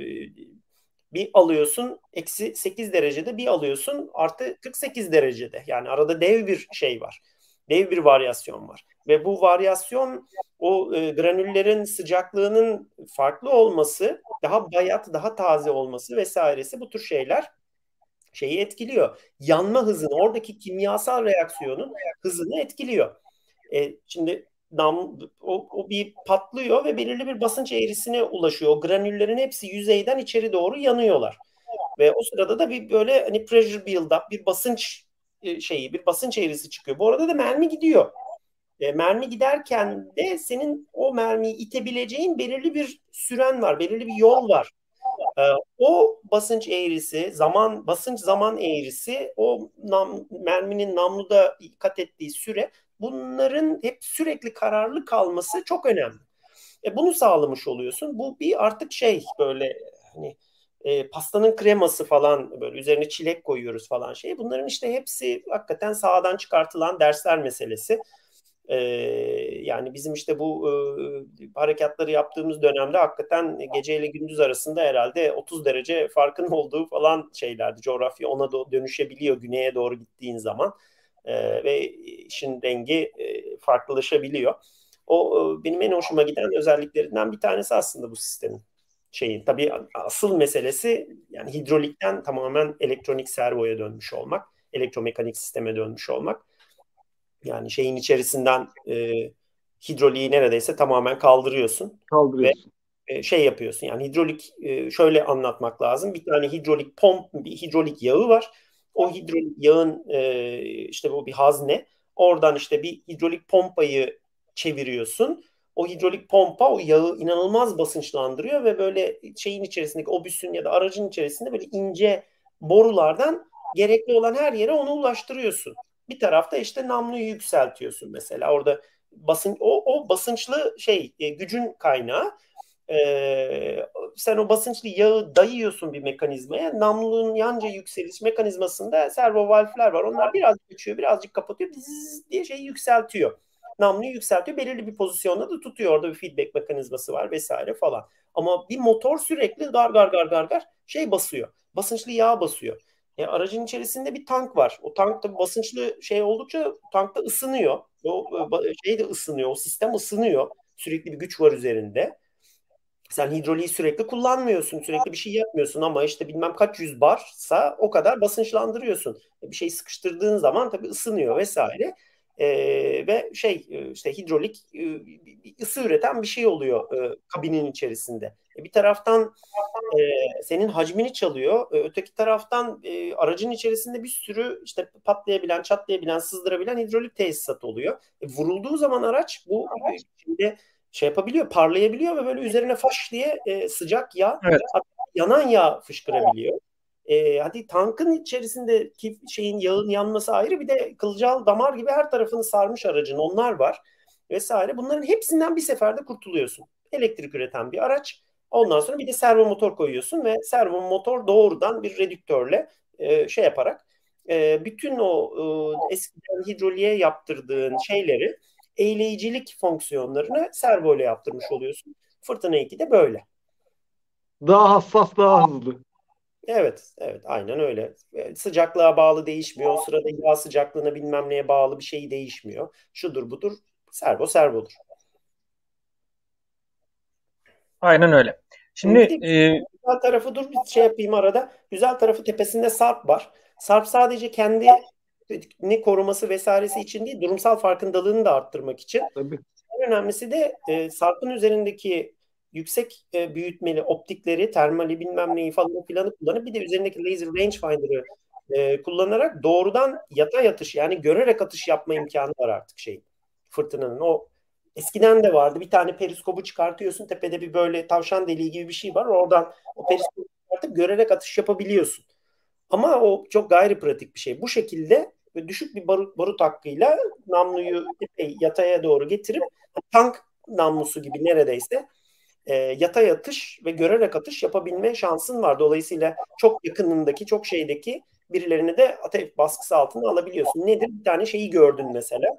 bir alıyorsun eksi sekiz derecede, bir alıyorsun artı kırk sekiz derecede. Yani arada dev bir şey var. Dev bir varyasyon var. Ve bu varyasyon o e, granüllerin sıcaklığının farklı olması, daha bayat, daha taze olması vesairesi bu tür şeyler şeyi etkiliyor. Yanma hızını, oradaki kimyasal reaksiyonun hızını etkiliyor. E, şimdi dam, o, o bir patlıyor ve belirli bir basınç eğrisine ulaşıyor. O granüllerin hepsi yüzeyden içeri doğru yanıyorlar. Ve o sırada da bir böyle hani pressure build up, bir basınç e, şeyi, bir basınç eğrisi çıkıyor. Bu arada da mermi gidiyor. E, mermi giderken de senin o mermiyi itebileceğin belirli bir süren var, belirli bir yol var. E, o basınç eğrisi, zaman basınç zaman eğrisi, o nam, merminin namluda kat ettiği süre, bunların hep sürekli kararlı kalması çok önemli. E, bunu sağlamış oluyorsun. Bu bir artık şey böyle hani e, pastanın kreması falan, böyle üzerine çilek koyuyoruz falan şey. Bunların işte hepsi hakikaten sahadan çıkartılan dersler meselesi. Ee, yani bizim işte bu e, harekatları yaptığımız dönemde hakikaten gece ile gündüz arasında herhalde otuz derece farkın olduğu falan şeylerdi. Coğrafya ona da dönüşebiliyor güneye doğru gittiğin zaman. Ee, ve işin rengi e, farklılaşabiliyor. O e, benim en hoşuma giden özelliklerinden bir tanesi aslında bu sistemin. Şeyin tabii asıl meselesi yani hidrolikten tamamen elektronik servoya dönmüş olmak, elektromekanik sisteme dönmüş olmak. Yani şeyin içerisinden e, hidroliği neredeyse tamamen kaldırıyorsun. Kaldırıyorsun. Ve e, şey yapıyorsun. Yani hidrolik e, şöyle anlatmak lazım. Bir tane hidrolik pomp, bir hidrolik yağı var. O hidrolik yağın e, işte bu bir hazne. Oradan işte bir hidrolik pompayı çeviriyorsun. O hidrolik pompa o yağı inanılmaz basınçlandırıyor ve böyle şeyin içerisindeki obüsün ya da aracın içerisinde böyle ince borulardan gerekli olan her yere onu ulaştırıyorsun. Bir tarafta işte namluyu yükseltiyorsun mesela. Orada basın o, o basınçlı şey e, gücün kaynağı. Ee, sen o basınçlı yağı dayıyorsun bir mekanizmaya. Namlunun yanca yükseliş mekanizmasında servo valfler var. Onlar birazcık açıyor, birazcık kapatıyor. Zzz diye şeyi yükseltiyor. Namluyu yükseltiyor. Belirli bir pozisyonda da tutuyor. Orada bir feedback mekanizması var vesaire falan. Ama bir motor sürekli gar gar gar gar gar şey basıyor. Basınçlı yağ basıyor. E, aracın içerisinde bir tank var. O tank da basınçlı şey oldukça tankta ısınıyor. O e, şey de ısınıyor. O sistem ısınıyor. Sürekli bir güç var üzerinde. Sen hidroliği sürekli kullanmıyorsun. Sürekli bir şey yapmıyorsun ama işte bilmem kaç yüz barsa o kadar basınçlandırıyorsun. Bir şey sıkıştırdığın zaman tabii ısınıyor vesaire. Ee, ve şey işte hidrolik e, ısı üreten bir şey oluyor e, kabinin içerisinde. E, bir taraftan e, senin hacmini çalıyor. E, öteki taraftan e, aracın içerisinde bir sürü işte patlayabilen, çatlayabilen, sızdırabilen hidrolik tesisat oluyor. E, vurulduğu zaman araç bu e, şimdi şey yapabiliyor, parlayabiliyor ve böyle üzerine faş diye e, sıcak yağ, Evet. yanan yağ fışkırabiliyor. E, hadi tankın içerisindeki şeyin yağın yanması ayrı, bir de kılcal damar gibi her tarafını sarmış aracın onlar var vesaire. Bunların hepsinden bir seferde kurtuluyorsun. Elektrik üreten bir araç. Ondan sonra bir de servo motor koyuyorsun ve servo motor doğrudan bir redüktörle e, şey yaparak e, bütün o e, eskiden hidroliğe yaptırdığın şeyleri, eğleyicilik fonksiyonlarını servo ile yaptırmış oluyorsun. Fırtına iki de böyle. Daha hassas, daha hızlı. Evet, evet, aynen öyle. E, sıcaklığa bağlı değişmiyor. O sırada yağ sıcaklığına bilmem neye bağlı bir şey değişmiyor. Şudur budur. Servo servodur. Aynen öyle. Şimdi Bir de e, güzel tarafı, dur bir şey yapayım arada. Güzel tarafı, tepesinde Sarp var. Sarp sadece kendini koruması vesairesi için değil, durumsal farkındalığını da arttırmak için. Tabii. En önemlisi de e, Sarp'ın üzerindeki yüksek e, büyütmeli optikleri, termali bilmem neyi falan filanı kullanıp bir de üzerindeki laser rangefinder'ı e, kullanarak doğrudan yatay atış yani görerek atış yapma imkanı var artık şey fırtınanın. O eskiden de vardı. Bir tane periskobu çıkartıyorsun. Tepede bir böyle tavşan deliği gibi bir şey var. Oradan o periskobu çıkartıp görerek atış yapabiliyorsun. Ama o çok gayri pratik bir şey. Bu şekilde düşük bir barut, barut hakkıyla namluyu yataya doğru getirip tank namlusu gibi neredeyse e, yatay atış ve görerek atış yapabilme şansın var. Dolayısıyla çok yakınındaki, çok şeydeki birilerini de ateş baskısı altına alabiliyorsun. Nedir? Bir tane şeyi gördün mesela.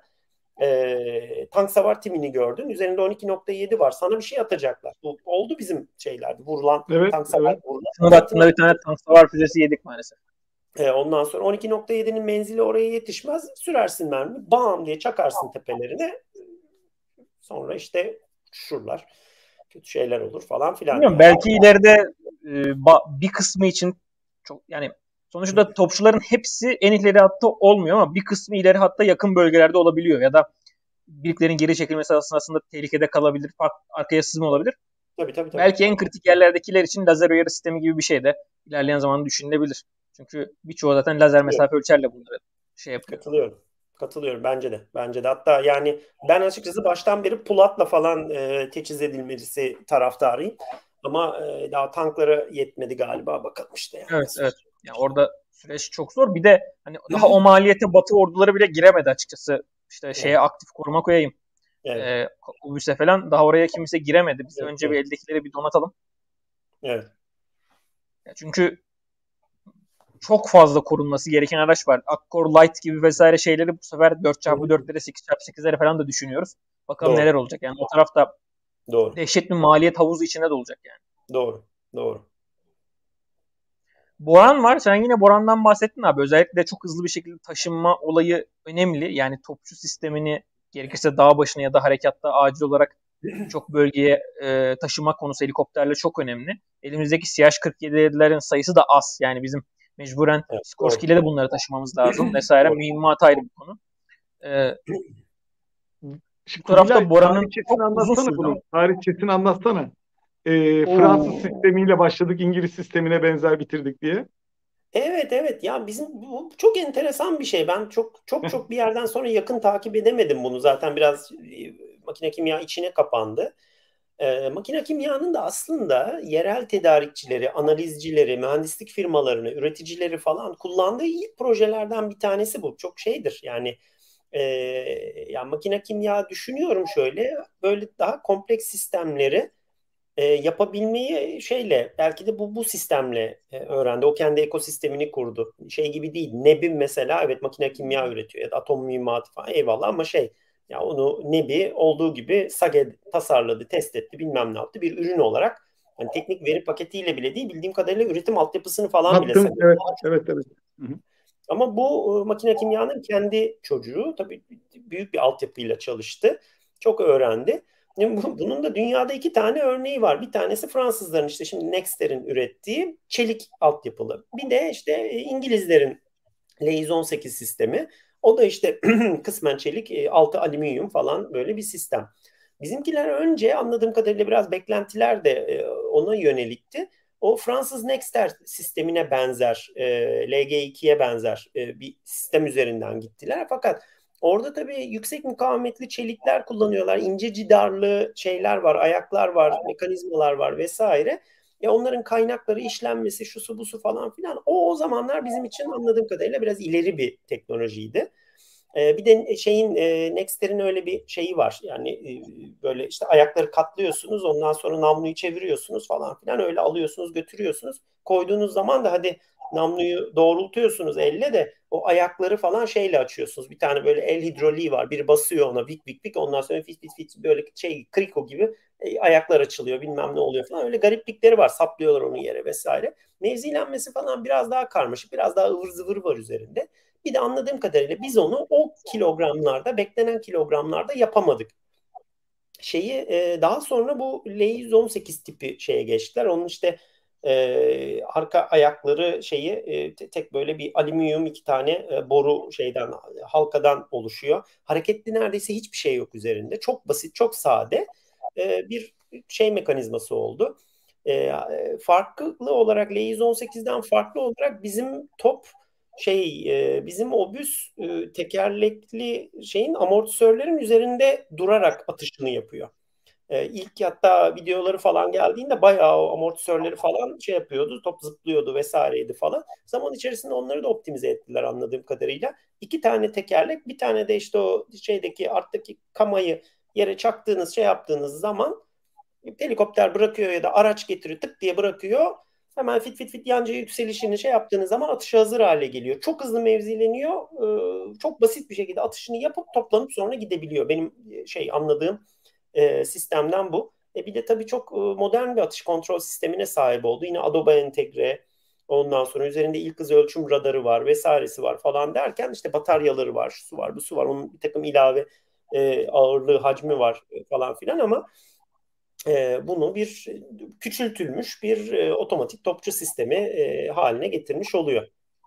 E, tank savar timini gördün. Üzerinde on iki nokta yedi var. Sana bir şey atacaklar. Bu oldu bizim şeylerde. Vurulan evet, tank savar evet. vurulan. Şuna baktığında bir tane tank savar füzesi yedik maalesef. E, ondan sonra on iki nokta yedinin menzili oraya yetişmez. Sürersin mermi. Bam diye çakarsın tepelerine. Sonra işte şurlar. Kötü şeyler olur falan filan. Bilmiyorum, belki ileride e, ba- bir kısmı için çok yani sonuçta topçuların hepsi en ileri hatta olmuyor ama bir kısmı ileri hatta yakın bölgelerde olabiliyor ya da birliklerin geri çekilmesi aslında tehlikede kalabilir, fark, arkaya sızma olabilir. Tabii, tabii, tabii. Belki en kritik yerlerdekiler için lazer uyarı sistemi gibi bir şey de ilerleyen zaman düşünülebilir. Çünkü birçoğu zaten lazer mesafe ölçerle bunları şey yapıyor. Katılıyorum. Katılıyorum bence de. Bence de. Hatta yani ben açıkçası baştan beri Pulat'la falan e, teçhiz edilmesi taraftarıyım. Ama e, daha tanklara yetmedi galiba. Bakalım işte. Yani. Evet, evet. Yani orada süreç çok zor. Bir de hani daha o maliyete Batı orduları bile giremedi açıkçası. İşte şeye evet. Aktif koruma koyayım. Evet. Ee, Ubüs'e falan daha oraya kimse giremedi. Biz evet, önce evet. bir eldekileri bir donatalım. Evet. Çünkü çok fazla korunması gereken araç var. Akkor Light gibi vesaire şeyleri bu sefer dört çarpı dörtlere sekiz çarpı sekizlere falan da düşünüyoruz. Bakalım Doğru. neler olacak. Yani o tarafta Doğru. dehşet bir maliyet havuzu içinde de olacak yani. Doğru. Doğru. Boran var. Sen yine Boran'dan bahsettin abi. Özellikle çok hızlı bir şekilde taşınma olayı önemli. Yani topçu sistemini gerekirse dağ başına ya da harekatta acil olarak çok bölgeye e, taşıma konusu helikopterle çok önemli. Elimizdeki C H kırk yedilerin sayısı da az. Yani bizim mecburen evet, Skorsky ile de bunları taşımamız lazım vesaire. Mühimmat ayrı bir konu. Ee, bu tarafta Boran'ın çok anlatsana bunu. Tarihçesini anlatsana. Ee, Fransız sistemiyle başladık, İngiliz sistemine benzer bitirdik diye. Evet evet ya bizim bu çok enteresan bir şey. Ben çok çok çok bir yerden sonra yakın takip edemedim bunu. Zaten biraz e, makine kimya içine kapandı. E, makine kimyanın da aslında yerel tedarikçileri, analizcileri, mühendislik firmalarını, üreticileri falan kullandığı ilk projelerden bir tanesi bu. Çok şeydir yani. E, yani makine kimya düşünüyorum şöyle böyle daha kompleks sistemleri e, yapabilmeyi şeyle belki de bu bu sistemle e, öğrendi. O kendi ekosistemini kurdu. Şey gibi değil. Nebi mesela evet makine kimya üretiyor ya da atom mühimmatı falan eyvallah ama şey ya onu Nebi olduğu gibi Sage tasarladı, test etti, bilmem ne yaptı. Bir ürün olarak hani teknik veri paketiyle bile değil bildiğim kadarıyla üretim altyapısını falan Hattın, bile Sage. Evet, evet, evet. Hı-hı. Ama bu e, makine kimyanın kendi çocuğu tabii büyük bir altyapıyla çalıştı. Çok öğrendi. Bunun da dünyada iki tane örneği var. Bir tanesi Fransızların işte şimdi Nexter'in ürettiği çelik altyapılı. Bir de işte İngilizlerin L yüz on sekiz sistemi. O da işte kısmen çelik, altı alüminyum falan böyle bir sistem. Bizimkiler önce anladığım kadarıyla biraz beklentiler de ona yönelikti. O Fransız Nexter sistemine benzer, L G ikiye benzer bir sistem üzerinden gittiler. Fakat orada tabii yüksek mukavemetli çelikler kullanıyorlar. İnce cidarlı şeyler var, ayaklar var, mekanizmalar var vesaire. Ya onların kaynakları, işlenmesi, şusu busu falan filan. O o zamanlar bizim için anladığım kadarıyla biraz ileri bir teknolojiydi. Ee, bir de şeyin e, Nexter'in öyle bir şeyi var. Yani e, böyle işte ayakları katlıyorsunuz, ondan sonra namluyu çeviriyorsunuz falan filan. Öyle alıyorsunuz, götürüyorsunuz. Koyduğunuz zaman da hadi namluyu doğrultuyorsunuz elle de o ayakları falan şeyle açıyorsunuz. Bir tane böyle el hidroliği var. Biri basıyor ona vik vik vik ondan sonra fit fit fit böyle şey kriko gibi e, ayaklar açılıyor bilmem ne oluyor falan. Öyle gariplikleri var. Saplıyorlar onu yere vesaire. Mevzilenmesi falan biraz daha karmaşık. Biraz daha ıvır zıvır var üzerinde. Bir de anladığım kadarıyla biz onu o kilogramlarda, beklenen kilogramlarda yapamadık. Şeyi e, daha sonra bu L yüz on sekiz tipi şeye geçtiler. Onun işte e, arka ayakları şeyi e, tek böyle bir alüminyum iki tane e, boru şeyden halkadan oluşuyor. Hareketli neredeyse hiçbir şey yok üzerinde. Çok basit, çok sade. E, bir şey mekanizması oldu. E, farklı olarak L yüz on sekizden farklı olarak bizim top şey e, bizim obüs e, tekerlekli şeyin amortisörlerin üzerinde durarak atışını yapıyor. E, ilk hatta videoları falan geldiğinde bayağı o amortisörleri falan şey yapıyordu. Top zıplıyordu vesaireydi falan. Zaman içerisinde onları da optimize ettiler anladığım kadarıyla. İki tane tekerlek, bir tane de işte o şeydeki arttaki kamayı yere çaktığınız şey yaptığınız zaman helikopter bırakıyor ya da araç getiriyor tık diye bırakıyor. Hemen fit fit fit yanca yükselişini şey yaptığınız zaman atışa hazır hale geliyor. Çok hızlı mevzileniyor. Ee, çok basit bir şekilde atışını yapıp toplanıp sonra gidebiliyor. Benim şey anladığım e, sistemden bu. E bir de tabii çok e, modern bir atış kontrol sistemine sahip oldu. Yine Adobe entegre. Ondan sonra üzerinde ilk hız ölçüm radarı var vesairesi var falan derken işte bataryaları var, şu su var, bu su var. Onun bir takım ilave e, ağırlığı, hacmi var e, falan filan ama e, bunu bir küçültülmüş bir e, otomatik topçu sistemi e, haline getirmiş oluyor.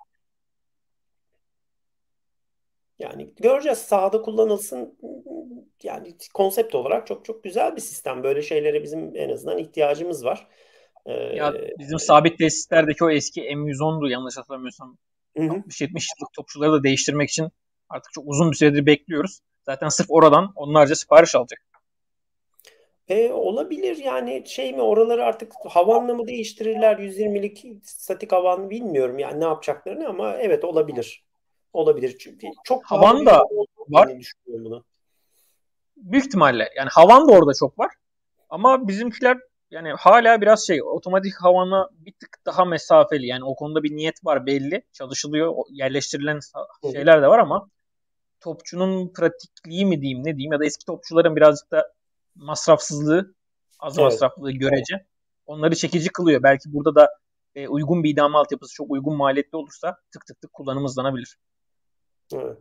Yani göreceğiz sahada kullanılsın, yani konsept olarak çok çok güzel bir sistem. Böyle şeylere bizim en azından ihtiyacımız var. Ee, ya bizim sabit tesislerdeki o eski M yüz on'du yanlış hatırlamıyorsam. altmış yetmiş yıllık topçuları da değiştirmek için artık çok uzun bir süredir bekliyoruz. Zaten sırf oradan onlarca sipariş alacak. E, olabilir yani şey mi oraları artık havanla mı değiştirirler yüz yirmilik statik havan bilmiyorum yani ne yapacaklarını ama evet olabilir. Olabilir. Çünkü çok havan da var. Düşünüyorum bunu. Büyük ihtimalle yani havan da orada çok var. Ama bizimkiler yani hala biraz şey otomatik havana bir tık daha mesafeli. Yani o konuda bir niyet var belli. Çalışılıyor. Yerleştirilen şeyler de var ama topçunun pratikliği mi diyeyim ne diyeyim ya da eski topçuların birazcık da masrafsızlığı az evet. masraflılığı görece onları çekici kılıyor. Belki burada da e, uygun bir idame altyapısı çok uygun maliyetli olursa tık tık tık kullanım hızlanabilir. Evet.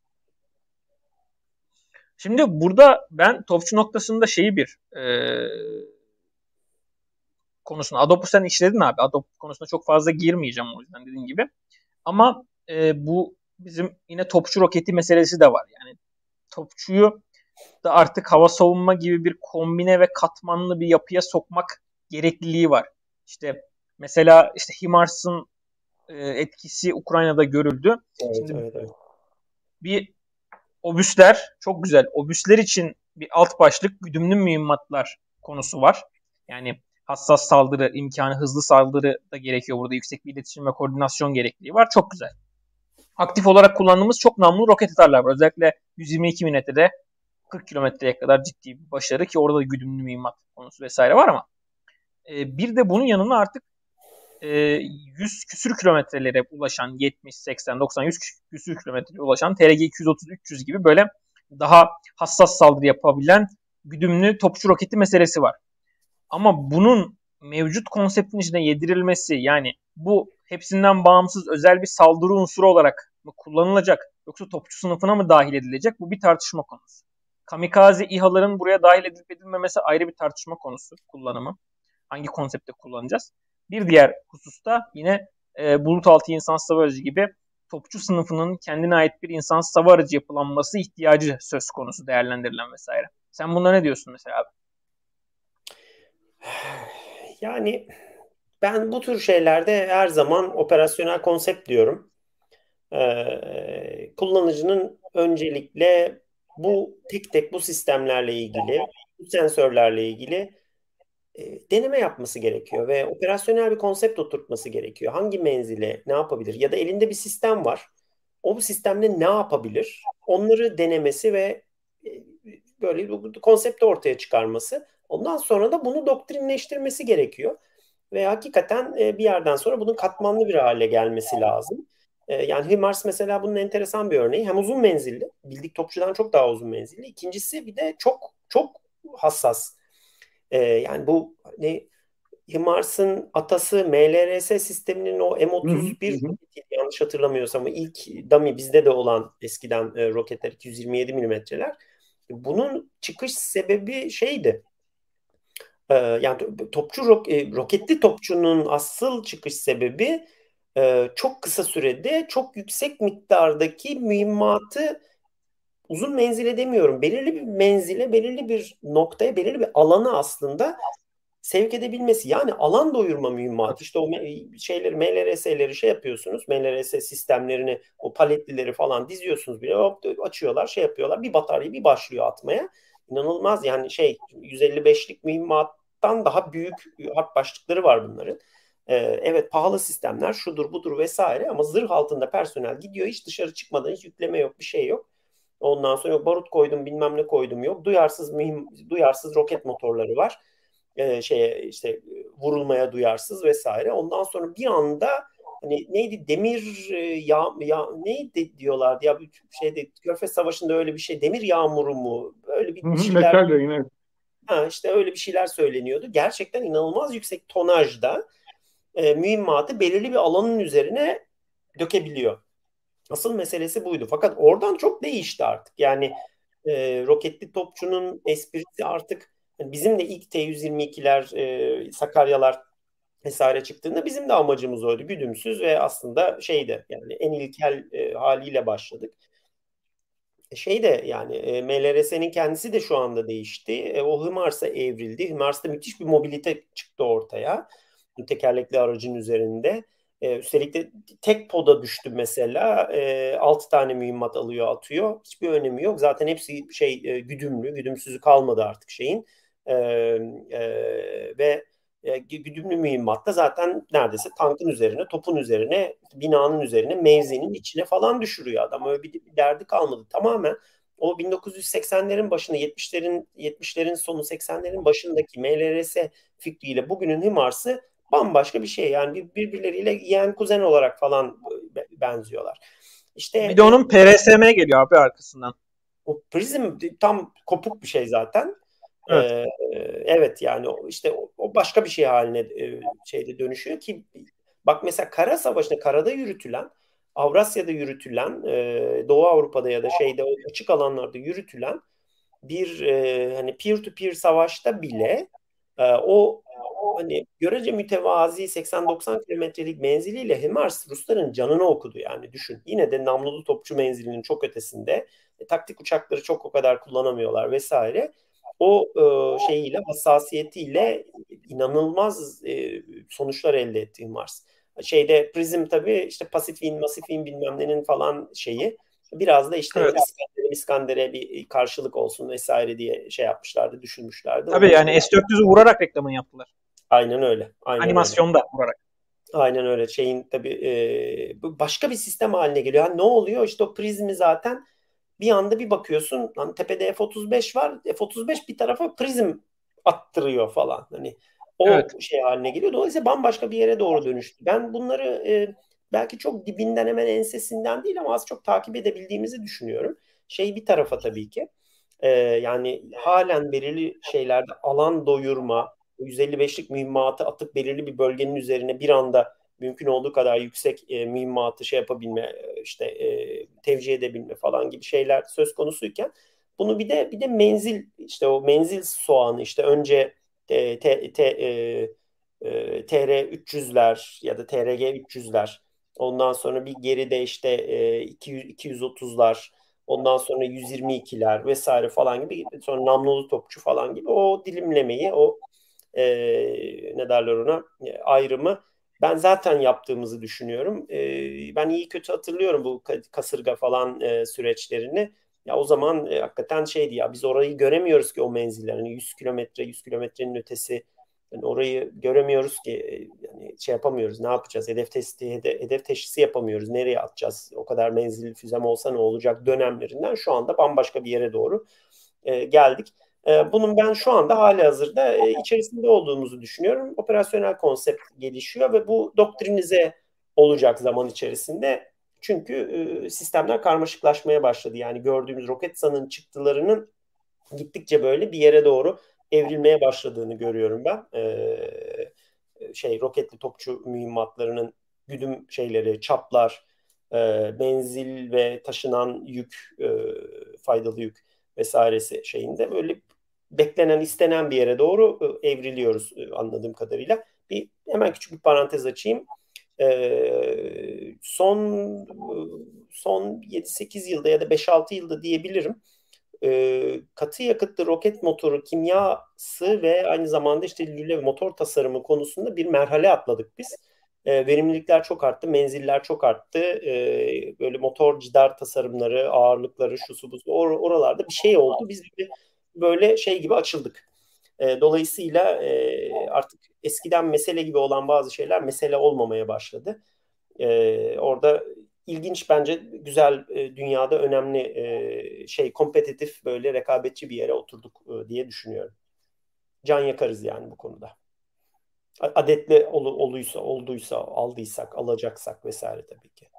Şimdi burada ben topçu noktasında şeyi bir e, konusunda Adobe sen işledin abi. Adobe konusunda çok fazla girmeyeceğim o yüzden dediğim gibi. Ama e, bu bizim yine topçu roketi meselesi de var. Yani topçuyu da artık hava savunma gibi bir kombine ve katmanlı bir yapıya sokmak gerekliliği var. İşte mesela işte HIMARS'ın e, etkisi Ukrayna'da görüldü. Evet, Şimdi evet, evet. bir obüsler çok güzel. Obüsler için bir alt başlık güdümlü mühimmatlar konusu var. Yani hassas saldırı, imkanı hızlı saldırı da gerekiyor. Burada yüksek bir iletişim ve koordinasyon gerekliliği var. Çok güzel. Aktif olarak kullandığımız çok namlu roket atarlar var. Özellikle yüz yirmi iki milimetrede kırk kilometreye kadar ciddi bir başarı ki orada da güdümlü mühimmat konusu vesaire var ama e, bir de bunun yanına artık e, yüz küsür kilometrelere ulaşan yetmiş, seksen, doksan, yüz küsür kilometrelere ulaşan T R G iki yüz otuz üç yüz gibi böyle daha hassas saldırı yapabilen güdümlü topçu roketi meselesi var. Ama bunun mevcut konseptin içine yedirilmesi yani bu hepsinden bağımsız özel bir saldırı unsuru olarak mı kullanılacak yoksa topçu sınıfına mı dahil edilecek bu bir tartışma konusu. Kamikaze İHA'ların buraya dahil edilip edilmemesi ayrı bir tartışma konusu kullanımı. Hangi konsepte kullanacağız? Bir diğer hususta yine e, bulut altı insan hava aracı gibi topçu sınıfının kendine ait bir insan hava aracı yapılanması ihtiyacı söz konusu değerlendirilen vesaire. Sen buna ne diyorsun mesela abi? Yani ben bu tür şeylerde her zaman operasyonel konsept diyorum. Ee, kullanıcının öncelikle bu tek tek bu sistemlerle ilgili, bu sensörlerle ilgili e, deneme yapması gerekiyor ve operasyonel bir konsept oturtması gerekiyor. Hangi menzile ne yapabilir? Ya da elinde bir sistem var. O bu sistemle ne yapabilir? Onları denemesi ve e, böyle bir konsepti ortaya çıkarması. Ondan sonra da bunu doktrinleştirmesi gerekiyor. Ve hakikaten e, bir yerden sonra bunun katmanlı bir hale gelmesi lazım. E, yani HIMARS mesela bunun enteresan bir örneği. Hem uzun menzilli, bildik topçudan çok daha uzun menzilli. İkincisi bir de çok çok hassas. E, yani bu ne HIMARS'ın atası M L R S sisteminin o M otuz bir hı hı. yanlış hatırlamıyorsam ilk dummy bizde de olan eskiden e, roketler iki yüz yirmi yedi milimetreler. Bunun çıkış sebebi şeydi. E, yani topçu ro- e, roketli topçunun asıl çıkış sebebi e, çok kısa sürede çok yüksek miktardaki mühimmatı uzun menzile demiyorum. Belirli bir menzile, belirli bir noktaya, belirli bir alana aslında sevk edebilmesi. Yani alan doyurma mühimmatı. İşte o şeyleri, M L R S'leri şey yapıyorsunuz. M L R S sistemlerini, o paletlileri falan diziyorsunuz bile. Hop, açıyorlar, şey yapıyorlar. Bir batarya bir başlıyor atmaya. İnanılmaz yani şey yüz elli beşlik mühimmattan daha büyük harp başlıkları var bunların. Ee, evet pahalı sistemler şudur budur vesaire ama zırh altında personel gidiyor hiç dışarı çıkmadan hiç yükleme yok bir şey yok. Ondan sonra yok, barut koydum bilmem ne koydum yok. Duyarsız mühim, duyarsız roket motorları var. Ee, şeye işte vurulmaya duyarsız vesaire. Ondan sonra bir anda hani neydi demir e, ya, ya neydi diyorlardı ya bir şeyde Körfez Savaşı'nda öyle bir şey demir yağmuru mu öyle bir, Hı bir hı, şeyler metal yayın, evet. ha, işte öyle bir şeyler söyleniyordu. Gerçekten inanılmaz yüksek tonajda e, mühimmatı belirli bir alanın üzerine dökebiliyor. Asıl meselesi buydu. Fakat oradan çok değişti artık. Yani e, roketli topçunun esprisi artık yani bizim de ilk T yüz yirmi ikiler, e, Sakaryalar vesaire çıktığında bizim de amacımız oydu. Güdümsüz ve aslında şeydi yani en ilkel e, haliyle başladık. E, Şey de yani e, M L R S'nin kendisi de şu anda değişti. E, o HIMARS'a evrildi. HIMARS'ta müthiş bir mobilite çıktı ortaya. Tekerlekli aracın üzerinde. E, üstelik de tek poda düştü mesela. E, altı tane mühimmat alıyor atıyor. Hiçbir önemi yok. Zaten hepsi şey e, güdümlü. Güdümsüzü kalmadı artık şeyin. E, e, ve e, güdümlü mühimmat da zaten neredeyse tankın üzerine, topun üzerine, binanın üzerine, mevzinin içine falan düşürüyor adam. Öyle bir, bir derdi kalmadı. Tamamen o bin dokuz yüz seksenlerin başında, yetmişlerin yetmişlerin sonu seksenlerin başındaki M L R S fikriyle bugünün HIMARS'ı bambaşka bir şey. Yani birbirleriyle yeğen kuzen olarak falan benziyorlar. İşte Bir de onun P R S M geliyor abi arkasından. o Prism tam kopuk bir şey zaten. Evet. Ee, evet yani işte o, o başka bir şey haline e, şeyde dönüşüyor ki bak mesela kara savaşında karada yürütülen Avrasya'da yürütülen e, Doğu Avrupa'da ya da şeyde o açık alanlarda yürütülen bir e, hani peer to peer savaşta bile e, o hani görece mütevazi seksen doksan kilometrelik menziliyle HIMARS Rusların canını okudu yani düşün. Yine de namlulu topçu menzilinin çok ötesinde. E, taktik uçakları çok o kadar kullanamıyorlar vesaire. O e, şeyiyle hassasiyetiyle inanılmaz e, sonuçlar elde etti HIMARS. Şeyde Prism tabii işte Pasifin, Masifin bilmem nenin falan şeyi. Biraz da işte Evet. İskender'e, İskender'e bir karşılık olsun vesaire diye şey yapmışlardı, düşünmüşlerdi. Tabii Onu, yani S dört yüzü vurarak reklamını yaptılar. aynen öyle. Aynen öyle. Animasyonda vurarak. Aynen öyle. Şeyin tabii e, bu başka bir sistem haline geliyor. Yani ne oluyor? İşte o prizmi zaten bir anda bir bakıyorsun hani tepede F otuz beş var. F otuz beş bir tarafa prizm attırıyor falan. Hani o Evet. şey haline geliyor. Dolayısıyla bambaşka bir yere doğru dönüştü. Ben bunları e, belki çok dibinden hemen ensesinden değil ama az çok takip edebildiğimizi düşünüyorum. Şey bir tarafa tabii ki. E, yani halen belirli şeylerde alan doyurma, yüz elli beşlik mühimmatı atıp belirli bir bölgenin üzerine bir anda mümkün olduğu kadar yüksek e, mühimmatı şey yapabilme, e, işte e, tevcih edebilme falan gibi şeyler söz konusuyken bunu bir de bir de menzil işte o menzil soğanı işte önce e, te, te, e, e, T R üç yüzler ya da T R G üç yüzler ondan sonra bir geride işte e, iki yüz, iki yüz otuzlar ondan sonra yüz yirmi ikiler vesaire falan gibi sonra namlulu topçu falan gibi o dilimlemeyi o e, ne derler ona e, ayrımı ben zaten yaptığımızı düşünüyorum. E, ben iyi kötü hatırlıyorum bu kasırga falan e, süreçlerini. Ya o zaman e, hakikaten şeydi ya biz orayı göremiyoruz ki o menziller. Hani yüz kilometre yüz kilometrenin ötesi yani orayı göremiyoruz ki e, yani şey yapamıyoruz. Ne yapacağız? Hedef testi hedef, hedef teşhisi yapamıyoruz. Nereye atacağız? O kadar menzilli füzem olsa ne olacak dönemlerinden şu anda bambaşka bir yere doğru e, geldik. E, bunun ben şu anda hali hazırda e, içerisinde olduğumuzu düşünüyorum. Operasyonel konsept gelişiyor ve bu doktrinize olacak zaman içerisinde. Çünkü e, sistemler karmaşıklaşmaya başladı. Yani gördüğümüz Roketsan'ın çıktılarının gittikçe böyle bir yere doğru evrilmeye başladığını görüyorum ben. E, şey roketli topçu mühimmatlarının güdüm şeyleri, çaplar, e, menzil ve taşınan yük, e, faydalı yük vesairesi şeyinde böyle beklenen, istenen bir yere doğru e, evriliyoruz e, anladığım kadarıyla. Bir hemen küçük bir parantez açayım. Ee, son son yedi sekiz yılda ya da beş altı yılda diyebilirim. Ee, katı yakıtlı roket motoru kimyası ve aynı zamanda işte lüle motor tasarımı konusunda bir merhale atladık biz. Ee, verimlilikler çok arttı, menziller çok arttı. Ee, böyle motor cidar tasarımları, ağırlıkları, şusu busu or- oralarda bir şey oldu. Biz bir, böyle şey gibi açıldık. E, dolayısıyla e, artık eskiden mesele gibi olan bazı şeyler mesele olmamaya başladı. E, orada ilginç, bence güzel, e, dünyada önemli, e, şey kompetitif, böyle rekabetçi bir yere oturduk e, diye düşünüyorum. Can yakarız yani bu konuda. Adetli ol, oluysa, olduysa, aldıysak, alacaksak vesaire tabii ki.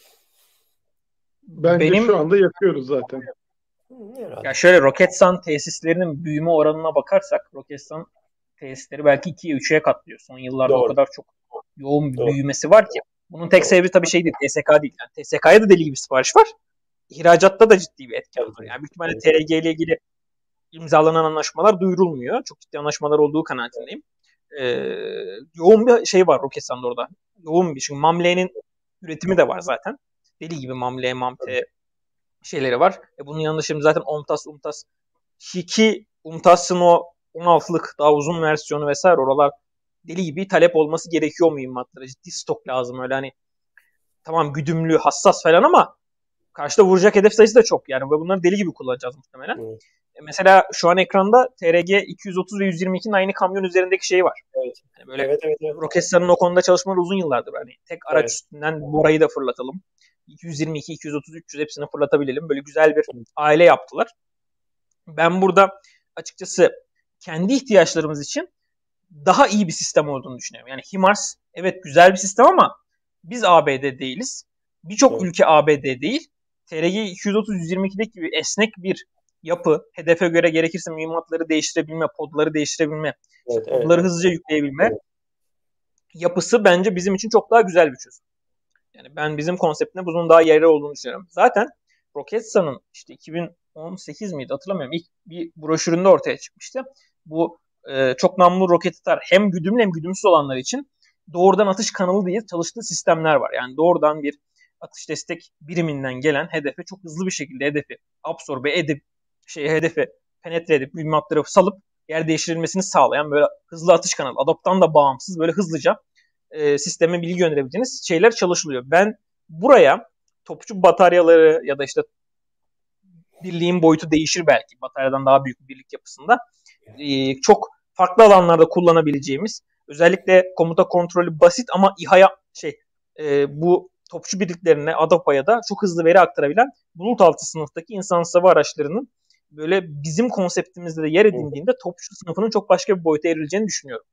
Bence Benim, şu anda yakıyoruz zaten. Herhalde. Ya şöyle, Roketsan tesislerinin büyüme oranına bakarsak Roketsan tesisleri belki ikiye üçe katlıyor. Son yıllarda Doğru. o kadar çok yoğun bir Doğru. büyümesi var ki. Bunun tek Doğru. sebebi tabii şey değil, T S K değil. Yani T S K'ya da deli gibi sipariş var. İhracatta da ciddi bir etken var. Yani büyük ihtimalle T R G ile ilgili imzalanan anlaşmalar duyurulmuyor. Çok ciddi anlaşmalar olduğu kanaatindeyim. Ee, yoğun bir şey var Roketsan'da orada. Yoğun bir. Çünkü Mamle'nin üretimi de var zaten. Deli gibi Mamle, Mamte şeyleri var. E bunun yanında şimdi zaten Omtas, Umtas, Hiki, Umtas'ın o on altılık daha uzun versiyonu vesaire, oralar deli gibi talep olması gerekiyor mühimmatlara. Ciddi stok lazım. Öyle hani tamam güdümlü, hassas falan ama karşıda vuracak hedef sayısı da çok yani ve bunları deli gibi kullanacağız muhtemelen. Hmm. E mesela şu an ekranda T R G iki yüz otuz ve yüz yirmi ikinin aynı kamyon üzerindeki şeyi var. Evet. Yani böyle evet, evet, evet. Roketsan'ın o konuda çalışmaları uzun yıllardır. Hani tek araç evet. üstünden Bora'yı da fırlatalım. iki yüz yirmi iki, iki yüz otuz, üç yüz hepsini fırlatabilelim. Böyle güzel bir aile yaptılar. Ben burada açıkçası kendi ihtiyaçlarımız için daha iyi bir sistem olduğunu düşünüyorum. Yani HIMARS evet güzel bir sistem ama biz A B D değiliz. Birçok evet. ülke A B D değil. T R G iki yüz otuz yüz yirmi ikideki gibi esnek bir yapı, hedefe göre gerekirse mühimmatları değiştirebilme, podları değiştirebilme, evet, podları evet. hızlıca yükleyebilme evet. yapısı bence bizim için çok daha güzel bir çözüm. Yani ben bizim konseptinde bunun daha yerli olduğunu düşünüyorum. Zaten Roketsan'ın işte iki bin on sekiz miydi hatırlamıyorum. İlk bir broşüründe ortaya çıkmıştı. Bu e, çok namlulu roket atar hem güdümlü hem güdümsüz olanlar için doğrudan atış kanalı diye çalıştığı sistemler var. Yani doğrudan bir atış destek biriminden gelen hedefe çok hızlı bir şekilde hedefi absorbe edip şey hedefi penetre edip mühimmatları salıp yer değiştirilmesini sağlayan böyle hızlı atış kanalı. Adoptan da bağımsız böyle hızlıca e, sisteme bilgi gönderebileceğiniz şeyler çalışılıyor. Ben buraya topçu bataryaları ya da işte birliğin boyutu değişir belki. Bataryadan daha büyük bir birlik yapısında. Ee, çok farklı alanlarda kullanabileceğimiz, özellikle komuta kontrolü basit ama İHA'ya şey e, bu topçu birliklerine, ADOPA'ya da çok hızlı veri aktarabilen bulut altı sınıftaki insansız hava araçlarının böyle bizim konseptimizde de yer edindiğinde topçu sınıfının çok başka bir boyuta evrileceğini düşünüyorum.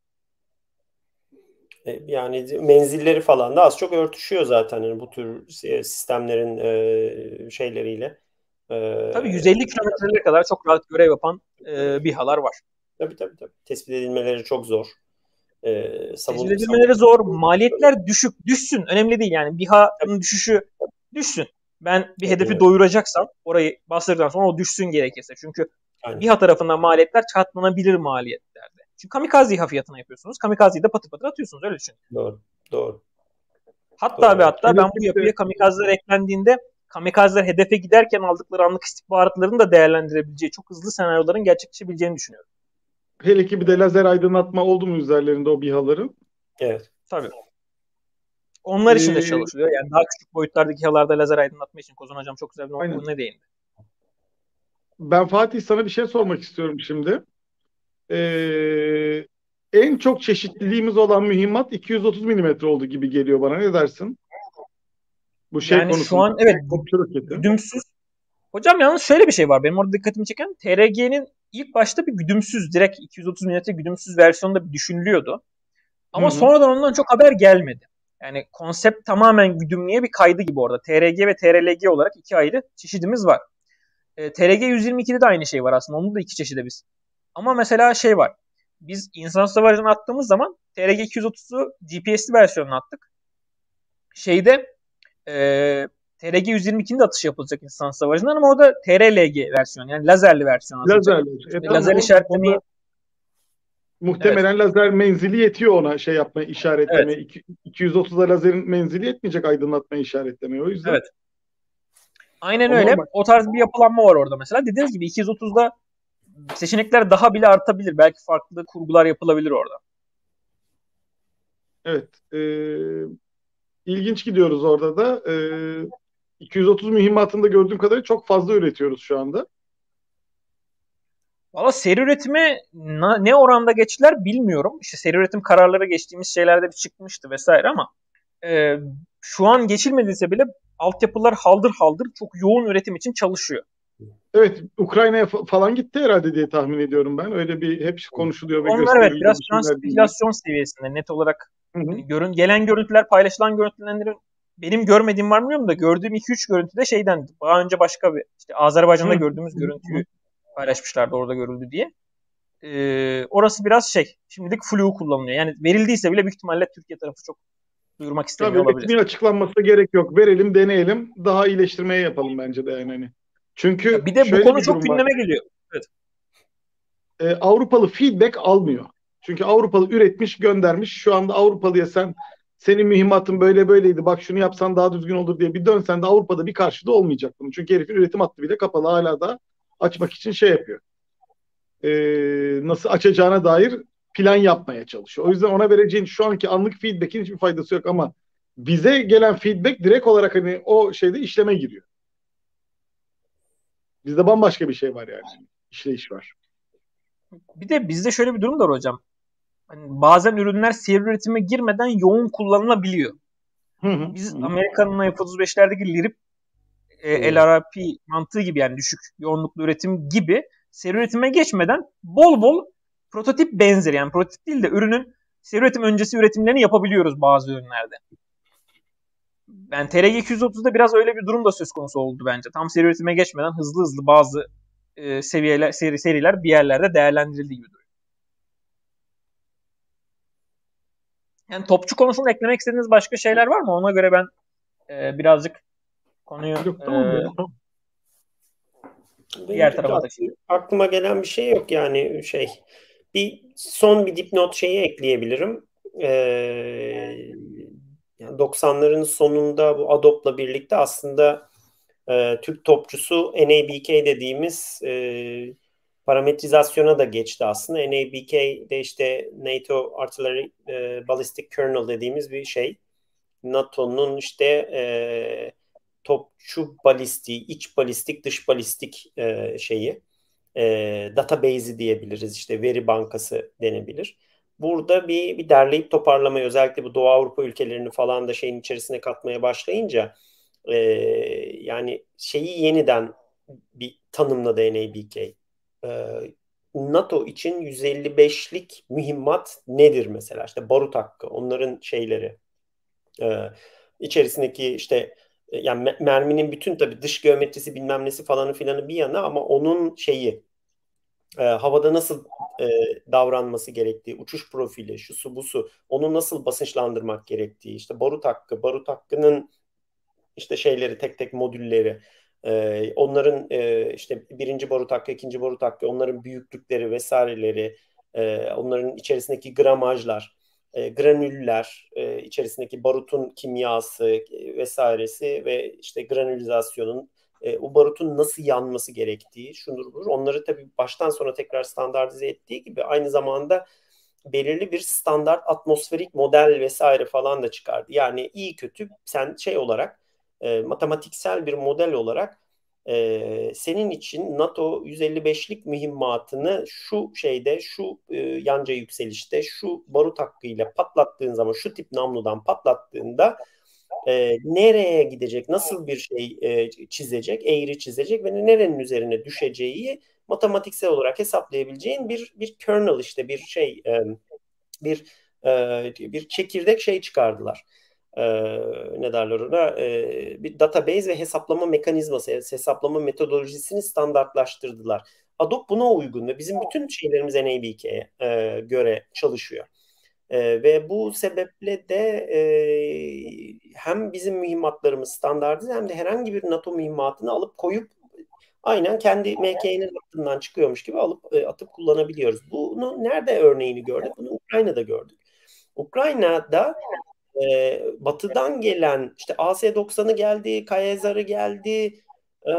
Yani menzilleri falan da az çok örtüşüyor zaten yani bu tür sistemlerin e, şeyleriyle. E, tabii yüz elli kilometrelere kadar çok rahat görev yapan e, BİHA'lar var. Tabii tabii tabii. Tespit edilmeleri çok zor. E, savun, Tespit edilmeleri savun... zor. Maliyetler düşük. Düşsün. Önemli değil yani. BİHA'nın düşüşü düşsün. Ben bir hedefi evet. doyuracaksam orayı bastırdıktan sonra o düşsün gerekirse. Çünkü Aynen. BİHA tarafından maliyetler katlanabilir maliyetlerde. Çünkü kamikaze İHA fiyatına yapıyorsunuz. Kamikazeyi de patır patır atıyorsunuz. Öyle düşünün. Doğru. Doğru. Hatta Doğru. ve hatta ben bu yapıya kamikazeler eklendiğinde kamikazeler hedefe giderken aldıkları anlık istihbaratlarını da değerlendirebileceği çok hızlı senaryoların gerçekleşebileceğini düşünüyorum. Hele ki bir de lazer aydınlatma oldu mu üzerlerinde o BİHA'ların? Evet. Tabii. Onlar için de çalışılıyor. Yani daha küçük boyutlardaki İHA'larda lazer aydınlatma için Kozan Hocam çok güzel bir nokta değindi. Ben Fatih sana bir şey sormak istiyorum şimdi. Ee, en çok çeşitliliğimiz olan mühimmat iki yüz otuz milimetre oldu gibi geliyor bana. Ne dersin? Bu şey yani konusunda. Şu an evet güdümsüz. Hocam yalnız şöyle bir şey var. Benim orada dikkatimi çeken T R G'nin ilk başta bir güdümsüz direkt iki yüz otuz milimetre güdümsüz versiyonda bir düşünülüyordu. Ama Hı-hı. sonradan ondan çok haber gelmedi. Yani konsept tamamen güdümlüye bir kaydı gibi orada. T R G ve T R L G olarak iki ayrı çeşidimiz var. E, T R G yüz yirmi ikide de aynı şey var aslında. Onun da iki çeşidi biz. Ama mesela şey var. Biz insansız hava aracına attığımız zaman T R G iki yüz otuzu G P S'li versiyonunu attık. Şeyde e, T R G yüz yirmi ikinin de atış yapılacak insansız hava aracından ama o da T R L G versiyonu. Yani lazerli versiyon. Lazerli. E, lazer işaretlemeyi Muhtemelen evet. Lazer menzili yetiyor ona şey yapmaya, işaretleme. Evet. iki yüz otuza lazerin menzili yetmeyecek aydınlatmaya, işaretlemeye. O yüzden. Evet. Aynen o öyle. Normal. O tarz bir yapılanma var orada mesela. Dediğiniz gibi iki yüz otuzda seçenekler daha bile artabilir. Belki farklı kurgular yapılabilir orada. Evet. E, ilginç gidiyoruz orada da. E, iki yüz otuz mühimmatında gördüğüm kadarıyla çok fazla üretiyoruz şu anda. Valla seri üretimi ne oranda geçtiler bilmiyorum. İşte seri üretim kararları geçtiğimiz şeylerde bir çıkmıştı vesaire ama e, şu an geçilmediyse bile altyapılar haldır haldır çok yoğun üretim için çalışıyor. Evet, Ukrayna'ya falan gitti herhalde diye tahmin ediyorum ben. Öyle bir hep konuşuluyor ve onlar gösteriliyor. Evet, biraz şu an spekülasyon seviyesinde net olarak. Yani görün, gelen görüntüler, paylaşılan görüntülerin benim görmediğim var mı bilmiyorum da gördüğüm iki üç görüntüde şeyden daha önce başka bir işte Azerbaycan'da Hı. gördüğümüz Hı. görüntüyü paylaşmışlardı orada görüldü diye. Ee, orası biraz şey şimdilik flu kullanılıyor. Yani verildiyse bile büyük ihtimalle Türkiye tarafı çok duyurmak istemiyor Tabii, olabilir. Tabii açıklanmasına gerek yok. Verelim, deneyelim. Daha iyileştirmeye yapalım bence de yani. Hani. Çünkü ya bir de bu konu çok gündeme geliyor. Evet. Ee, Avrupalı feedback almıyor. Çünkü Avrupalı üretmiş, göndermiş. Şu anda Avrupalıya sen senin mühimmatın böyle böyleydi. Bak şunu yapsan daha düzgün olur diye bir dönsen de Avrupa'da bir karşılığı olmayacak bunun. Çünkü herifin üretim hattı bile kapalı. Hala da açmak için şey yapıyor. Ee, nasıl açacağına dair plan yapmaya çalışıyor. O yüzden ona vereceğin şu anki anlık feedback'in hiçbir faydası yok ama bize gelen feedback direkt olarak hani o şeyde işleme giriyor. Bizde bambaşka bir şey var yani. İşleyiş var. Bir de bizde şöyle bir durum da var hocam. Hani bazen ürünler seri üretime girmeden yoğun kullanılabiliyor. Hı hı, Biz hı. Amerika'nın F otuz beşlerdeki Lirip e, L R P mantığı gibi yani düşük yoğunluklu üretim gibi seri üretime geçmeden bol bol prototip benzeri yani prototip değil de ürünün seri üretim öncesi üretimlerini yapabiliyoruz bazı ürünlerde. Yani T R G iki yüz otuzda biraz öyle bir durum da söz konusu oldu bence. Tam seri üretime geçmeden hızlı hızlı bazı e, seviyeler seri seriler bir yerlerde değerlendirildiği gibi duruyor. Yani topçu konusunda eklemek istediğiniz başka şeyler var mı? Ona göre ben e, birazcık konuyu Yok, tamam, e, tamam. diğer tarafa taşıyayım. Aklıma gelen bir şey yok yani şey. Bir son bir dipnot şeyi ekleyebilirim. Ee, yani doksanların sonunda bu Adobe'la birlikte aslında e, Türk topçusu N A B K dediğimiz e, parametrizasyona da geçti aslında. N A B K'de işte NATO Artillery e, Ballistic Kernel dediğimiz bir şey. NATO'nun işte e, topçu balistiği, iç balistik, dış balistik e, şeyi, e, database'i diyebiliriz, işte veri bankası denebilir. Burada bir, bir derleyip toparlamayı özellikle bu Doğu Avrupa ülkelerini falan da şeyin içerisine katmaya başlayınca e, yani şeyi yeniden bir tanımladı N A B K. E, NATO için yüz elli beşlik mühimmat nedir mesela? İşte barut hakkı, onların şeyleri, e, içerisindeki işte yani merminin bütün tabii dış geometrisi bilmem nesi falanı filanı bir yana ama onun şeyi e, havada nasıl e, davranması gerektiği, uçuş profili, şu su bu su, onu nasıl basınçlandırmak gerektiği, işte barut hakkı, barut hakkının işte şeyleri tek tek modülleri, e, onların e, işte birinci barut hakkı, ikinci barut hakkı, onların büyüklükleri vesaireleri, e, onların içerisindeki gramajlar, e, granüller, e, içerisindeki barutun kimyası e, vesairesi ve işte granülizasyonun e, o barutun nasıl yanması gerektiği, şundur budur. Onları tabii baştan sona tekrar standartize ettiği gibi aynı zamanda belirli bir standart atmosferik model vesaire falan da çıkardı. Yani iyi kötü sen şey olarak e, matematiksel bir model olarak e, senin için NATO yüz elli beşlik mühimmatını şu şeyde, şu e, yanca yükselişte, şu barut hakkıyla patlattığın zaman, şu tip namludan patlattığında e, nereye gidecek, nasıl bir şey e, çizecek, eğri çizecek ve nerenin üzerine düşeceği matematiksel olarak hesaplayabileceğin bir bir kernel, işte bir şey e, bir e, bir çekirdek şey çıkardılar. E, ne derler ona? E, bir database ve hesaplama mekanizması, hesaplama metodolojisini standartlaştırdılar. Adobe buna uygun ve bizim bütün şeylerimiz N A B K'ye e, göre çalışıyor. E, ve bu sebeple de e, hem bizim mühimmatlarımız standartize hem de herhangi bir NATO mühimmatını alıp koyup aynen kendi M K'nin hattından çıkıyormuş gibi alıp e, atıp kullanabiliyoruz. Bunu nerede örneğini gördük? Bunu Ukrayna'da gördük. Ukrayna'da e, batıdan gelen işte A S doksanı geldi, Kayezar'ı geldi, e,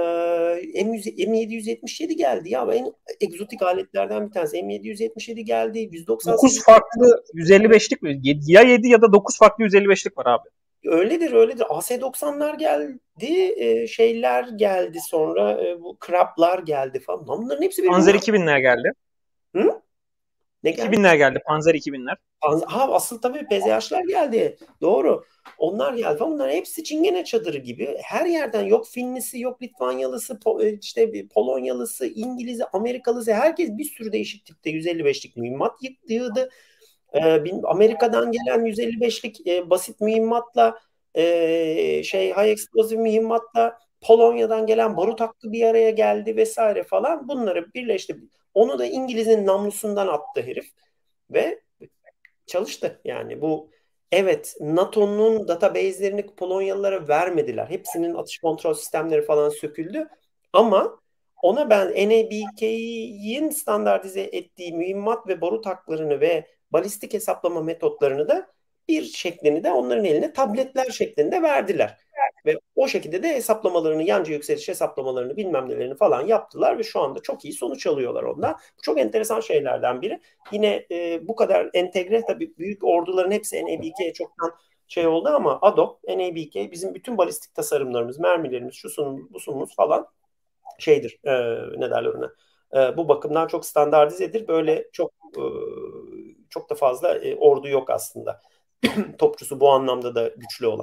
M yedi yüz yetmiş yedi geldi. Ya en egzotik aletlerden bir tanesi. M yedi yüz yetmiş yedi geldi. yüz doksan sekiz dokuz farklı yüz elli beşlik mi? Ya yedi ya da dokuz farklı yüz elli beşlik var abi. Öyledir öyledir. A S doksanlar geldi, e, şeyler geldi sonra, e, bu Krablar geldi falan. Lan bunların hepsi bir Panzer iki binler geldi. Hı? Ne geldi? iki binler geldi. Panzer iki binler. Ha, asıl tabii P Z H'lar geldi. Doğru. Onlar geldi. Bunlar hepsi Çingene çadırı gibi. Her yerden yok Finlisi, yok Litvanyalısı, işte Polonyalısı, İngiliz'i, Amerikalısı, herkes bir sürü değişik tipte yüz elli beşlik mühimmat yığdı. Ee, Amerika'dan gelen yüz elli beşlik e, basit mühimmatla e, şey high explosive mühimmatla Polonya'dan gelen barut hakkı bir araya geldi vesaire falan. Bunları birleşti. Onu da İngiliz'in namlusundan attı herif ve çalıştı. Yani bu, evet, NATO'nun database'lerini Polonyalılara vermediler. Hepsinin atış kontrol sistemleri falan söküldü. Ama ona ben N A B K'in standartize ettiği mühimmat ve barut haklarını ve balistik hesaplama metotlarını da bir şeklini de onların eline tabletler şeklinde verdiler. Ve o şekilde de hesaplamalarını, yancı yükseliş hesaplamalarını bilmem nelerini falan yaptılar ve şu anda çok iyi sonuç alıyorlar ondan. Bu çok enteresan şeylerden biri. Yine e, bu kadar entegre, tabii büyük orduların hepsi N A B K'ye çoktan şey oldu ama A D O K, N A B K, bizim bütün balistik tasarımlarımız, mermilerimiz, şu sunumuz, bu sunumuz falan şeydir, e, ne derler ona, e, bu bakımdan çok standartizedir. Böyle çok e, çok da fazla e, ordu yok aslında. Topçusu bu anlamda da güçlü olan.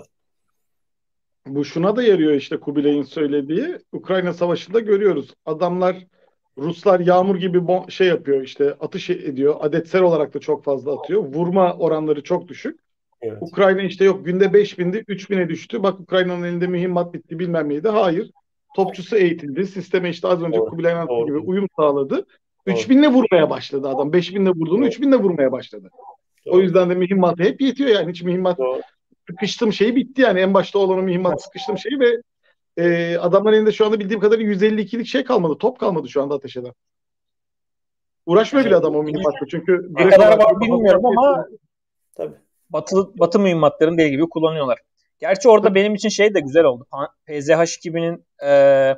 Bu şuna da yarıyor işte, Kubilay'ın söylediği. Ukrayna Savaşı'nda görüyoruz. Adamlar, Ruslar yağmur gibi bom- şey yapıyor, işte atış ediyor. Adetsel olarak da çok fazla atıyor. Vurma oranları çok düşük. Evet. Ukrayna işte yok günde beş bindi, üç bine düştü. Bak Ukrayna'nın elinde mühimmat bitti bilmem neydi. Hayır. Topçusu eğitildi. Sisteme işte az önce Doğru. Kubilay'ın anlattığı gibi uyum sağladı. Doğru. üç binle vurmaya başladı adam. beş binle vurduğunu Doğru. üç binle vurmaya başladı. Doğru. O yüzden de mühimmatı hep yetiyor yani. Hiç mühimmat Doğru. sıkıştığım şeyi bitti yani. En başta olan o mühimmat sıkıştığım şeyi ve e, adamların elinde şu anda bildiğim kadarıyla yüz elli ikilik şey kalmadı. Top kalmadı şu anda ateş eden. Uğraşmıyor bile adam o mühimmatla. Çünkü ne kadar var bilmiyorum ama tabii. Batı, batı mühimmatların değil gibi kullanıyorlar. Gerçi orada tabii. Benim için şey de güzel oldu. P Z H iki binin e,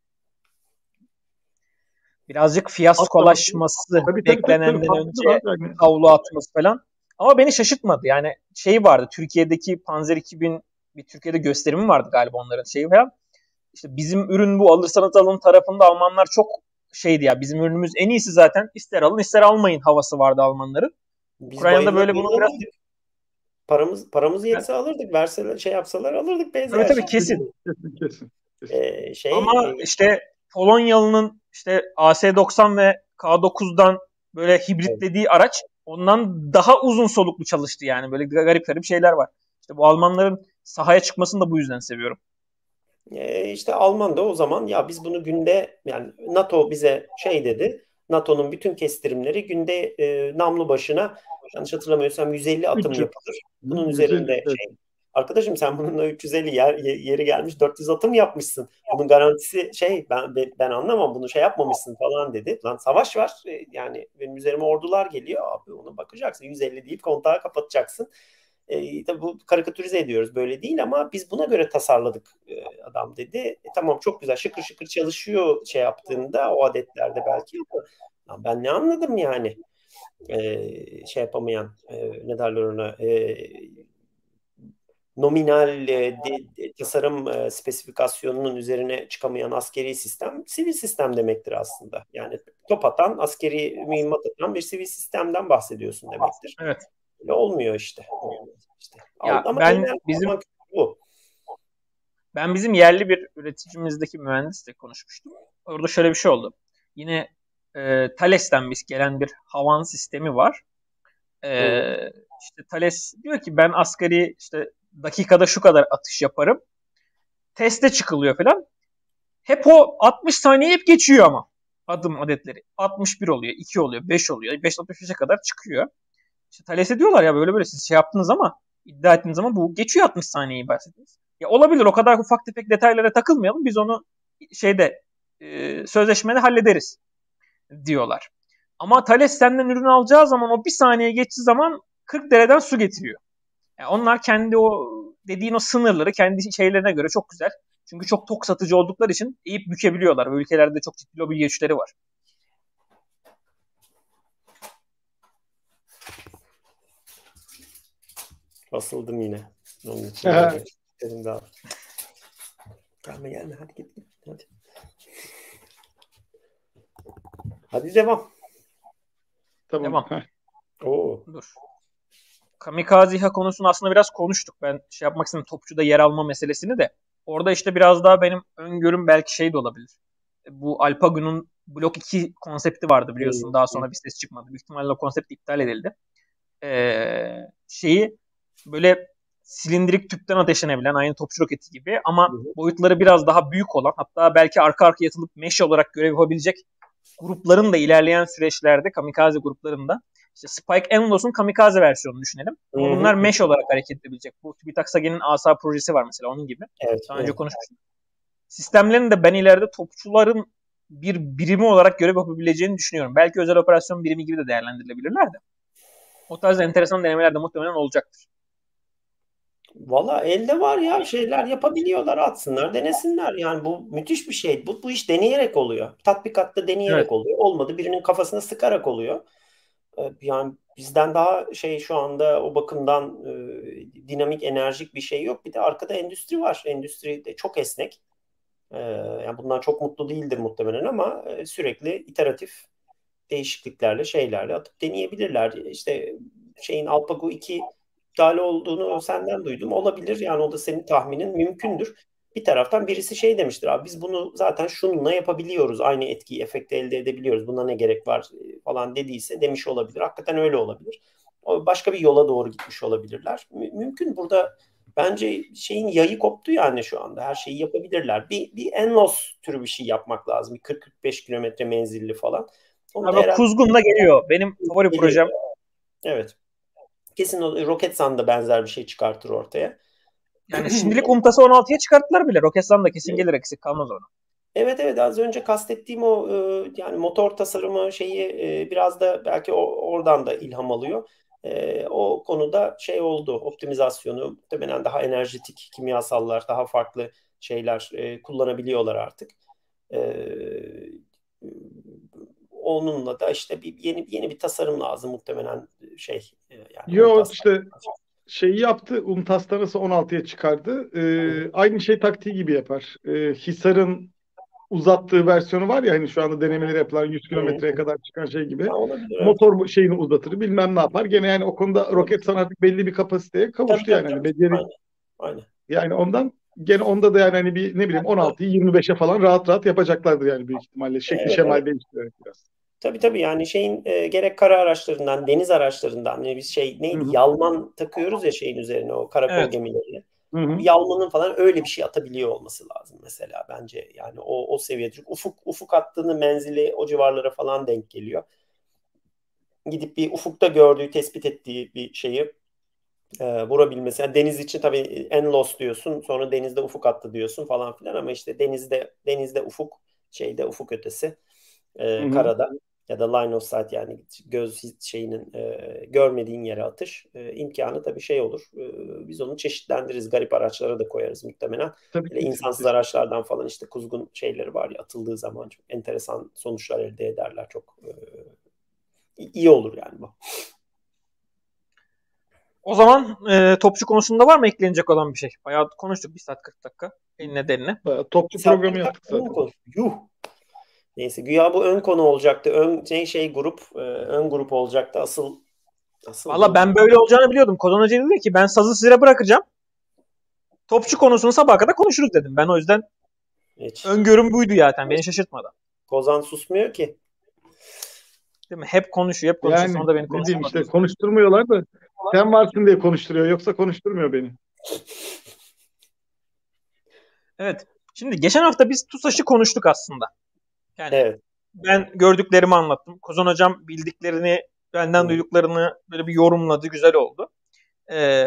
birazcık fiyaskolaşması tabii, beklenenden tabii, tabii, önce yani. Havlu atması falan. Ama beni şaşırtmadı. Yani şey vardı. Türkiye'deki Panzer iki bin bir Türkiye'de gösterimi vardı galiba onların şeyi falan. İşte bizim ürün bu, alırsanız alın tarafında Almanlar çok şeydi ya. Bizim ürünümüz en iyisi zaten. İster alın ister almayın havası vardı Almanların. Biz Ukrayna'da böyle bunu biraz paramız paramız yetse alırdık. Verseler, şey yapsalar alırdık. Benzer tabii tabii kesin. Kesin kesin. kesin. Ee, şey, Ama e, işte Polonyalı'nın işte A S doksan ve K dokuzdan böyle hibritlediği evet. araç ondan daha uzun soluklu çalıştı yani. Böyle garip garip şeyler var. İşte bu Almanların sahaya çıkmasını da bu yüzden seviyorum. E, işte Alman da o zaman ya biz bunu günde, yani NATO bize şey dedi. NATO'nun bütün kestirimleri günde e, namlu başına, yanlış hatırlamıyorsam yüz elli atım yapılır. Bunun yüz elli, üzerinde evet. şey. Arkadaşım sen bununla üç yüz elli yer, yeri gelmiş dört yüz atım yapmışsın. Bunun garantisi şey ben ben anlamam, bunu şey yapmamışsın falan dedi. Lan savaş var. Yani benim üzerime ordular geliyor. Abi ona bakacaksın. yüz elli deyip kontağı kapatacaksın. E, tabii bu karikatürize ediyoruz, böyle değil ama biz buna göre tasarladık e, adam dedi. E, tamam çok güzel, şıkır şıkır çalışıyor şey yaptığında o adetlerde belki ama ben ne anladım yani e, şey yapamayan e, ne derler ona e, nominal e, de, de, tasarım e, spesifikasyonunun üzerine çıkamayan askeri sistem sivil sistem demektir aslında. Yani top atan, askeri mühimmat atan bir sivil sistemden bahsediyorsun demektir. Evet. Öyle olmuyor işte. işte. Ya ama ben bizim bu. Ben bizim yerli bir üreticimizdeki mühendisle konuşmuştum. Orada şöyle bir şey oldu. Yine e, Thales'ten biz gelen bir havan sistemi var. E, işte Thales diyor ki ben asgari işte dakikada şu kadar atış yaparım. Teste çıkılıyor falan. Hep o altmış saniye hep geçiyor ama. Adım adetleri. altmış bir oluyor, iki oluyor, beş oluyor. beş altmış beşe kadar çıkıyor. İşte Thales'e diyorlar ya böyle böyle siz şey yaptınız ama iddia ettiğiniz zaman bu geçiyor altmış saniyeyi bahsediyoruz. Ya olabilir, o kadar ufak tefek detaylara takılmayalım. Biz onu şeyde e, sözleşmede hallederiz diyorlar. Ama Thales senden ürün alacağı zaman o bir saniye geçtiği zaman kırk dereden su getiriyor. Yani onlar kendi o dediğin o sınırları kendi şeylerine göre çok güzel. Çünkü çok tok satıcı oldukları için eğip bükebiliyorlar. Bu ülkelerde çok ciddi lobi güçleri var. Basıldım yine. Onun için evet. Daha. Gelme gelme hadi git. Hadi. Hadi devam. Tamam. Devam. Oo. Dur. Kamikaze İHA konusunu aslında biraz konuştuk. Ben şey yapmak istedim, topçuda yer alma meselesini de. Orada işte biraz daha benim öngörüm belki şey de olabilir. Bu Alpagun'un Blok iki konsepti vardı biliyorsun. Hmm. Daha sonra bir ses çıkmadı. Büyük ihtimalle o konsept iptal edildi. Ee, şeyi böyle silindirik tüpten ateşlenebilen aynı topçu roketi gibi ama hmm. boyutları biraz daha büyük olan, hatta belki arka arkaya atılıp mesh olarak görev yapabilecek grupların da ilerleyen süreçlerde, kamikaze gruplarında işte Spike Enlos'un kamikaze versiyonunu düşünelim. Ama hmm. bunlar mesh olarak hareket edebilecek. Bu TÜBİTAK SAGE'nin ASA projesi var mesela onun gibi. Evet, daha önce evet. konuşmuştuk. Sistemlerin de ben ileride topçuların bir birimi olarak görev yapabileceğini düşünüyorum. Belki özel operasyon birimi gibi de değerlendirilebilirler de. O tarz enteresan denemeler de muhtemelen olacaktır. Valla elde var ya, şeyler yapabiliyorlar, atsınlar, denesinler. Yani bu müthiş bir şey. Bu, bu iş deneyerek oluyor. Tatbikatta deneyerek evet. oluyor. Olmadı birinin kafasına sıkarak oluyor. Yani bizden daha şey şu anda o bakımdan e, dinamik, enerjik bir şey yok. Bir de arkada endüstri var. Endüstri de çok esnek. E, yani bundan çok mutlu değildir muhtemelen ama e, sürekli iteratif değişikliklerle, şeylerle atıp deneyebilirler. İşte şeyin Alpago iki iptal olduğunu senden duydum. Olabilir. Yani o da senin tahminin, mümkündür. Bir taraftan birisi şey demiştir. Abi biz bunu zaten şununla yapabiliyoruz. Aynı etkiyi, efekti elde edebiliyoruz. Buna ne gerek var falan dediyse demiş olabilir. Hakikaten öyle olabilir. Başka bir yola doğru gitmiş olabilirler. Mümkün. Burada bence şeyin yayı koptu yani şu anda. Her şeyi yapabilirler. Bir, bir Enlos türü bir şey yapmak lazım. Bir kırk kırk beş kilometre menzilli falan. Onu Ama herhalde... Kuzgun da geliyor. Benim favori geliyor. Projem. Evet. Kesin o Roketsan da benzer bir şey çıkartır ortaya. Yani şimdilik UMTAS'ı on altıya çıkarttılar bile. Roketsan da kesin gelir, eksik kalmaz ona. Evet evet, az önce kastettiğim o yani motor tasarımı şeyi biraz da belki oradan da ilham alıyor. O konuda şey oldu, optimizasyonu muhtemelen daha enerjetik kimyasallar, daha farklı şeyler kullanabiliyorlar artık. Onunla da işte bir yeni yeni bir tasarım lazım muhtemelen şey. Yani Yok işte şeyi yaptı. UMTAS'ta nasıl on altıya çıkardı. Ee, aynı şey taktiği gibi yapar. Ee, Hisar'ın uzattığı versiyonu var ya hani şu anda denemeleri yapılan yüz kilometreye kadar çıkan şey gibi. Motor evet. şeyini uzatır, bilmem ne yapar. Gene yani o konuda evet. Roketsan artık belli bir kapasiteye kavuştu tabii, yani. Tabii, hani beceri. Aynen. Aynen. Yani ondan gene onda da yani hani bir ne bileyim on altıyı yirmi beşe falan rahat rahat yapacaklardır yani büyük ihtimalle. Şekli evet, şemal evet. değiştirerek biraz. Tabii tabii yani şeyin e, gerek kara araçlarından, deniz araçlarından yani biz şey neydi Hı-hı. Yalman takıyoruz ya şeyin üzerine o karakol evet. gemilerine. Hı-hı. Yalmanın falan öyle bir şey atabiliyor olması lazım mesela bence yani o o seviyede. Çünkü ufuk ufuk attığını menzili o civarlara falan denk geliyor. Gidip bir ufukta gördüğü, tespit ettiği bir şeyi e, vurabilmesi. Yani deniz için tabii Enlos diyorsun, sonra denizde ufuk attı diyorsun falan filan ama işte denizde denizde ufuk, şeyde ufuk ötesi, e, karada ya da line of sight yani göz şeyinin e, görmediğin yere atış e, imkanı tabii şey olur. E, biz onu çeşitlendiririz. Garip araçlara da koyarız muhtemelen. Tabii insansız araçlardan falan işte kuzgun şeyleri var ya, atıldığı zaman çok enteresan sonuçlar elde ederler. Çok e, iyi olur yani bu. O zaman e, topçu konusunda var mı eklenecek olan bir şey? Bayağı konuştuk bir saat kırk dakika. Eline derine. Topçu programı yaptık zaten. Yuh. Neyse güya bu ön konu olacaktı. Ön şey, şey grup, e, ön grup olacaktı. Asıl asıl Valla ben böyle olacağını biliyordum. Kozan Hoca dedi ki ben sazı size bırakacağım. Topçu konusunu sabah kadar konuşuruz dedim. Ben o yüzden Hiç. öngörüm buydu zaten. Beni şaşırtmadı. Kozan susmuyor ki. Değil mi? Hep konuşuyor, hep konuşuyor. Yani, sonra da beni konuşturmuyor. İşte konuşturmuyorlar da sen varsın diye konuşturuyor. Yoksa konuşturmuyor beni. Evet. Şimdi geçen hafta biz TUSAŞ'ı konuştuk aslında. Yani evet. ben gördüklerimi anlattım. Kozan Hocam bildiklerini, benden Hı. duyduklarını böyle bir yorumladı. Güzel oldu. Ee,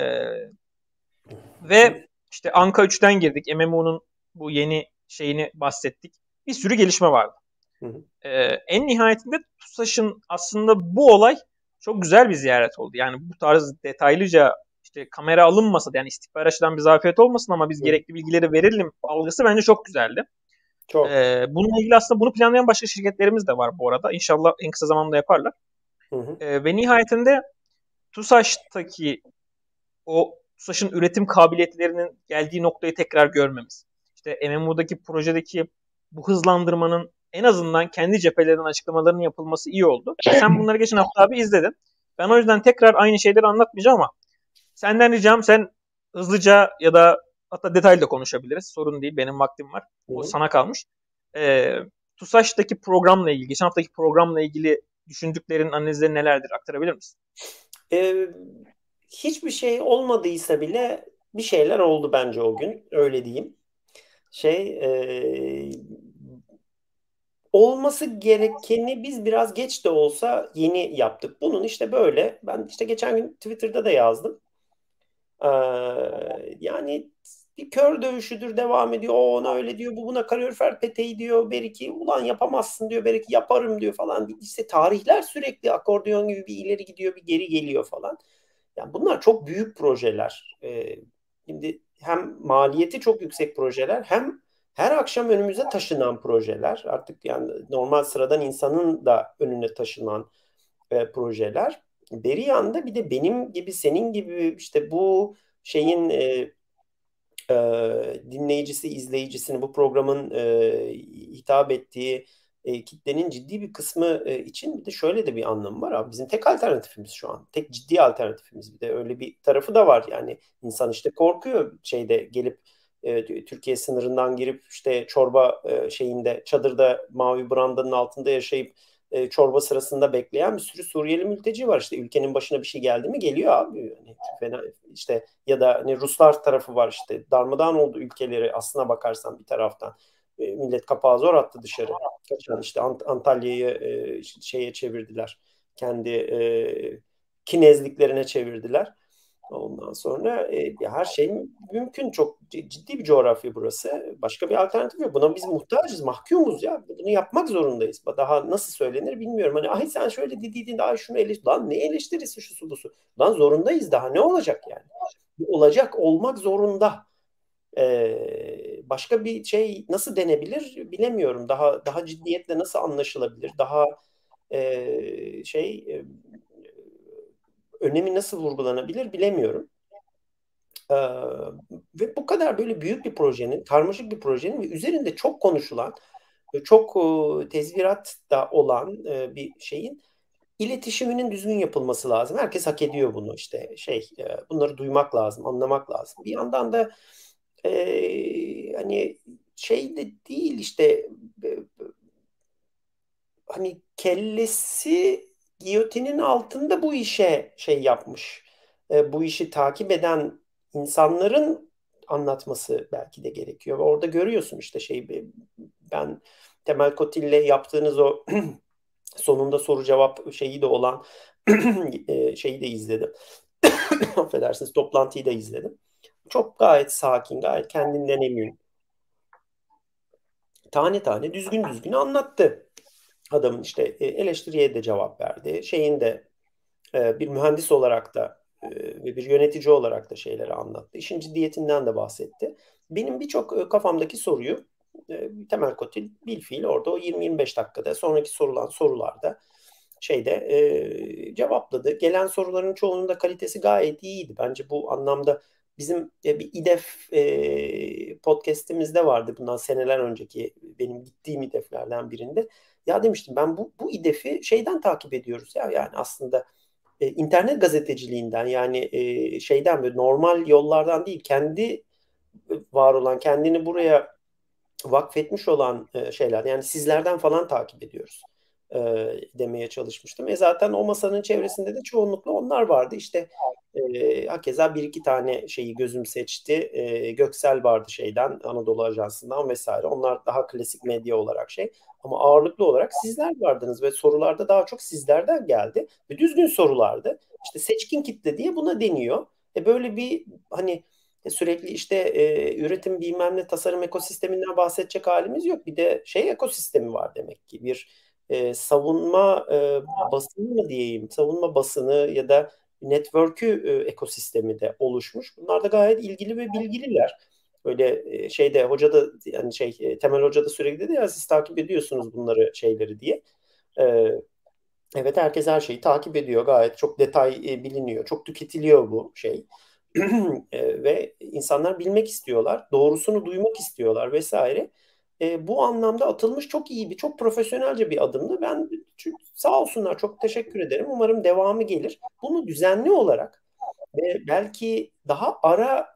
ve işte Anka üçten girdik. M M O'nun bu yeni şeyini bahsettik. bir sürü gelişme vardı. Hı hı. Ee, en nihayetinde TUSAŞ'ın aslında bu olay çok güzel bir ziyaret oldu. Yani bu tarz detaylıca işte kamera alınmasa da, yani istihbarat açıdan bir zafiyet olmasın ama biz Hı. gerekli bilgileri verelim algısı bence çok güzeldi. Çok. Ee, bununla ilgili aslında bunu planlayan başka şirketlerimiz de var bu arada. İnşallah en kısa zamanda yaparlar. Hı hı. Ee, ve nihayetinde TUSAŞ'taki o TUSAŞ'ın üretim kabiliyetlerinin geldiği noktayı tekrar görmemiz. İşte M M O'daki projedeki bu hızlandırmanın en azından kendi cephelerinden açıklamalarının yapılması iyi oldu. Sen bunları geçen hafta abi izledin. Ben o yüzden tekrar aynı şeyleri anlatmayacağım ama senden ricam, sen hızlıca ya da hatta detaylı da konuşabiliriz. Sorun değil, benim vaktim var. O Hı hı. sana kalmış. Ee, TUSAŞ'taki programla ilgili, geçen haftaki programla ilgili düşündüklerin, analizleri nelerdir? Aktarabilir misin? Ee, hiçbir şey olmadıysa bile bir şeyler oldu bence o gün. Öyle diyeyim. Şey e, olması gerekeni biz biraz geç de olsa yeni yaptık. Bunun işte böyle. Ben işte geçen gün Twitter'da da yazdım. Ee, yani bir kör dövüşüdür, devam ediyor. O ona öyle diyor, bu buna kalorifer peteği diyor. Beriki ulan yapamazsın diyor. Beriki yaparım diyor falan. İşte tarihler sürekli akordeon gibi bir ileri gidiyor, bir geri geliyor falan. Yani bunlar çok büyük projeler. Ee, şimdi hem maliyeti çok yüksek projeler, hem her akşam önümüze taşınan projeler. Artık yani normal sıradan insanın da önüne taşınan e, projeler. Beri yanda bir de benim gibi, senin gibi işte bu şeyin e, e, dinleyicisi, izleyicisini, bu programın e, hitap ettiği e, kitlenin ciddi bir kısmı e, için bir de şöyle de bir anlamı var abi. Bizim tek alternatifimiz şu an. Tek ciddi alternatifimiz. Bir de öyle bir tarafı da var. Yani insan işte korkuyor şeyde gelip e, Türkiye sınırından girip işte çorba e, şeyinde, çadırda mavi brandanın altında yaşayıp e, çorba sırasında bekleyen bir sürü Suriyeli mülteci var. İşte ülkenin başına bir şey geldi mi geliyor abi. Yani fena, işte ya da hani Ruslar tarafı var, işte darmadağın oldu ülkeleri aslına bakarsan bir taraftan. E, millet kapağı zor attı dışarı. Kaçan işte Ant- Antalya'yı e, şeye çevirdiler. Kendi e, kinezliklerine çevirdiler. Ondan sonra e, her şey mümkün. Çok ciddi bir coğrafya burası. Başka bir alternatif yok. Buna biz muhtacız, mahkumuz ya. Bunu yapmak zorundayız. Daha nasıl söylenir bilmiyorum. Hani ay sen şöyle dediydin, ay şunu eleştir. Lan ne eleştirisi şu su bu su. Lan zorundayız, daha ne olacak yani? Olacak, olmak zorunda. Ee, başka bir şey nasıl denebilir bilemiyorum. Daha daha ciddiyetle nasıl anlaşılabilir? Daha e, şey e, önemi nasıl vurgulanabilir bilemiyorum. Ee, ve bu kadar böyle büyük bir projenin, karmaşık bir projenin ve üzerinde çok konuşulan, çok e, tezvirat da olan e, bir şeyin iletişiminin düzgün yapılması lazım. Herkes hak ediyor bunu, işte şey e, bunları duymak lazım, anlamak lazım. Bir yandan da e, hani şey de değil işte e, hani kellesi giyotinin altında bu işe şey yapmış. E, bu işi takip eden insanların anlatması belki de gerekiyor. Ve orada görüyorsun işte şey, ben Temel Kotil'le yaptığınız o sonunda soru cevap şeyi de olan e, şeyi de izledim. Affedersiniz, toplantıyı da izledim. Çok gayet sakin, gayet kendinden emin. Tane tane düzgün düzgün anlattı. Adamın işte e, eleştiriye de cevap verdi. Şeyin de e, bir mühendis olarak da e, ve bir yönetici olarak da şeyleri anlattı. İşin ciddiyetinden de bahsetti. Benim birçok e, kafamdaki soruyu e, Temel Kotil bilfiil orada o yirmi yirmi beş dakikada, sonraki sorulan sorularda şeyde e, cevapladı. Gelen soruların çoğunun da kalitesi gayet iyiydi. Bence bu anlamda bizim e, bir İDEF e, podcast'imizde vardı bundan seneler önceki, benim gittiğim İDEF'lerden birinde. Ya demiştim ben, bu, bu İDEF'i şeyden takip ediyoruz ya, yani aslında e, internet gazeteciliğinden, yani e, şeyden, böyle normal yollardan değil, kendi var olan, kendini buraya vakfetmiş olan e, şeyler, yani sizlerden falan takip ediyoruz e, demeye çalışmıştım. E zaten o masanın çevresinde de çoğunlukla onlar vardı. İşte e, hakeza bir iki tane şeyi gözüm seçti. E, Göksel vardı şeyden, Anadolu Ajansı'ndan vesaire. Onlar daha klasik medya olarak şey. Ama ağırlıklı olarak sizler vardınız ve sorularda daha çok sizlerden geldi. Ve düzgün sorulardı. İşte seçkin kitle diye buna deniyor. E böyle bir hani E, sürekli işte e, üretim bilmem ne tasarım ekosisteminden bahsedecek halimiz yok. Bir de şey ekosistemi var demek ki. Bir e, savunma e, basını mı diyeyim, savunma basını ya da network'ü e, ekosistemi de oluşmuş. Bunlar da gayet ilgili ve bilgililer. Öyle e, şeyde hoca da yani şey e, Temel Hoca da sürekli dedi ya siz takip ediyorsunuz bunları şeyleri diye. E, evet herkes her şeyi takip ediyor. Gayet çok detay e, biliniyor. Çok tüketiliyor bu şey. E, ve insanlar bilmek istiyorlar. Doğrusunu duymak istiyorlar vesaire. E, bu anlamda atılmış çok iyi bir, çok profesyonelce bir adımdı. Ben çünkü sağ olsunlar çok teşekkür ederim. Umarım devamı gelir. Bunu düzenli olarak ve belki daha ara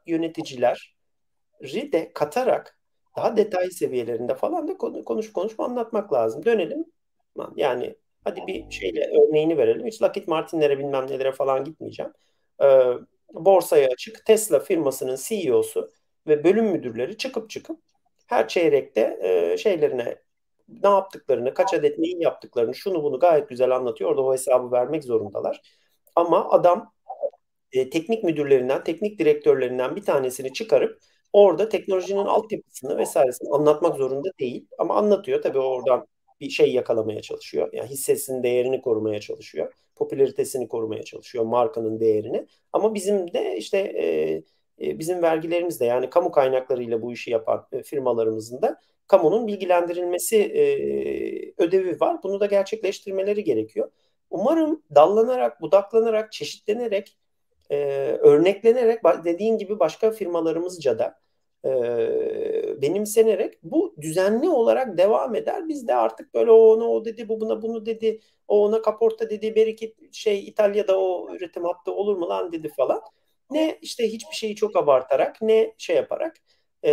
yöneticileri de katarak daha detay seviyelerinde falan da konuşup konuşup anlatmak lazım. Dönelim. Yani hadi bir şeyle örneğini verelim. Hiç Lockheed Martin'lere bilmem nelere falan gitmeyeceğim. Ee, borsaya açık Tesla firmasının C E O'su ve bölüm müdürleri çıkıp çıkıp her çeyrekte e, şeylerine ne yaptıklarını, kaç adet neyin yaptıklarını, şunu bunu gayet güzel anlatıyor. Orada o hesabı vermek zorundalar. Ama adam e, teknik müdürlerinden, teknik direktörlerinden bir tanesini çıkarıp orada teknolojinin altyapısını vesairesini anlatmak zorunda değil. Ama anlatıyor. Tabii oradan bir şey yakalamaya çalışıyor. Yani hissesinin değerini korumaya çalışıyor. Popülaritesini korumaya çalışıyor. Markanın değerini. Ama bizim de işte e, e, bizim vergilerimizde yani kamu kaynaklarıyla bu işi yapan e, firmalarımızın da kamunun bilgilendirilmesi e, ödevi var. Bunu da gerçekleştirmeleri gerekiyor. Umarım dallanarak, budaklanarak, çeşitlenerek e, örneklenerek dediğin gibi başka firmalarımızca da e, benimsenerek bu düzenli olarak devam eder. Biz de artık böyle o ona o dedi, bu buna bunu dedi, o ona kaporta dedi, beriki şey İtalya'da o üretim hattı olur mu lan dedi falan. Ne işte hiçbir şeyi çok abartarak ne şey yaparak e,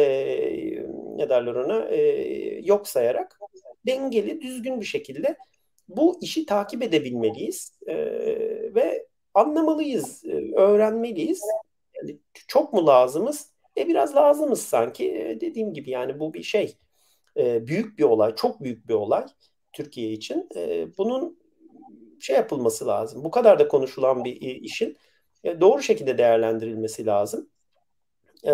ne derler ona e, yok sayarak dengeli, düzgün bir şekilde bu işi takip edebilmeliyiz e, ve anlamalıyız, e, öğrenmeliyiz. Yani çok mu lazımız? E biraz lazımız sanki. E, dediğim gibi yani bu bir şey. E, büyük bir olay, çok büyük bir olay Türkiye için. E, bunun şey yapılması lazım. Bu kadar da konuşulan bir işin e, doğru şekilde değerlendirilmesi lazım. E,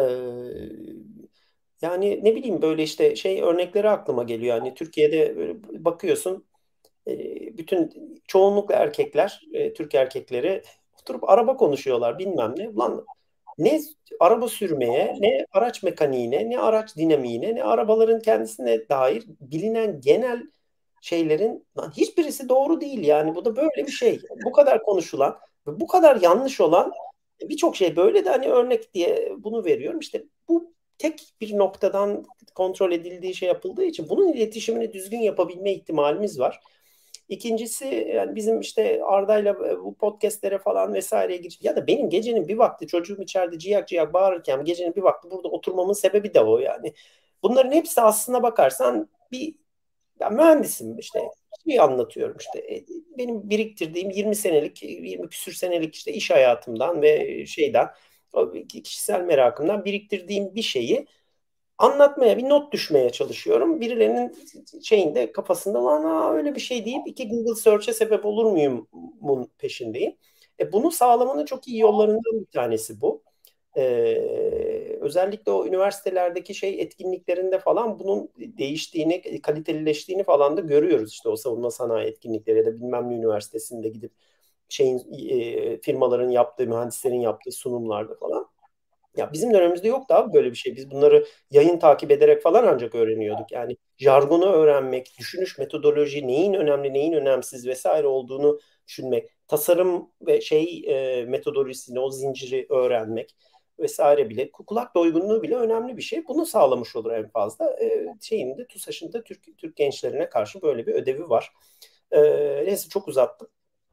yani ne bileyim böyle işte şey örnekleri aklıma geliyor. Yani Türkiye'de böyle bakıyorsun e, bütün çoğunlukla erkekler, e, Türk erkekleri oturup araba konuşuyorlar bilmem ne. Lan ne araba sürmeye, ne araç mekaniğine, ne araç dinamiğine, ne arabaların kendisine dair bilinen genel şeylerin lan hiçbirisi doğru değil yani. Bu da böyle bir şey. Bu kadar konuşulan ve bu kadar yanlış olan birçok şey böyle de hani örnek diye bunu veriyorum. İşte bu tek bir noktadan kontrol edildiği şey yapıldığı için bunun iletişimini düzgün yapabilme ihtimalimiz var. İkincisi yani bizim işte Arda'yla bu podcastlere falan vesaireye giriş ya da benim gecenin bir vakti çocuğum içeride ciyak ciyak bağırırken gecenin bir vakti burada oturmamın sebebi de o yani. Bunların hepsi aslına bakarsan bir ben mühendisim işte bir anlatıyorum işte benim biriktirdiğim yirmi senelik yirmi küsür senelik işte iş hayatımdan ve şeyden kişisel merakımdan biriktirdiğim bir şeyi anlatmaya, bir not düşmeye çalışıyorum. Birilerinin şeyinde kafasında lan aa, öyle bir şey deyip iki Google Search'e sebep olur muyumun peşindeyim. E, bunu sağlamanın çok iyi yollarından bir tanesi bu. E, özellikle o üniversitelerdeki şey etkinliklerinde falan bunun değiştiğini, kalitelileştiğini falan da görüyoruz. İşte o savunma sanayi etkinlikleri ya da bilmem ne üniversitesinde gidip şeyin e, firmaların yaptığı, mühendislerin yaptığı sunumlarda falan. Ya bizim dönemimizde yoktu abi böyle bir şey. Biz bunları yayın takip ederek falan ancak öğreniyorduk. Yani jargonu öğrenmek, düşünüş metodoloji, neyin önemli, neyin önemsiz vesaire olduğunu düşünmek, tasarım ve şey e, metodolojisini, o zinciri öğrenmek vesaire bile, kulak doygunluğu bile önemli bir şey. Bunu sağlamış olur en fazla. E, şeyin de TUSAŞ'ın da Türk, Türk gençlerine karşı böyle bir ödevi var. E, neyse çok uzattım.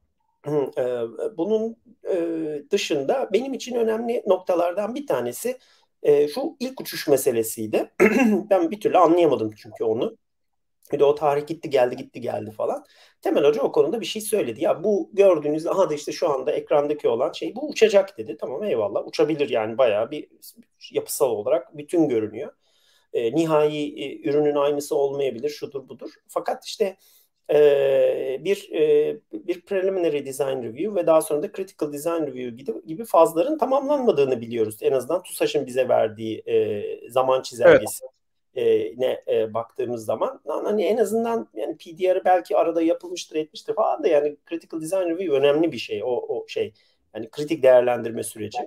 Bunun dışında benim için önemli noktalardan bir tanesi şu ilk uçuş meselesiydi. Ben bir türlü anlayamadım çünkü onu. Bir de o tarih gitti geldi gitti geldi falan. Temel Hoca o konuda bir şey söyledi. Ya bu gördüğünüz aha da işte şu anda ekrandaki olan şey bu uçacak dedi. Tamam eyvallah uçabilir yani bayağı bir yapısal olarak bütün görünüyor. E, nihai e, ürünün aynısı olmayabilir şudur budur. Fakat işte e, bir e, bir preliminary design review ve daha sonra da critical design review gibi, gibi fazların tamamlanmadığını biliyoruz. En azından TUSAŞ'ın bize verdiği e, zaman çizelgesi. Evet. Ne e, baktığımız zaman hani en azından yani P D R'ı belki arada yapılmıştır etmiştir falan da yani critical design review önemli bir şey. O, o şey yani kritik değerlendirme süreci.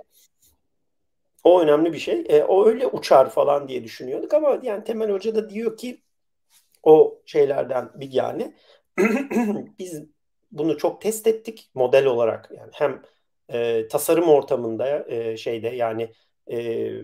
O önemli bir şey. E, o öyle uçar falan diye düşünüyorduk ama yani Temel Hoca da diyor ki o şeylerden bir yani biz bunu çok test ettik model olarak yani hem e, tasarım ortamında e, şeyde yani e,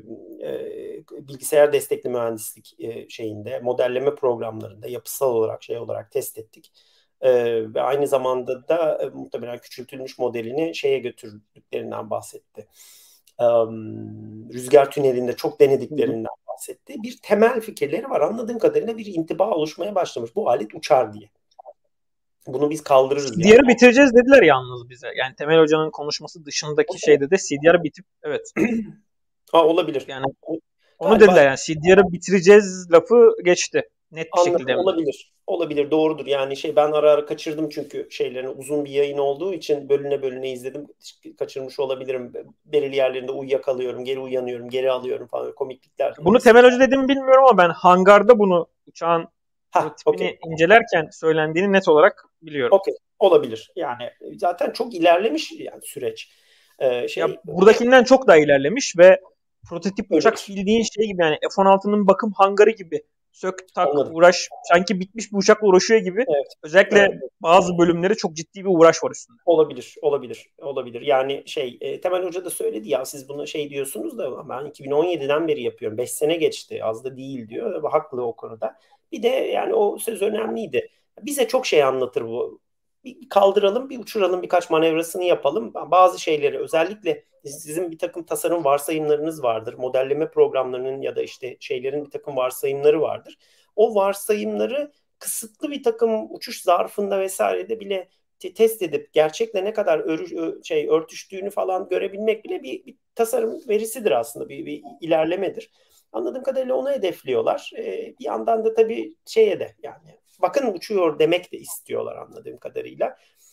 e, bilgisayar destekli mühendislik e, şeyinde modelleme programlarında yapısal olarak şey olarak test ettik. E, ve aynı zamanda da e, muhtemelen küçültülmüş modelini şeye götürdüklerinden bahsetti. E, rüzgar tünelinde çok denediklerinden bahsetti. Bir temel fikirleri var. Anladığım kadarıyla bir intiba oluşmaya başlamış. Bu alet uçar diye. Bunu biz kaldırırız. C D R'ı yani. bitireceğiz dediler yalnız bize. Yani Temel Hoca'nın konuşması dışındaki o şeyde de C D R'ı bitip evet. Ha olabilir. Yani onu galiba dediler yani C D R'ı bitireceğiz lafı geçti. Net bir anladım, şekilde. Olabilir. Olabilir. Doğrudur. Yani şey ben ara ara kaçırdım çünkü şeylerini uzun bir yayın olduğu için bölüne bölüne izledim. Kaçırmış olabilirim. Belirli yerlerinde uyuyakalıyorum, geri uyanıyorum, geri alıyorum falan komiklikler. Bunu Temel Hoca dediğimi bilmiyorum ama ben hangarda bunu uçağın ha, tipini okay. incelerken söylendiğini net olarak biliyorum. Okey. Olabilir. Yani zaten çok ilerlemiş yani süreç. Ee, şey, ya buradakinden çok daha ilerlemiş ve prototip uçak bildiğin şey gibi yani F on altının bakım hangarı gibi sök tak Anladım. uğraş sanki bitmiş bir uçakla uğraşıyor gibi. Evet. Özellikle evet. bazı bölümleri çok ciddi bir uğraş var üstünde. Olabilir, olabilir, olabilir. Yani şey e, Temel Hoca da söyledi ya siz bunu şey diyorsunuz da ben iki bin on yediden beri yapıyorum. beş sene geçti az da değil diyor. Ve haklı o konuda. Bir de yani o söz önemliydi. Bize çok şey anlatır bu. Bir kaldıralım, bir uçuralım, birkaç manevrasını yapalım. Bazı şeyleri özellikle sizin bir takım tasarım varsayımlarınız vardır. Modelleme programlarının ya da işte şeylerin bir takım varsayımları vardır. O varsayımları kısıtlı bir takım uçuş zarfında vesairede bile test edip gerçekle ne kadar ör, şey örtüştüğünü falan görebilmek bile bir, bir tasarım verisidir aslında. Bir, bir ilerlemedir. Anladığım kadarıyla onu hedefliyorlar. Ee, bir yandan da tabii şeye de yani bakın uçuyor demek de istiyorlar anladığım kadarıyla.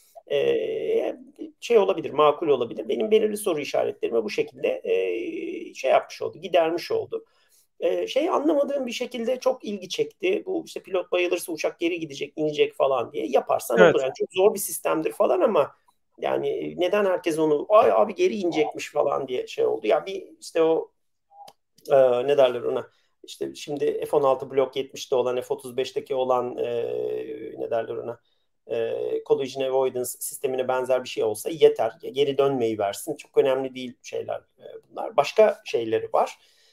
Ee, şey olabilir, makul olabilir. Benim belirli soru işaretlerimi bu şekilde e, şey yapmış oldu, gidermiş oldu. Ee, şey anlamadığım bir şekilde çok ilgi çekti. Bu işte pilot bayılırsa uçak geri gidecek, inecek falan diye yaparsan evet. olur. Yani çok zor bir sistemdir falan ama yani neden herkes onu ay abi geri inecekmiş falan diye şey oldu. Ya bir işte o e, ne derler ona işte şimdi F on altı Block yetmişte olan F otuz beşteki olan e, ne derler ona e, collision avoidance sistemine benzer bir şey olsa yeter. Geri dönmeyi versin. Çok önemli değil şeyler e, bunlar. Başka şeyleri var.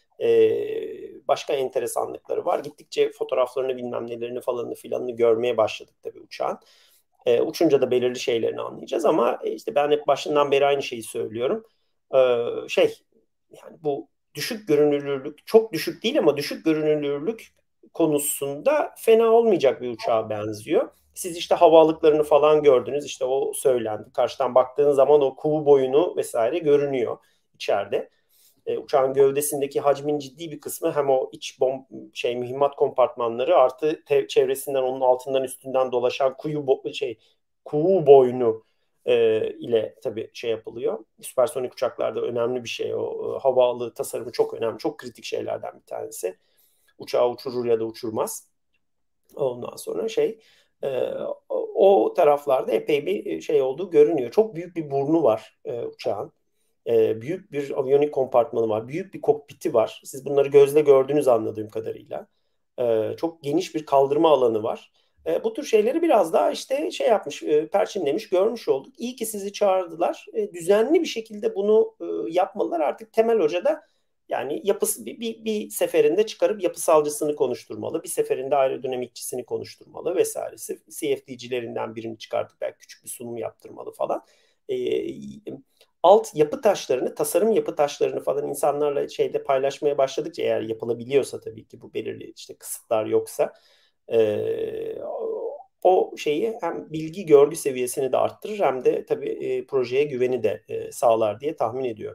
Ee, başka enteresanlıkları var. Gittikçe fotoğraflarını bilmem nelerini falanını filanını görmeye başladık tabii uçağın. Ee, uçunca da belirli şeylerini anlayacağız ama işte ben hep başından beri aynı şeyi söylüyorum. Ee, şey yani bu düşük görünürlülük çok düşük değil ama düşük görünürlülük konusunda fena olmayacak bir uçağa benziyor. Siz işte havalıklarını falan gördünüz. İşte o söylendi. Karşıdan baktığın zaman o kuğu boyunu vesaire görünüyor içeride. E, uçağın gövdesindeki hacmin ciddi bir kısmı hem o iç bom şey mühimmat kompartmanları artı te- çevresinden onun altından üstünden dolaşan kuyu bo- şey kuğu boynu e, ile tabii şey yapılıyor. Süpersonik uçaklarda önemli bir şey o. E, havaalı tasarımı çok önemli. Çok kritik şeylerden bir tanesi. Uçağı uçurur ya da uçurmaz. Ondan sonra şey e, o taraflarda epey bir şey olduğu görünüyor. Çok büyük bir burnu var e, uçağın. E, büyük bir aviyonik kompartmanı var. Büyük bir kokpiti var. Siz bunları gözle gördünüz anladığım kadarıyla. E, çok geniş bir kaldırma alanı var. E, bu tür şeyleri biraz daha işte şey yapmış, e, perçinlemiş, görmüş olduk. İyi ki sizi çağırdılar. E, düzenli bir şekilde bunu e, yapmalılar. Artık Temel Hoca da yani yapısı bir, bir, bir seferinde çıkarıp yapısalcısını konuşturmalı. Bir seferinde aerodinamikçisini konuşturmalı vesairesi. C F D'cilerinden birini çıkartıp belki küçük bir sunum yaptırmalı falan. E, alt yapı taşlarını, tasarım yapı taşlarını falan insanlarla şeyde paylaşmaya başladıkça eğer yapılabiliyorsa tabii ki bu belirli işte kısıtlar yoksa e, o şeyi hem bilgi görgü seviyesini de arttırır hem de tabii e, projeye güveni de e, sağlar diye tahmin ediyorum.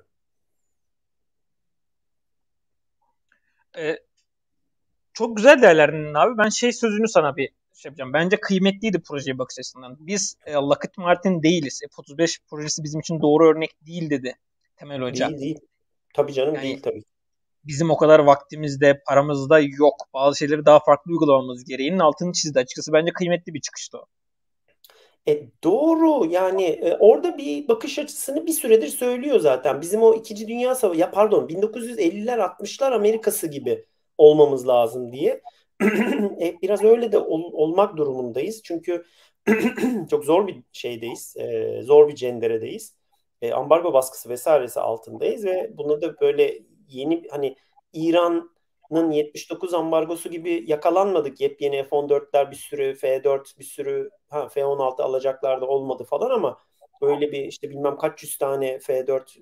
Ee, çok güzel değerlendirdin abi. Ben şey sözünü sana bir şey yapacağım. Bence kıymetliydi projeye bakış açısından. Biz e, Lockheed Martin değiliz. F otuz beş projesi bizim için doğru örnek değil dedi Temel Hoca. Değil değil. Tabii canım yani, değil tabii. Bizim o kadar vaktimizde, paramızda yok. Bazı şeyleri daha farklı uygulamamız gereğinin altını çizdi. Açıkçası bence kıymetli bir çıkıştı o. E doğru yani e, orada bir bakış açısını bir süredir söylüyor zaten. Bizim o İkinci Dünya Savaşı ya pardon bin dokuz yüz elliler altmışlar Amerikası gibi olmamız lazım diye. e, biraz öyle de ol, olmak durumundayız. Çünkü çok zor bir şeydeyiz. E, zor bir cenderedeyiz. E, ambargo baskısı vesairesi altındayız ve buna da böyle yeni hani İran'ın yetmiş dokuz ambargosu gibi yakalanmadık. Yepyeni F on dörtler bir sürü, F dört bir sürü, ha, F on altı alacaklar da olmadı falan ama öyle bir işte bilmem kaç yüz tane F dört,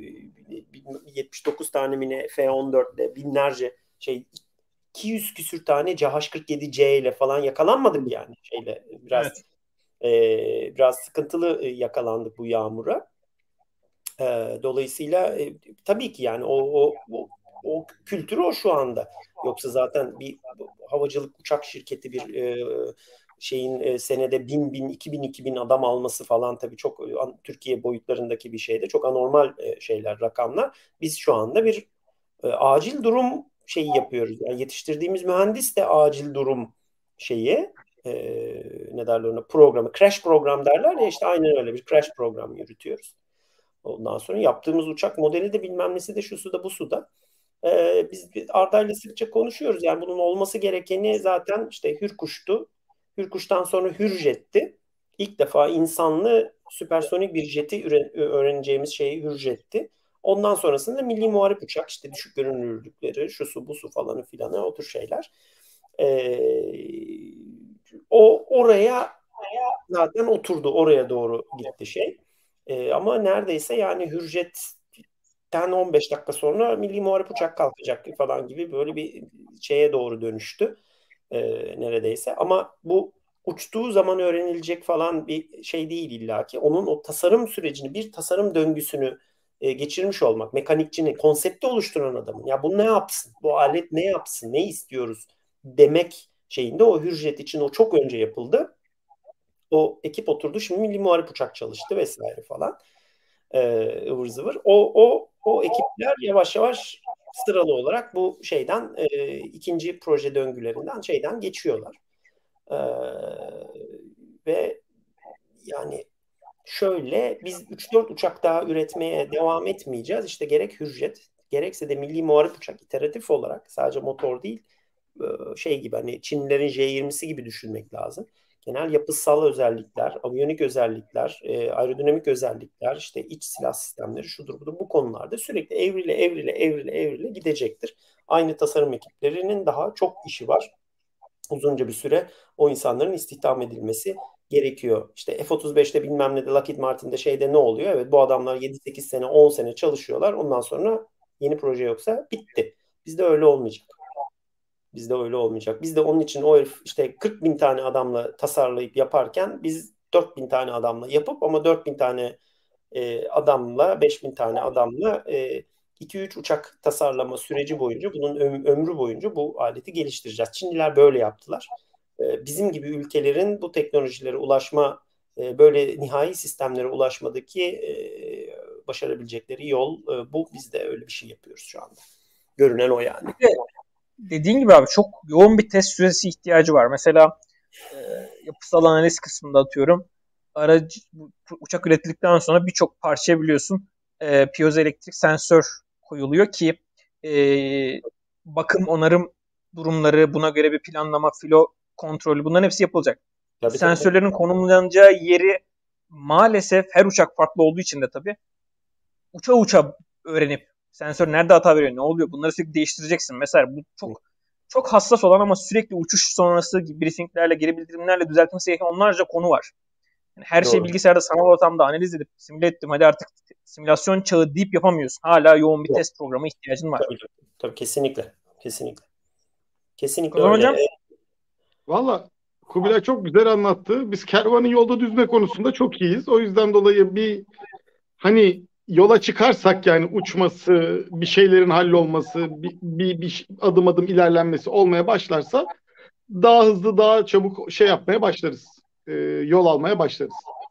yetmiş dokuz tane mi ne F on dörtle binlerce şey iki yüz küsür tane C H kırk yedi C ile falan yakalanmadık yani şeyle biraz evet. e, biraz sıkıntılı yakalandık bu yağmura. E, dolayısıyla e, tabii ki yani o, o, o o kültür o şu anda. Yoksa zaten bir havacılık uçak şirketi bir e, şeyin e, senede bin, bin, iki bin, iki bin adam alması falan tabii çok Türkiye boyutlarındaki bir şeyde çok anormal e, şeyler, rakamlar. Biz şu anda bir e, acil durum şeyi yapıyoruz. Yani yetiştirdiğimiz mühendis de acil durum şeyi e, ne derler ona programı, crash program derler ya işte aynen öyle bir crash program yürütüyoruz. Ondan sonra yaptığımız uçak modeli de bilmem nesi de şu suda bu suda. Ee, biz Arda'yla sıkça konuşuyoruz. Yani bunun olması gerekeni zaten işte Hürkuş'tu. Hürkuş'tan sonra Hürjet'ti. İlk defa insanlı süpersonik bir jeti öğreneceğimiz şey Hürjet'ti. Ondan sonrasında milli muharip uçak işte düşük görünürlükleri, şu su bu su falanı filanı o tür şeyler. Ee, o oraya zaten oturdu. Oraya doğru gitti şey. Ee, ama neredeyse yani Hürjet'ten on beş dakika sonra milli muharip uçak kalkacak falan gibi böyle bir şeye doğru dönüştü. Ee, neredeyse. Ama bu uçtuğu zaman öğrenilecek falan bir şey değil illaki. Onun o tasarım sürecini, bir tasarım döngüsünü e, geçirmiş olmak, mekanikçinin, konsepti oluşturan adamın. Ya bu ne yapsın? Bu alet ne yapsın? Ne istiyoruz? Demek şeyinde o Hürjet için o çok önce yapıldı. O ekip oturdu. Şimdi milli muharip uçak çalıştı vesaire falan. Ee, ıvır zıvır. O, o, o ekipler yavaş yavaş sıralı olarak bu şeyden e, ikinci proje döngülerinden şeyden geçiyorlar. Ee, ve yani şöyle biz üç dört uçak daha üretmeye devam etmeyeceğiz. İşte gerek Hürjet gerekse de milli muharip uçak iteratif olarak sadece motor değil şey gibi hani Çinlilerin J yirmisi gibi düşünmek lazım. Genel yapısal özellikler, aviyonik özellikler, e, aerodinamik özellikler, işte iç silah sistemleri şudur budur bu konularda sürekli evrile evrile evrile evrile gidecektir. Aynı tasarım ekiplerinin daha çok işi var. Uzunca bir süre o insanların istihdam edilmesi gerekiyor. İşte F otuz beşte bilmem ne de Lockheed Martin'de şeyde ne oluyor? Evet bu adamlar yedi sekiz sene on sene çalışıyorlar. Ondan sonra yeni proje yoksa bitti. Bizde öyle olmayacak. Bizde öyle olmayacak. Biz de onun için o herif işte kırk bin tane adamla tasarlayıp yaparken biz dört bin tane adamla yapıp ama dört bin tane e, adamla beş bin tane adamla e, iki üç uçak tasarlama süreci boyunca bunun öm- ömrü boyunca bu aleti geliştireceğiz. Çinliler böyle yaptılar. E, bizim gibi ülkelerin bu teknolojilere ulaşma e, böyle nihai sistemlere ulaşmadaki e, başarabilecekleri yol e, bu. Biz de öyle bir şey yapıyoruz şu anda. Görünen o yani. Evet. Dediğin gibi abi çok yoğun bir test süresi ihtiyacı var. Mesela e, yapısal analiz kısmında atıyorum. Aracı, uçak üretildikten sonra birçok parçaya biliyorsun e, piyozoelektrik sensör koyuluyor ki e, bakım, onarım durumları, buna göre bir planlama, filo kontrolü bunların hepsi yapılacak. Tabii, Sensörlerin tabii. konumlanacağı yeri maalesef her uçak farklı olduğu için de tabii uça uça öğrenip sensör nerede hata veriyor, ne oluyor bunları sürekli değiştireceksin. Mesela bu çok çok hassas olan ama sürekli uçuş sonrası briefinglerle, geri bildirimlerle düzeltmesi gereken onlarca konu var. Yani her Doğru. şey bilgisayarda sanal ortamda analiz edip simüle ettim. Hadi artık simülasyon çağı deyip yapamıyorsun. Hala yoğun bir Doğru. test programı ihtiyacın var. Tabii, tabii kesinlikle. Kesinlikle. Kesinlikle Kozan öyle. Hocam? Valla Kubilay çok güzel anlattı. Biz kervanı yolda düzme konusunda çok iyiyiz. O yüzden dolayı bir hani yola çıkarsak yani uçması, bir şeylerin hallolması, bir, bir, bir adım adım ilerlenmesi olmaya başlarsa daha hızlı, daha çabuk şey yapmaya başlarız. E, yol almaya başlarız.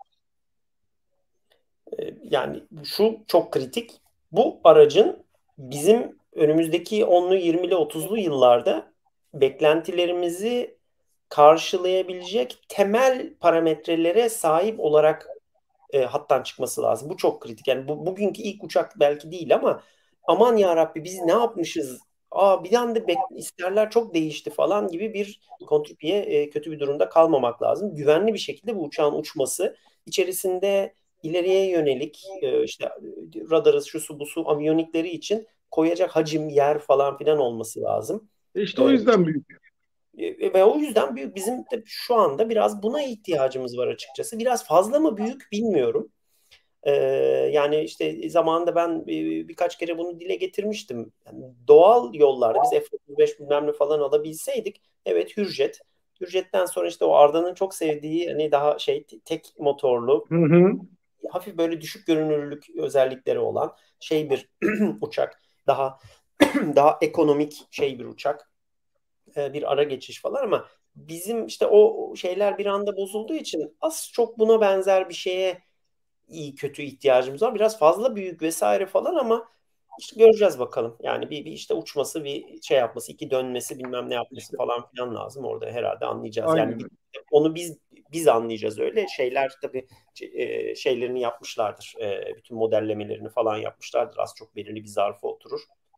Yani şu çok kritik. Bu aracın bizim önümüzdeki onlu, yirmili, otuzlu yıllarda beklentilerimizi karşılayabilecek temel parametrelere sahip olarak e, hattan çıkması lazım. Bu çok kritik. Yani bu, bugünkü ilk uçak belki değil ama aman ya Rabbi biz ne yapmışız? Aa bir anda bek- isterler çok değişti falan gibi bir kontrpiye e, kötü bir durumda kalmamak lazım. Güvenli bir şekilde bu uçağın uçması içerisinde ileriye yönelik e, işte radarı, şusu busu, aviyonikleri için koyacak hacim, yer falan filan olması lazım. E işte o E, yüzden büyük. e, Ve o yüzden büyük bizim de şu anda biraz buna ihtiyacımız var açıkçası. Biraz fazla mı büyük bilmiyorum. Ee, yani işte zamanında ben bir, birkaç kere bunu dile getirmiştim. Yani doğal yollarda biz F otuz beş bilmem ne falan alabilseydik, evet Hürjet. Hürjet'ten sonra işte o Arda'nın çok sevdiği hani daha şey tek motorlu, Hı hı. hafif böyle düşük görünürlük özellikleri olan şey bir uçak. Daha daha ekonomik şey bir uçak. Ee, bir ara geçiş falan ama bizim işte o şeyler bir anda bozulduğu için az çok buna benzer bir şeye iyi kötü ihtiyacımız var. Biraz fazla büyük vesaire falan ama işte göreceğiz bakalım. Yani bir, bir işte uçması, bir şey yapması, iki dönmesi, bilmem ne yapması İşte falan filan lazım. Orada herhalde anlayacağız. Yani aynen bir- öyle. onu biz biz anlayacağız öyle. Şeyler tabii e, şeylerini yapmışlardır. E, bütün modellemelerini falan yapmışlardır. Az çok belirli bir zarfa oturur.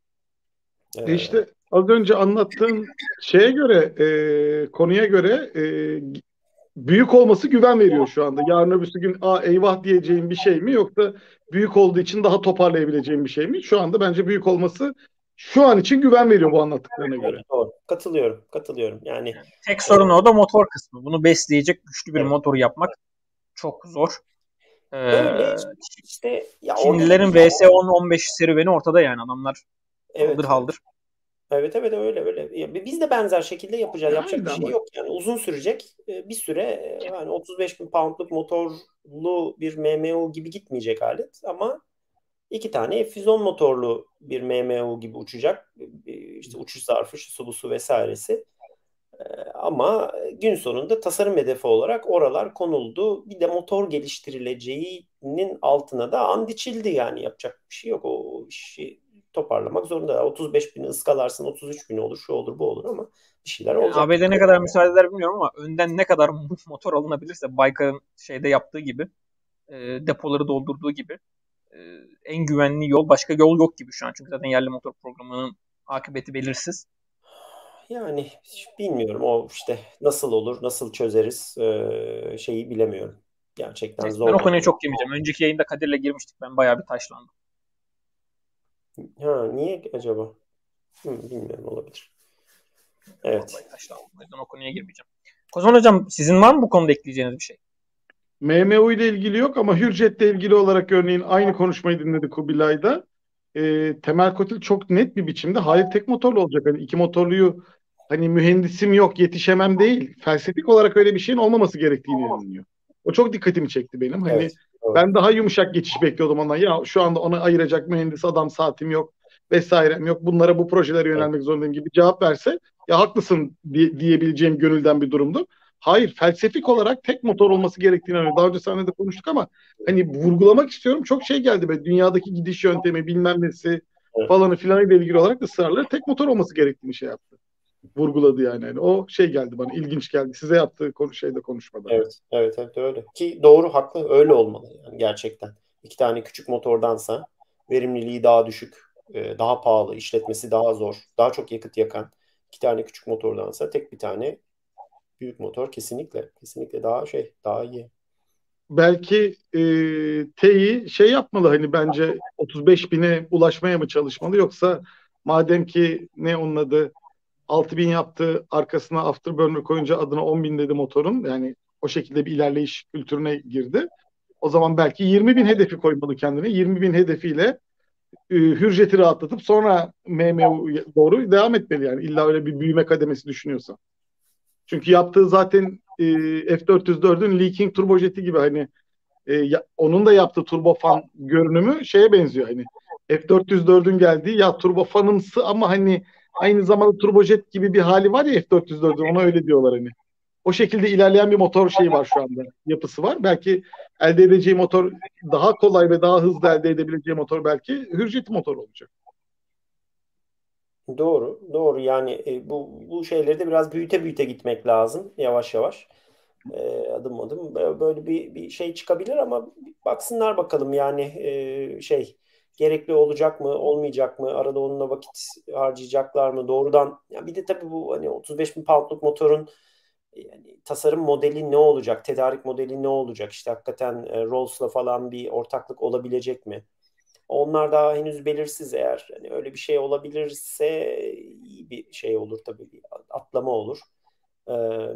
E E, işte az önce anlattığın şeye göre, e, konuya göre e, büyük olması güven veriyor şu anda. Yarın öbürsü gün Aa, eyvah diyeceğim bir şey mi, yoksa büyük olduğu için daha toparlayabileceğim bir şey mi? Şu anda bence büyük olması şu an için güven veriyor bu anlattıklarına evet, göre. doğru. Katılıyorum. Katılıyorum. Yani Yani tek e, sorun o da motor kısmı. Bunu besleyecek güçlü bir evet. motor yapmak çok zor. Ee, Öyle işte ya orada da Çinlilerin bir V S on on beş serüveni ortada yani. Adamlar haldır evet. haldır. Evet evet öyle öyle. Ya biz de benzer şekilde yapacağız. Ya Yapacak aynı bir şey ama yok. Yani uzun sürecek. Ee, Bir süre e, yani otuz beş bin poundluk motorlu bir M M U gibi gitmeyecek alet ama iki tane F yüz on motorlu bir M M U gibi uçacak. Ee, İşte uçuş zarfı, şu busu vesairesi. Ee, Ama gün sonunda tasarım hedefi olarak oralar konuldu. Bir de motor geliştirileceğinin altına da and içildi yani yapacak bir şey yok. O işi toparlamak zorunda. otuz beş bini ıskalarsın, otuz üç bin olur, şu olur, bu olur ama bir şeyler Yani olacak. A B D ne kadar müsaade eder bilmiyorum ama önden ne kadar motor alınabilirse Baykar'ın şeyde yaptığı gibi e, depoları doldurduğu gibi e, en güvenli yol, başka yol yok gibi şu an. Çünkü zaten yerli motor programının akıbeti belirsiz. Yani bilmiyorum o işte nasıl olur, nasıl çözeriz ee, şeyi bilemiyorum. Gerçekten Neyse, ben zor o bir konuya konu. çok girmeyeceğim. Önceki yayında Kadir'le girmiştik. Ben bayağı bir taşlandım. Ha, niye acaba? Hı, bilmiyorum olabilir. Evet. Vallahi taşlandım. O yüzden o konuya girmeyeceğim. Kozan Hocam sizin var mı bu konuda ekleyeceğiniz bir şey? M M U ile ilgili yok ama Hürjet'le ilgili olarak örneğin aynı konuşmayı dinledik Kubilay'da. E, Temel Kotil çok net bir biçimde hayır tek motorlu olacak. Hani iki motorluyu, hani mühendisim yok yetişemem değil. Felsefik olarak öyle bir şeyin olmaması gerektiğini inanıyor. O çok dikkatimi çekti benim. Hani Evet. Doğru. ben daha yumuşak geçiş bekliyordum ondan. Ya şu anda ona ayıracak mühendis adam saatim yok vesairem yok. Bunlara bu projelere Evet. yönelmek zorundayım gibi cevap verse ya haklısın diye, diyebileceğim gönülden bir durumdu. Hayır, felsefik olarak tek motor olması gerektiğini anlıyorum. Daha önce seninle de konuştuk ama hani vurgulamak istiyorum. Çok şey geldi be. Dünyadaki gidiş yöntemi bilmem nesi Evet. falanı filanı ile ilgili olarak ısrarla tek motor olması gerektiğini şey yaptı. Vurguladı yani. Yani o şey geldi bana. İlginç geldi. Size yaptığı konu, şeyde konuşmada. Evet, evet, evet öyle. Ki doğru, haklı, öyle olmalı yani gerçekten. İki tane küçük motordansa verimliliği daha düşük, e, daha pahalı, işletmesi daha zor, daha çok yakıt yakan iki tane küçük motordansa tek bir tane büyük motor kesinlikle, kesinlikle daha şey, daha iyi. Belki e, T'yi şey yapmalı, hani bence otuz beş bine ulaşmaya mı çalışmalı, yoksa madem ki ne onun adı altı bin yaptı, arkasına afterburner koyunca adına on bin dedi motorun, yani o şekilde bir ilerleyiş kültürüne girdi. O zaman belki yirmi bin hedefi koymalı kendine. yirmi bin hedefiyle e, Hürjet'i rahatlatıp sonra M M U'ya doğru devam etmeli yani. İlla öyle bir büyüme kademesi düşünüyorsa. Çünkü yaptığı zaten e, F dört yüz dördün leaking turbojeti gibi, hani e, ya, onun da yaptığı turbofan görünümü şeye benziyor, hani F dört yüz dördün geldiği ya turbofanımsı ama hani aynı zamanda turbojet gibi bir hali var ya F dört yüz dördün, ona öyle diyorlar hani. O şekilde ilerleyen bir motor şeyi var şu anda. Yapısı var. Belki elde edeceği motor daha kolay ve daha hızlı elde edebileceği motor belki Hürjet motor olacak. Doğru, doğru. Yani e, bu bu şeyleri de biraz büyüte büyüte gitmek lazım yavaş yavaş. E, adım adım böyle bir bir şey çıkabilir ama baksınlar bakalım yani e, şey gerekli olacak mı, olmayacak mı? Arada onunla vakit harcayacaklar mı? Doğrudan ya bir de tabii bu hani otuz beş bin poundluk motorun yani tasarım modeli ne olacak? Tedarik modeli ne olacak? İşte hakikaten e, Rolls'la falan bir ortaklık olabilecek mi? Onlar daha henüz belirsiz eğer. Hani öyle bir şey olabilirse iyi bir şey olur tabii. Bir atlama olur. Ee,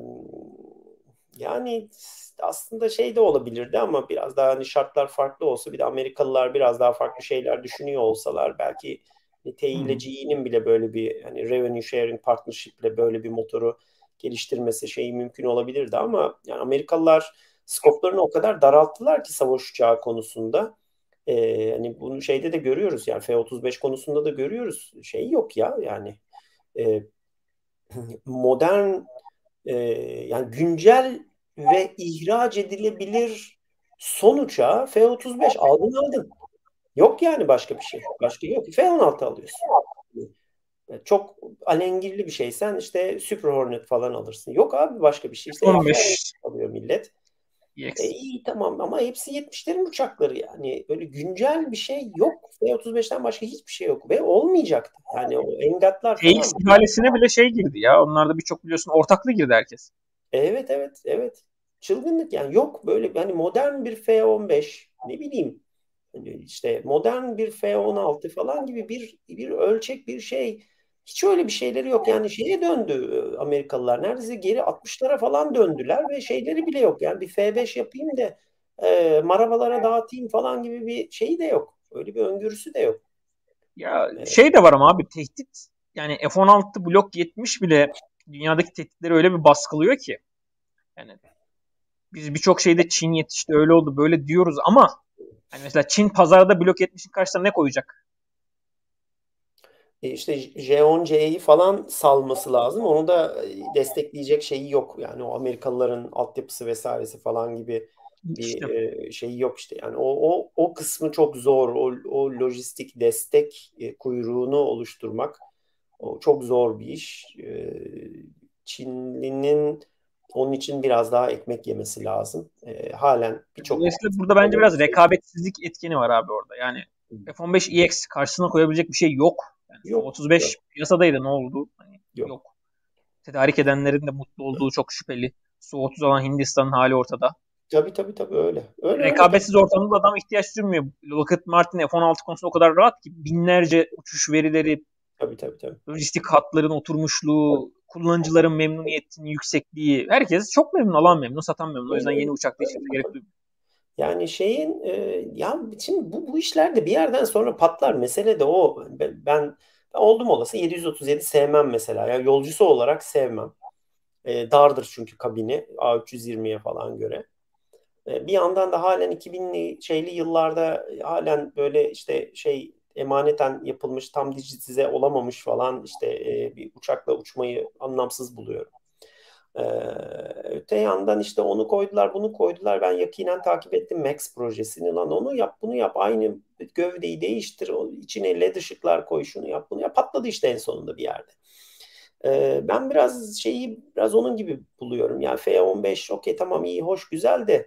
yani aslında şey de olabilirdi ama biraz daha hani şartlar farklı olsa bir de Amerikalılar biraz daha farklı şeyler düşünüyor olsalar belki T ile G E'nin bile böyle bir hani revenue sharing partnership ile böyle bir motoru geliştirmesi şeyi mümkün olabilirdi ama yani Amerikalılar skoplarını o kadar daralttılar ki savaş uçağı konusunda. Ee, hani bunu şeyde de görüyoruz yani F otuz beş konusunda da görüyoruz. Şey yok ya yani e, modern e, yani güncel ve ihraç edilebilir son uçağı F otuz beş aldın aldın. Yok yani başka bir şey. Başka yok. F on altı alıyorsun. Çok alengirli bir şeysen işte Super Hornet falan alırsın. Yok abi başka bir şey. İşte on F on beş alıyor millet. E E X. iyi tamam ama hepsi yetmişlerin uçakları yani. Öyle güncel bir şey yok. F otuz beşten başka hiçbir şey yok. Ve olmayacaktı. Yani o engatlar T X falan. ihalesine bile şey girdi ya. Onlarda birçok biliyorsun ortaklı girdi herkes. Evet evet evet. Çılgınlık yani. Yok böyle yani modern bir F on beş ne bileyim hani işte modern bir F on altı falan gibi bir bir ölçek bir şey. Hiç öyle bir şeyleri yok. Yani şeye döndü e, Amerikalılar. Neredeyse geri altmışlara falan döndüler ve şeyleri bile yok. Yani bir F beş yapayım da e, marabalara dağıtayım falan gibi bir şeyi de yok. Öyle bir öngörüsü de yok. Ya E, şey de var ama abi tehdit yani F on altı Blok yetmiş bile dünyadaki tehditleri öyle bir baskılıyor ki. Yani biz birçok şeyde Çin yetişti öyle oldu böyle diyoruz ama hani mesela Çin pazarda Blok yetmişin karşısına ne koyacak? E işte J on C'yi falan salması lazım. Onu da e, destekleyecek şeyi yok. Yani o Amerikalıların altyapısı vesairesi falan gibi bir İşte e, şeyi yok işte. Yani o o o kısmı çok zor. O o lojistik destek e, kuyruğunu oluşturmak o çok zor bir iş. E, Çinli'nin onun için biraz daha ekmek yemesi lazım. E, halen birçok dolayısıyla burada bence biraz rekabetsizlik etkeni var abi orada. Yani F on beş E X karşısına koyabilecek bir şey yok. Yani Su yok otuz beş yok piyasadaydı ne oldu? Hani yok. yok. Tedarik edenlerin de mutlu olduğu çok şüpheli. Su otuz alan Hindistan'ın hali ortada. Tabii tabii tabii öyle. Öyle öyle. Rekabetsiz ortamda adam ihtiyaç duymuyor. Lockheed Martin F on altı konusunda o kadar rahat ki binlerce uçuş verileri, Tabii tabii tabii. lojistik hatların oturmuşluğu, kullanıcıların memnuniyetinin yüksekliği. Herkes çok memnun, alan memnun, satan memnun. O yüzden Öyle yeni öyle. uçakta hiç Öyle. kimse gerek duymuyor. Yani şeyin e, ya şimdi bu, bu işler de bir yerden sonra patlar. Mesele de o. Ben, ben oldum olası yedi yüz otuz yedi sevmem mesela. Ya yolcusu olarak sevmem. E, dardır çünkü kabini A üç yüz yirmiye falan göre. E, bir yandan da halen iki binli şeyli yıllarda halen böyle işte şey emaneten yapılmış tam dijitize olamamış falan işte e, bir uçakla uçmayı anlamsız buluyorum. Ee, öte yandan işte onu koydular, bunu koydular. Ben yakinen takip ettim Max projesini. Lan onu yap, bunu yap. Aynı gövdeyi değiştir. O içine led ışıklar koy, şunu yap, bunu yap. Patladı işte en sonunda bir yerde. Ee, ben biraz şeyi biraz onun gibi buluyorum. Yani F on beş okey tamam iyi, hoş, güzel de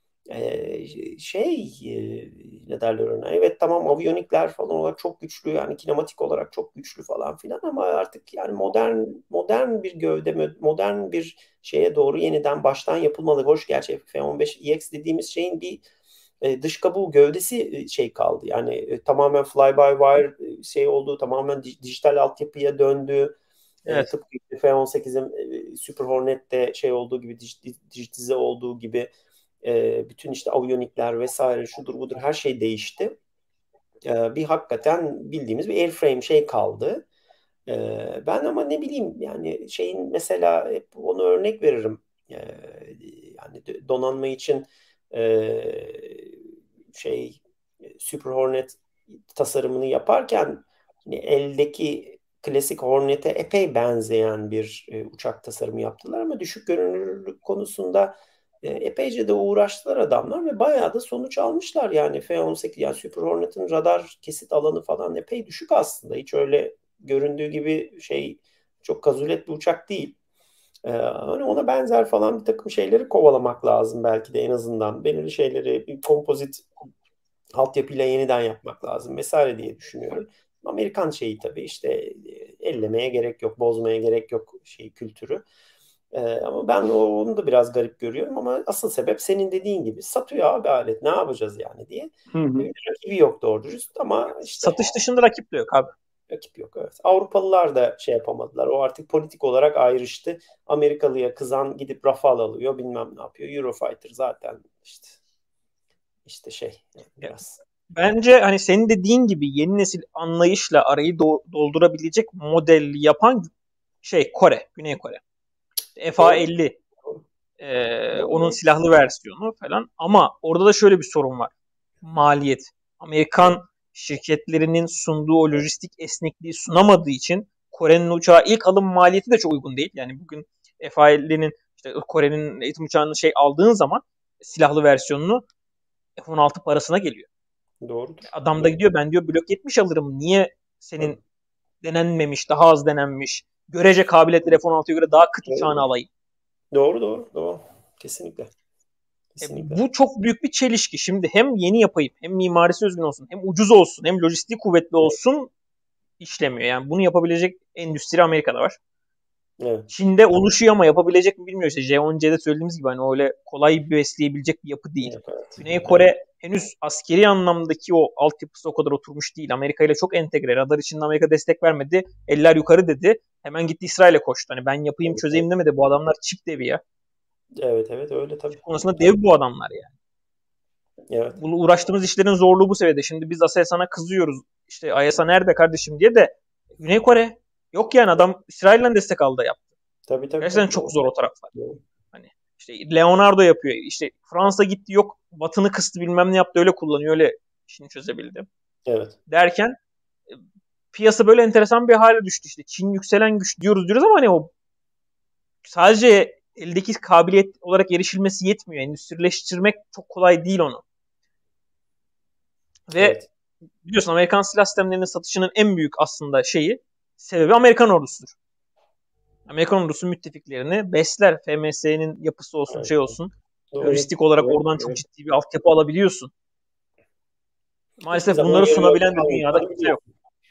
ee, şey e, ne derler ona? Evet tamam aviyonikler falan olarak çok güçlü yani kinematik olarak çok güçlü falan filan ama artık yani modern modern bir gövde modern bir şeye doğru yeniden baştan yapılmalı. Hoş gerçi F on beş E X dediğimiz şeyin bir e, dış kabuğu gövdesi e, şey kaldı. Yani e, tamamen fly by wire e, şey olduğu tamamen di- dijital altyapıya döndü. E, Evet. tıpkı F on sekizin e, Super Hornet'te şey olduğu gibi dij- dijitize olduğu gibi e, bütün işte aviyonikler vesaire şudur budur her şey değişti. E, bir hakikaten bildiğimiz bir airframe şey kaldı. E, ben ama ne bileyim yani şeyin mesela hep onu örnek veririm. E, yani donanma için e, şey Super Hornet tasarımını yaparken hani eldeki klasik Hornet'e epey benzeyen bir e, uçak tasarımı yaptılar ama düşük görünürlük konusunda e, epeyce de uğraştılar adamlar ve bayağı da sonuç almışlar. Yani F on sekiz, yani Super Hornet'in radar kesit alanı falan epey düşük aslında. Hiç öyle göründüğü gibi şey, çok kazulet bir uçak değil. Ee, hani ona benzer falan bir takım şeyleri kovalamak lazım belki de, en azından. Belirli şeyleri bir kompozit altyapıyla yeniden yapmak lazım vesaire diye düşünüyorum. Amerikan şeyi tabii işte, e, ellemeye gerek yok, bozmaya gerek yok şey kültürü. Ee, ama ben o- onu da biraz garip görüyorum, ama asıl sebep senin dediğin gibi, satıyor abi alet, ne yapacağız yani diye. Hı hı. Bir rakibi yok doğru dürüst, ama işte Satış dışında rakip de yok abi. rakip yok, evet. Avrupalılar da şey yapamadılar. O artık politik olarak ayrıştı. Amerikalıya kızan gidip Rafale alıyor, bilmem ne yapıyor. Eurofighter zaten işte işte şey yani biraz. Bence hani senin dediğin gibi yeni nesil anlayışla arayı do- doldurabilecek model yapan şey Kore, Güney Kore. F A elli e, onun silahlı versiyonu falan. Ama orada da şöyle bir sorun var. Maliyet. Amerikan şirketlerinin sunduğu o lojistik esnekliği sunamadığı için Kore'nin uçağı ilk alım maliyeti de çok uygun değil. Yani bugün F A ellinin işte Kore'nin eğitim uçağını şey aldığın zaman silahlı versiyonunu F on altı parasına geliyor. Doğrudur. Adam da gidiyor, ben diyor blok yetmiş alırım. Niye senin evet. denenmemiş, daha az denenmiş, görece kabiliyetli F on altıya göre daha kıt uçağını alayım? Doğru doğru doğru. Kesinlikle. Kesinlikle. E, bu çok büyük bir çelişki. Şimdi hem yeni yapayım, hem mimarisi düzgün olsun, hem ucuz olsun, hem lojistiği kuvvetli olsun, evet. işlemiyor. Yani bunu yapabilecek endüstri Amerika'da var. Evet. Çin'de oluşuyor ama yapabilecek mi bilmiyoruz. İşte J on C'de söylediğimiz gibi hani öyle kolay besleyebilecek bir yapı değil. Evet. Güney Kore evet. henüz askeri anlamdaki o altyapısı o kadar oturmuş değil. Amerika ile çok entegre. Radar için Amerika destek vermedi. Eller yukarı dedi. Hemen gitti İsrail'e koştu. Hani ben yapayım evet, çözeyim evet. demedi. Bu adamlar çip devi ya. Evet evet öyle tabii. Konusunda dev bu adamlar yani. Evet. Bu uğraştığımız işlerin zorluğu bu seviyede. Şimdi biz Aselsan'a kızıyoruz. İşte Ayasa nerede kardeşim diye de Güney Kore yok yani, adam İsrail'den destek aldı yaptı. Tabii tabii. Gerçekten tabii, çok doğru. zor o taraflar. Doğru. Hani işte Leonardo yapıyor. İşte Fransa gitti, yok Watt'ını kıstı bilmem ne yaptı, öyle kullanıyor, öyle işini çözebildi. Evet. Derken piyasa böyle enteresan bir hale düştü işte. Çin yükselen güç diyoruz diyoruz ama hani o sadece eldeki kabiliyet olarak erişilmesi yetmiyor. Endüstrileştirmek çok kolay değil onu. Ve evet. biliyorsun Amerikan silah sistemlerinin satışının en büyük aslında şeyi, sebebi Amerikan ordusudur. Amerikan ordusu müttefiklerini besler. F M S'nin yapısı olsun, evet. şey olsun. Doğru. Lojistik olarak evet. oradan evet. çok ciddi bir altyapı alabiliyorsun. Maalesef bunları sunabilen bir dünyada kimse yok.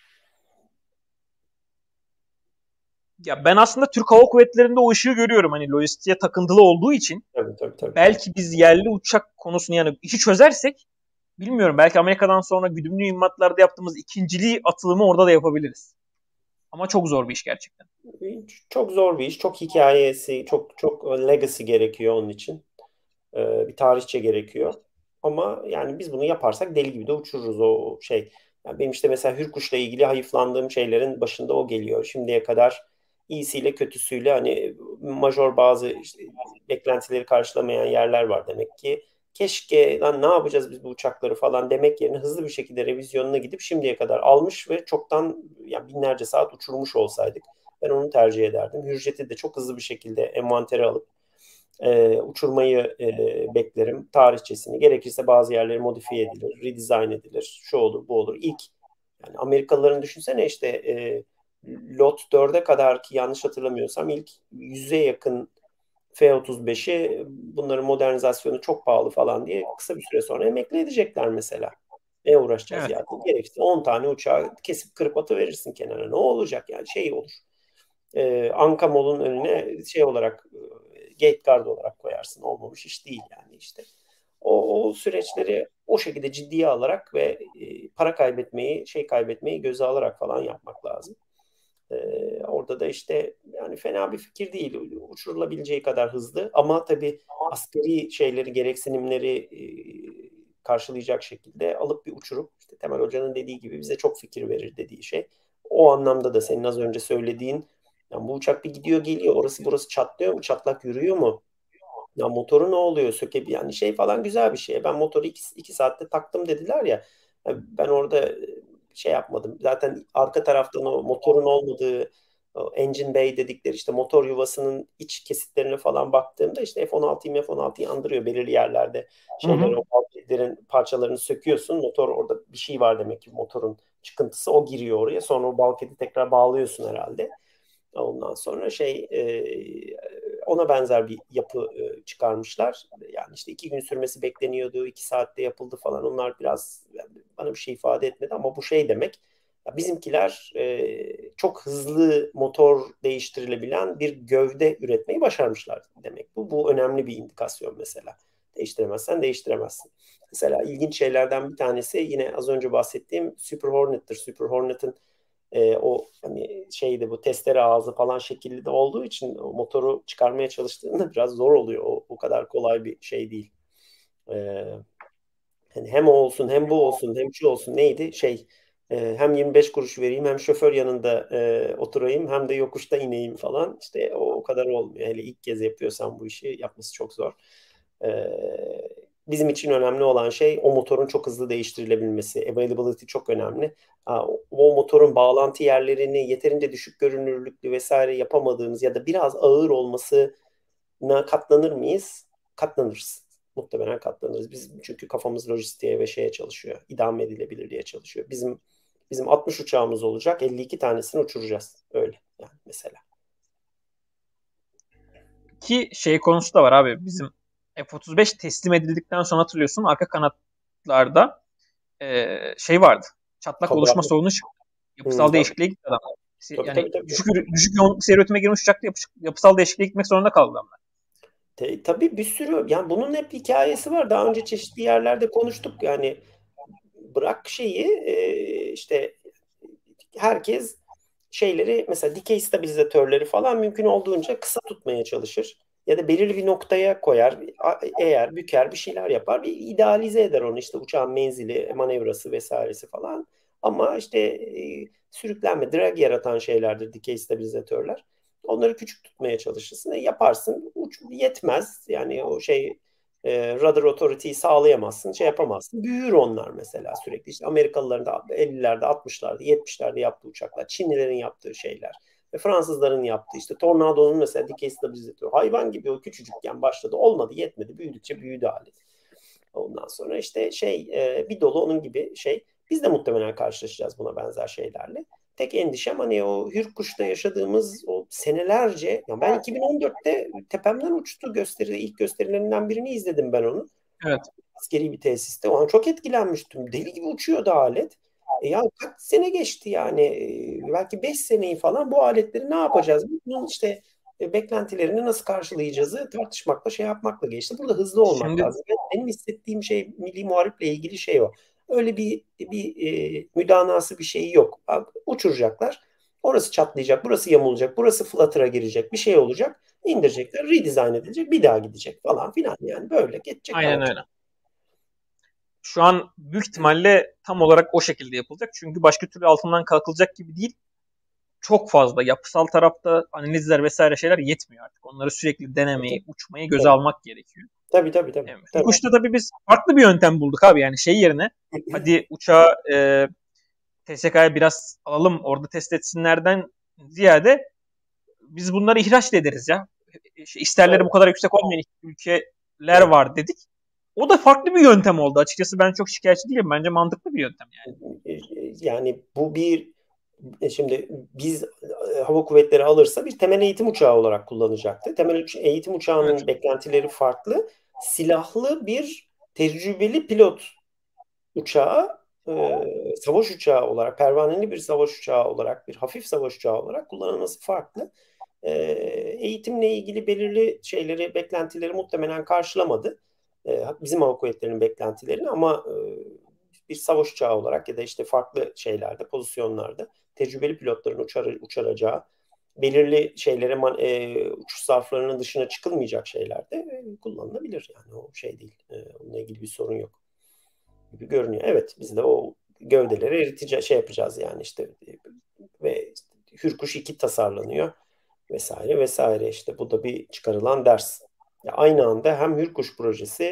Ya ben aslında Türk Hava Kuvvetleri'nde o ışığı görüyorum. Hani lojistiğe takıntılı olduğu için. Tabii, tabii, tabii. Belki biz yerli uçak konusunu, yani işi çözersek, bilmiyorum, belki Amerika'dan sonra güdümlü mühimmatlarda yaptığımız ikinciliği atılımı orada da yapabiliriz. Ama çok zor bir iş gerçekten. Çok zor bir iş. Çok hikayesi, çok çok legacy gerekiyor onun için. Ee, bir tarihçe gerekiyor. Ama yani biz bunu yaparsak deli gibi de uçururuz o şey. Yani benim işte mesela Hürkuş'la ilgili hayıflandığım şeylerin başında o geliyor. Şimdiye kadar iyisiyle kötüsüyle hani major bazı işte beklentileri karşılamayan yerler var demek ki. Keşke lan ne yapacağız biz bu uçakları falan demek yerine hızlı bir şekilde revizyonuna gidip şimdiye kadar almış ve çoktan yani binlerce saat uçurmuş olsaydık ben onu tercih ederdim. Hürjet'i de çok hızlı bir şekilde envantere alıp e, uçurmayı e, beklerim. Tarihçesini, gerekirse bazı yerleri modifiye edilir, redesign edilir, şu olur bu olur. İlk yani Amerikalıların düşünsene işte e, Lot dörde kadar, ki yanlış hatırlamıyorsam ilk yüze yakın F otuz beşi bunların modernizasyonu çok pahalı falan diye kısa bir süre sonra emekli edecekler mesela. Ne uğraşacağız evet. yani? Gerekirse on tane uçağı kesip kırıp atı verirsin kenara. Ne olacak yani? Şey olur. Ee, Ankamol'un önüne şey olarak gate guard olarak koyarsın. Olmamış iş değil yani işte. O, o süreçleri o şekilde ciddiye alarak ve e, para kaybetmeyi, şey kaybetmeyi göze alarak falan yapmak lazım. Ee, orada da işte yani fena bir fikir değil. Uçurulabileceği kadar hızlı ama tabii askeri şeyleri, gereksinimleri e, karşılayacak şekilde alıp bir uçurup işte Temel Hoca'nın dediği gibi bize çok fikir verir dediği şey. O anlamda da senin az önce söylediğin, yani bu uçak bir gidiyor geliyor, orası burası çatlıyor mu, çatlak yürüyor mu? Ya motoru ne oluyor? Sökebi yani şey falan güzel bir şey. Ben motoru iki, iki saatte taktım dediler ya. Ben orada şey yapmadım. Zaten arka taraftan o motorun olmadığı o engine bay dedikleri işte motor yuvasının iç kesitlerine falan baktığımda işte F on altıyı F on altıyı andırıyor belirli yerlerde. Şeyleri, o bulkheadlerin parçalarını söküyorsun. Motor orada bir şey var demek ki, motorun çıkıntısı, o giriyor oraya. Sonra o bulkhead'i tekrar bağlıyorsun herhalde. Ondan sonra şey e, ona benzer bir yapı e, çıkarmışlar. Yani işte iki gün sürmesi bekleniyordu. iki saatte yapıldı falan. Onlar biraz yani bana bir şey ifade etmedi ama bu şey demek. Ya bizimkiler e, çok hızlı motor değiştirilebilen bir gövde üretmeyi başarmışlar demek. Bu, bu önemli bir indikasyon mesela. Değiştiremezsen değiştiremezsin. Mesela ilginç şeylerden bir tanesi yine az önce bahsettiğim Super Hornet'tir. Super Hornet'in e, o hani şeyde bu testere ağzı falan şekilli de olduğu için o motoru çıkarmaya çalıştığında biraz zor oluyor. O, o kadar kolay bir şey değil. E, hani hem o olsun hem bu olsun hem şu olsun neydi şey e, hem yirmi beş kuruş vereyim hem şoför yanında e, oturayım hem de yokuşta ineyim falan. İşte o, o kadar olmuyor. Hele ilk kez yapıyorsan bu işi yapması çok zor. E, bizim için önemli olan şey o motorun çok hızlı değiştirilebilmesi. Availability çok önemli. O motorun bağlantı yerlerini yeterince düşük görünürlüklü vesaire yapamadığımız ya da biraz ağır olmasına katlanır mıyız? Katlanırız. Muhtemelen katlanırız. Biz çünkü kafamız lojistiğe ve şeye çalışıyor. İdame edilebilir diye çalışıyor. Bizim bizim altmış uçağımız olacak. elli iki tanesini uçuracağız. Öyle yani mesela. Ki şey konusu da var abi. Bizim F otuz beş teslim edildikten sonra hatırlıyorsun arka kanatlarda e, şey vardı. Çatlak Kabarlı. oluşma sorunu çıktı. Yapısal hmm, değişikliğe gitti adam. Tabii, yani tabii, tabii. düşük düşük yoğunluk seri üretime girmiş uçakta yapış, yapısal değişikliğe gitmek zorunda kaldı adamlar. Te, tabii bir sürü yani bunun hep hikayesi var. Daha önce çeşitli yerlerde konuştuk. Yani bırak şeyi e, işte herkes şeyleri mesela dikey stabilizatörleri falan mümkün olduğunca kısa tutmaya çalışır. Ya da belirli bir noktaya koyar. Eğer büker bir şeyler yapar. Bir idealize eder onu işte uçağın menzili, manevrası vesairesi falan. Ama işte e, sürüklenme, drag yaratan şeylerdir dikey stabilizatörler. Onları küçük tutmaya çalışırsın. E, yaparsın. Uç yetmez. Yani o şey e, rudder authority'yi sağlayamazsın. Şey yapamazsın. Büyür onlar mesela sürekli. İşte Amerikalıların da ellilerde, altmışlarda, yetmişlerde yaptığı uçaklar. Çinlilerin yaptığı şeyler. Ve Fransızların yaptığı işte Tornado'nun mesela dikey stabilizatörü. Hayvan gibi o küçücükken başladı. Olmadı, yetmedi. Büyüdükçe büyüdü hali. Ondan sonra işte şey e, bir dolu onun gibi şey. Biz de muhtemelen karşılaşacağız buna benzer şeylerle. Tek endişem hani o Hürkuş'ta yaşadığımız o senelerce. Ya ben iki bin on dörtte tepemden uçtu gösteri, ilk gösterilerinden birini izledim ben onu. Evet. Askeri bir tesiste. O an çok etkilenmiştim. Deli gibi uçuyordu alet. E ya kaç sene geçti yani. E, belki beş seneyi falan bu aletleri ne yapacağız? Bunun işte e, beklentilerini nasıl karşılayacağızı tartışmakla şey yapmakla geçti. Burada hızlı olmak Şimdi... lazım. Benim hissettiğim şey Milli Muharip'le ilgili şey o. Öyle bir bir e, müdanası bir şeyi yok. Uçuracaklar. Orası çatlayacak, burası yamulacak, burası flutter'a girecek, bir şey olacak. İndirecekler, redesign edilecek, bir daha gidecek falan filan. Yani böyle geçecek. Aynen öyle. Şu an büyük ihtimalle tam olarak o şekilde yapılacak. Çünkü başka türlü altından kalkılacak gibi değil. Çok fazla yapısal tarafta analizler vesaire şeyler yetmiyor artık. Onları sürekli denemeyi, tabii. uçmayı göze tabii. almak gerekiyor. Tabii tabii tabii. Yani, tabii. Uçta tabii biz farklı bir yöntem bulduk abi. Yani şey yerine hadi uçağı e, T S K'ya biraz alalım orada test etsinlerden ziyade biz bunları ihraç da ederiz ya. İsterleri evet. bu kadar yüksek olmayan ülkeler evet. var dedik. O da farklı bir yöntem oldu. Açıkçası ben çok şikayetçi değilim. Bence mantıklı bir yöntem yani. Yani bu bir şimdi biz hava kuvvetleri alırsa bir temel eğitim uçağı olarak kullanacaktı. Temel eğitim uçağının evet. beklentileri farklı. Silahlı bir tecrübeli pilot uçağı e, savaş uçağı olarak, pervaneli bir savaş uçağı olarak, bir hafif savaş uçağı olarak kullanılması farklı. E, eğitimle ilgili belirli şeyleri, beklentileri muhtemelen karşılamadı. E, bizim hava kuvvetlerinin beklentilerini ama e, bir savaş uçağı olarak ya da işte farklı şeylerde, pozisyonlarda tecrübeli pilotların uçar, uçaracağı belirli şeylere e, uçuş zarflarının dışına çıkılmayacak şeylerde e, kullanılabilir. Yani o şey değil. E, onunla ilgili bir sorun yok gibi görünüyor. Evet biz de o gövdeleri eriteceğiz, şey yapacağız yani işte ve işte, Hürkuş iki tasarlanıyor vesaire vesaire işte bu da bir çıkarılan ders. Ya aynı anda hem Hürkuş projesi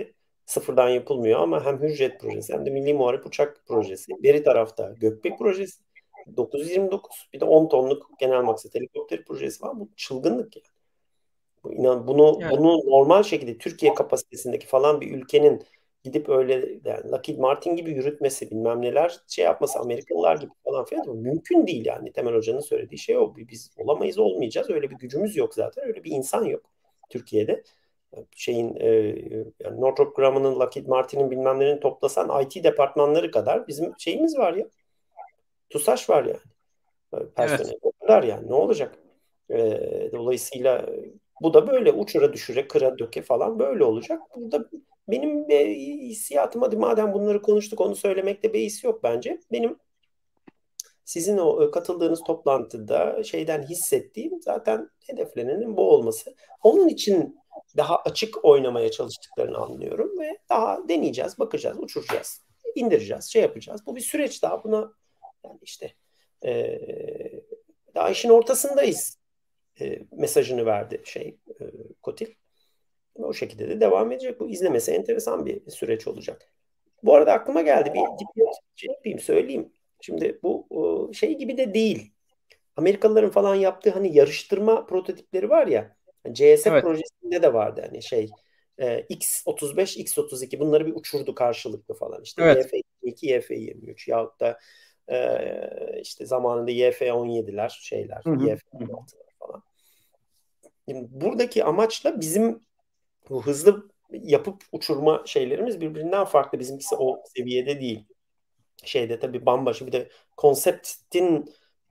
Sıfırdan yapılmıyor ama hem Hürjet projesi hem de Milli Muharip Uçak projesi. Beri tarafta Gökbek projesi. dokuz yüz yirmi dokuz. Bir de on tonluk genel maksat helikopter projesi var. Bu çılgınlık yani. Bu, inan bunu Evet. bunu normal şekilde Türkiye kapasitesindeki falan bir ülkenin gidip öyle yani Lockheed Martin gibi yürütmesi bilmem neler şey yapması Amerikalılar gibi falan filan mümkün değil yani. Temel Hoca'nın söylediği şey o. Biz olamayız olmayacağız. Öyle bir gücümüz yok zaten. Öyle bir insan yok Türkiye'de. Şeyin e, yani Northrop Grumman'ın Lockheed Martin'in bilmem nelerini toplasan I T departmanları kadar bizim şeyimiz var ya. TUSAŞ var yani. Personel Evet. o kadar yani. Ne olacak? E, dolayısıyla bu da böyle uçura düşüre kıra döke falan böyle olacak. Burada benim e, hissiyatım hadi madem bunları konuştuk onu söylemekte beis yok bence. Benim sizin o katıldığınız toplantıda şeyden hissettiğim zaten hedeflenenin bu olması. Onun için daha açık oynamaya çalıştıklarını anlıyorum ve daha deneyeceğiz, bakacağız, uçuracağız, indireceğiz, şey yapacağız. Bu bir süreç daha buna yani işte e, daha işin ortasındayız e, mesajını verdi şey e, Kotil. O şekilde de devam edecek. Bu izlemesi enteresan bir süreç olacak. Bu arada aklıma geldi bir dipnot şey yapayım söyleyeyim. Şimdi bu şey gibi de değil. Amerikalıların falan yaptığı hani yarıştırma prototipleri var ya. C S F Evet. projesinde de vardı hani şey e, X otuz beş, X otuz iki bunları bir uçurdu karşılıklı falan. İşte Evet. Y F yirmi iki, Y F yirmi üç yahut da e, işte zamanında Y F on yediler şeyler, Hı hı. Y F on altılar falan. Şimdi buradaki amaçla bizim bu hızlı yapıp uçurma şeylerimiz birbirinden farklı. Bizimkisi o seviyede değil. Şeyde tabii bambaşka bir de konseptin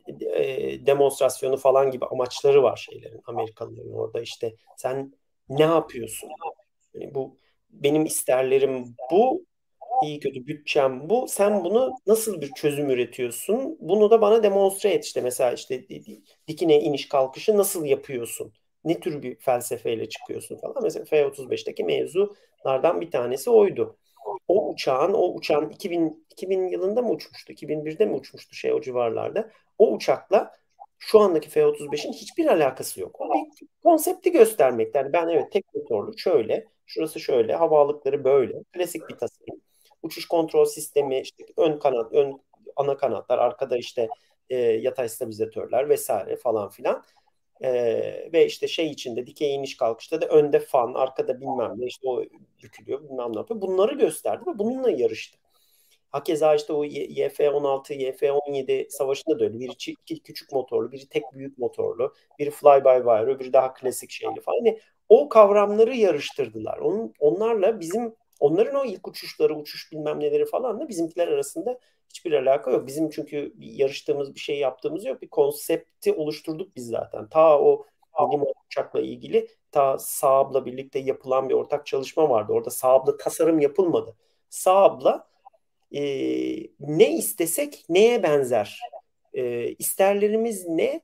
e, demonstrasyonu falan gibi amaçları var şeylerin Amerikalıların orada işte sen ne yapıyorsun? Yani bu benim isterlerim bu iyi kötü bütçem bu. Sen bunu nasıl bir çözüm üretiyorsun? Bunu da bana demonstre et işte mesela işte dikine iniş kalkışı nasıl yapıyorsun? Ne tür bir felsefeyle çıkıyorsun falan. Mesela F otuz beşteki mevzulardan bir tanesi oydu. O uçağın, o uçağın iki bin, iki bin yılında mı uçmuştu? iki bin birde mi uçmuştu şey o civarlarda? O uçakla şu andaki F otuz beşin hiçbir alakası yok. O bir konsepti göstermek. Yani ben evet tek motorlu şöyle, şurası şöyle, havalıkları böyle. Klasik bir tasarım. Uçuş kontrol sistemi, işte ön kanat, ön ana kanatlar, arkada işte e, yatay stabilizatörler vesaire falan filan. Ee, ve işte şey içinde dikey iniş kalkışta da önde fan, arkada bilmem ne işte o bükülüyor bilmem ne yapıyor. Bunları gösterdi ve bununla yarıştı. Hakeza işte o Y F on altı, Y F on yedi savaşında da öyle. Biri iki küçük motorlu, biri tek büyük motorlu, biri fly-by-wire, öbürü daha klasik şeyli falan. Yani o kavramları yarıştırdılar. Onun, onlarla bizim, onların o ilk uçuşları, uçuş bilmem neleri falan da bizimkiler arasında hiçbir alaka yok. Bizim çünkü bir yarıştığımız bir şey yaptığımız yok. Bir konsepti oluşturduk biz zaten. Ta o milli uçakla ilgili ta Saab'la birlikte yapılan bir ortak çalışma vardı. Orada Saab'la tasarım yapılmadı. Saab'la e, ne istesek neye benzer? E, isterlerimiz ne?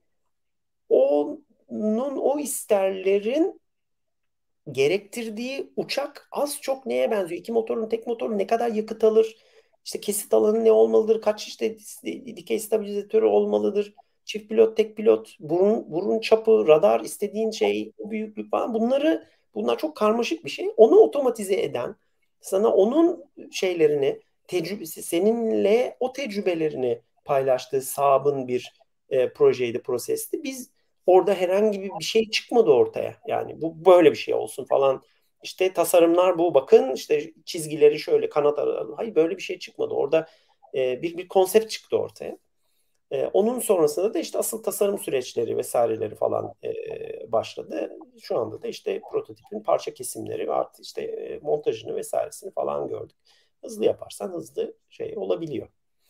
Onun o isterlerin gerektirdiği uçak az çok neye benziyor? İki motorun tek motoru ne kadar yakıt alır? İşte kesit alanı ne olmalıdır? Kaç işte dikey stabilizatörü olmalıdır? Çift pilot, tek pilot, burun, burun çapı, radar, istediğin şey, büyüklük falan. Bunları bunlar çok karmaşık bir şey. Onu otomatize eden, sana onun şeylerini, tecrübesi, seninle o tecrübelerini paylaştığı Saab'ın bir e, projeydi, prosesti. Biz orada herhangi bir şey çıkmadı ortaya. Yani bu böyle bir şey olsun falan. İşte tasarımlar bu. Bakın işte çizgileri şöyle kanat aralı. Hayır böyle bir şey çıkmadı. Orada e, bir bir konsept çıktı ortaya. E, onun sonrasında da işte asıl tasarım süreçleri vesaireleri falan e, başladı. Şu anda da işte prototipin parça kesimleri artı işte e, montajını vesairesini falan gördük. Hızlı yaparsan hızlı şey olabiliyor.